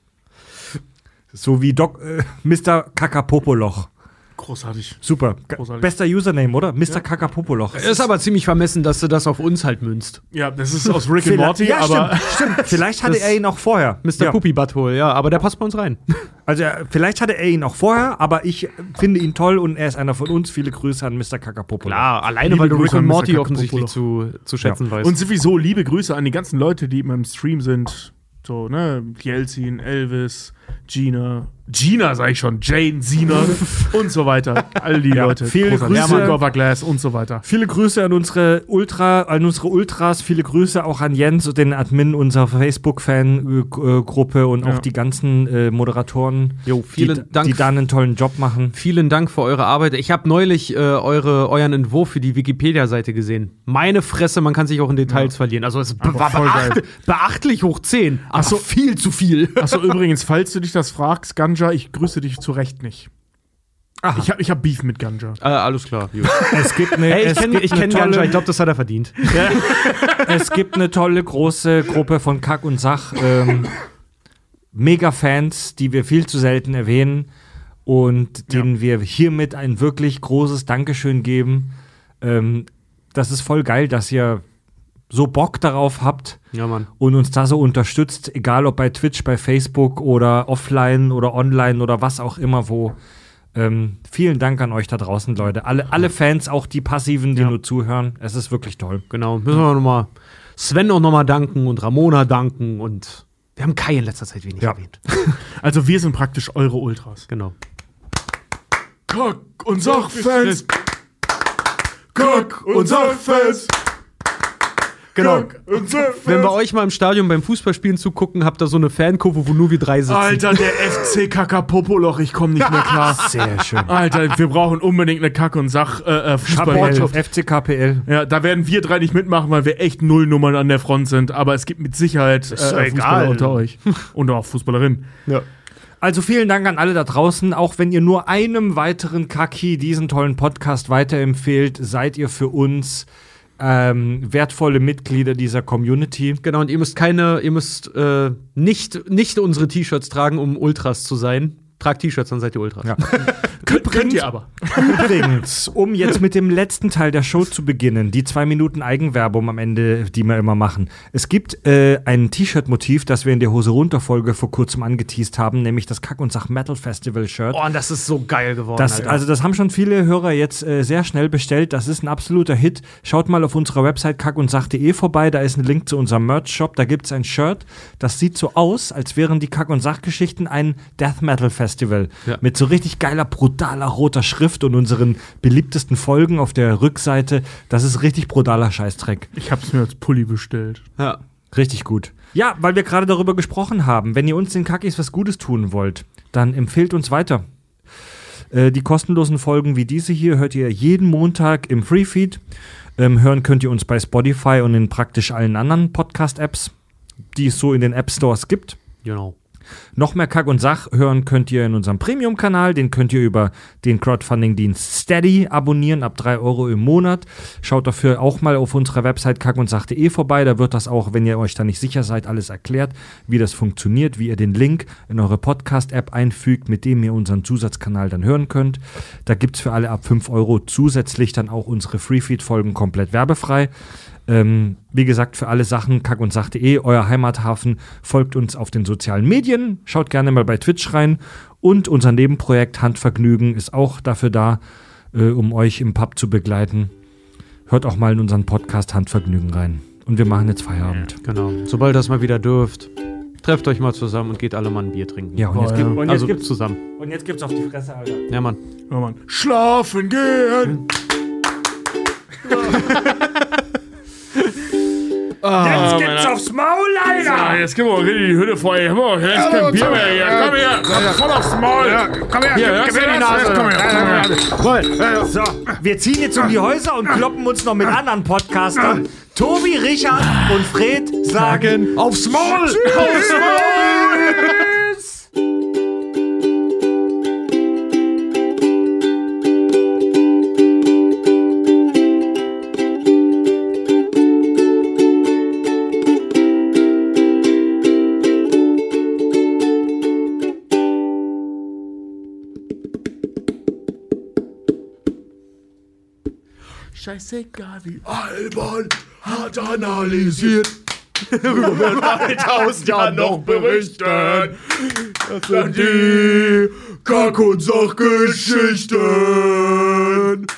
So wie Doc, äh, Mister Kakapopoloch. Großartig. Super. Großartig. Bester Username, oder? Mister Ja. Kakapopoloch. Ist aber ziemlich vermessen, dass du das auf uns halt münzt. Ja, das ist aus Rick and Morty, ja, aber. Stimmt, stimmt. Vielleicht hatte Das- er ihn auch vorher. Mister Ja. Puppy Butthole, ja, aber der passt bei uns rein. Also äh, vielleicht hatte er ihn auch vorher, aber ich finde ihn toll und er ist einer von uns. Viele Grüße an Mister Kakapopoloch. Klar, alleine Liebe weil du Rick Grüße und an Morty Mister offensichtlich zu, zu schätzen Ja. weißt. Und sowieso liebe Grüße an die ganzen Leute, die immer im Stream sind. So, ne? Jelzin, Elvis, Gina. Gina, sag ich schon. Jane, Sina und so weiter. All die Ja, Leute. viele Großartig. Grüße. Hermann Goverglass und so weiter. Viele Grüße an unsere Ultra, an unsere Ultras, viele Grüße auch an Jens und den Admin unserer Facebook-Fan-Gruppe und Ja. auch die ganzen äh, Moderatoren, Jo, vielen die, Dank. die da einen tollen Job machen. Vielen Dank für eure Arbeit. Ich habe neulich äh, eure, euren Entwurf für die Wikipedia-Seite gesehen. Meine Fresse, man kann sich auch in Details verlieren. Also es Aber war voll beacht, geil. beachtlich hoch zehn. Aber so. viel zu viel. Achso, übrigens, falls du dich das fragst, Ganja, ich grüße dich zu Recht nicht. Aha. Ich habe ich hab Beef mit Ganja. Äh, alles klar. Gut. Es gibt eine, Hey, ich es kenne gibt ich eine kenn tolle, Ganja, ich glaube, das hat er verdient. es gibt eine tolle große Gruppe von Kack und Sach, ähm, Mega-Fans, die wir viel zu selten erwähnen und denen Ja. wir hiermit ein wirklich großes Dankeschön geben. Ähm, das ist voll geil, dass ihr so Bock darauf habt Ja, Mann. und uns da so unterstützt, egal ob bei Twitch, bei Facebook oder offline oder online oder was auch immer wo. Ähm, vielen Dank an euch da draußen, Leute. Alle, alle Fans, auch die Passiven, die Ja. nur zuhören. Es ist wirklich toll. Genau. Müssen wir nochmal Sven auch nochmal danken und Ramona danken und wir haben Kai in letzter Zeit wenig Ja. erwähnt. Also wir sind praktisch eure Ultras. Genau. Kack und Sachfans. Kack und Sachfans. Genau. Kack und Sachfans. Wenn wir euch mal im Stadion beim Fußballspielen zugucken, habt ihr so eine Fankurve, wo nur wir drei sitzen. Alter, der F C Kakapopoloch, ich komme nicht mehr klar. Sehr schön. Alter, wir brauchen unbedingt eine Kack- und Sach äh, äh, K P L, Fußballmannschaft. F C K P L. Ja, da werden wir drei nicht mitmachen, weil wir echt Nullnummern an der Front sind. Aber es gibt mit Sicherheit äh, Ist doch Fußballer egal. unter euch. Und auch Fußballerinnen. Ja. Also vielen Dank an alle da draußen. Auch wenn ihr nur einem weiteren Kaki diesen tollen Podcast weiterempfehlt, seid ihr für uns ähm, wertvolle Mitglieder dieser Community. Genau, und ihr müsst keine, ihr müsst äh, nicht, nicht unsere T-Shirts tragen, um Ultras zu sein. Tragt T-Shirts, dann seid ihr Ultras. Ja. Könnt, könnt ihr aber. Übrigens, um jetzt mit dem letzten Teil der Show zu beginnen, die zwei Minuten Eigenwerbung am Ende, die wir immer machen. Es gibt äh, ein T-Shirt-Motiv, das wir in der Hose runter Folge vor kurzem angeteased haben, nämlich das Kack- und Sach Metal Festival Shirt. Oh, und das ist so geil geworden. Das, Alter. also das haben schon viele Hörer jetzt äh, sehr schnell bestellt. Das ist ein absoluter Hit. Schaut mal auf unserer Website kack und sach punkt de vorbei. Da ist ein Link zu unserem Merch-Shop. Da gibt es ein Shirt. Das sieht so aus, als wären die Kack- und Sach-Geschichten ein Death Metal Festival. Ja. Mit so richtig geiler, brutaler roter Schrift und unseren beliebtesten Folgen auf der Rückseite. Das ist richtig brutaler Scheißdreck. Ich hab's mir als Pulli bestellt. ja. Richtig gut. Ja, weil wir gerade darüber gesprochen haben. Wenn ihr uns den Kackis was Gutes tun wollt, dann empfehlt uns weiter. Äh, die kostenlosen Folgen wie diese hier hört ihr jeden Montag im Freefeed. Ähm, hören könnt ihr uns bei Spotify und in praktisch allen anderen Podcast-Apps, die es so in den App-Stores gibt. Genau. Noch mehr Kack und Sach hören könnt ihr in unserem Premium-Kanal. Den könnt ihr über den Crowdfunding-Dienst Steady abonnieren, ab drei Euro im Monat. Schaut dafür auch mal auf unserer Website kack und sach punkt de vorbei. Da wird das auch, wenn ihr euch da nicht sicher seid, alles erklärt, wie das funktioniert, wie ihr den Link in eure Podcast-App einfügt, mit dem ihr unseren Zusatzkanal dann hören könnt. Da gibt es für alle ab fünf Euro zusätzlich dann auch unsere Freefeed-Folgen komplett werbefrei. Ähm, wie gesagt, für alle Sachen kack und sach punkt de, euer Heimathafen. Folgt uns auf den sozialen Medien, schaut gerne mal bei Twitch rein und unser Nebenprojekt Handvergnügen ist auch dafür da, äh, um euch im Pub zu begleiten. Hört auch mal in unseren Podcast Handvergnügen rein. Und wir machen jetzt Feierabend. Genau. Sobald das mal wieder dürft, trefft euch mal zusammen und geht alle mal ein Bier trinken. Ja, und Boah, jetzt, ja. gibt, und jetzt also gibt's zusammen. und jetzt gibt's auf die Fresse, Alter. Ja, Mann. Ja, Mann. Schlafen gehen! Jetzt gibt's aufs Maul, Ja, Alter! jetzt gib mal richtig die Hütte voll. Hör mal, jetzt kein Bier mehr hier. Komm her, komm voll aufs Maul. Komm her, Hier, gib gib mir die das. Nase. Komm her, So, wir ziehen jetzt um die Häuser und kloppen uns noch mit anderen Podcastern. Tobi, Richard und Fred sagen aufs Maul! Aufs Maul! Scheißegal, wie albern hat analysiert. Darüber werden bald tausend Jahren noch berichten. Das sind die Kack- und Sachgeschichten.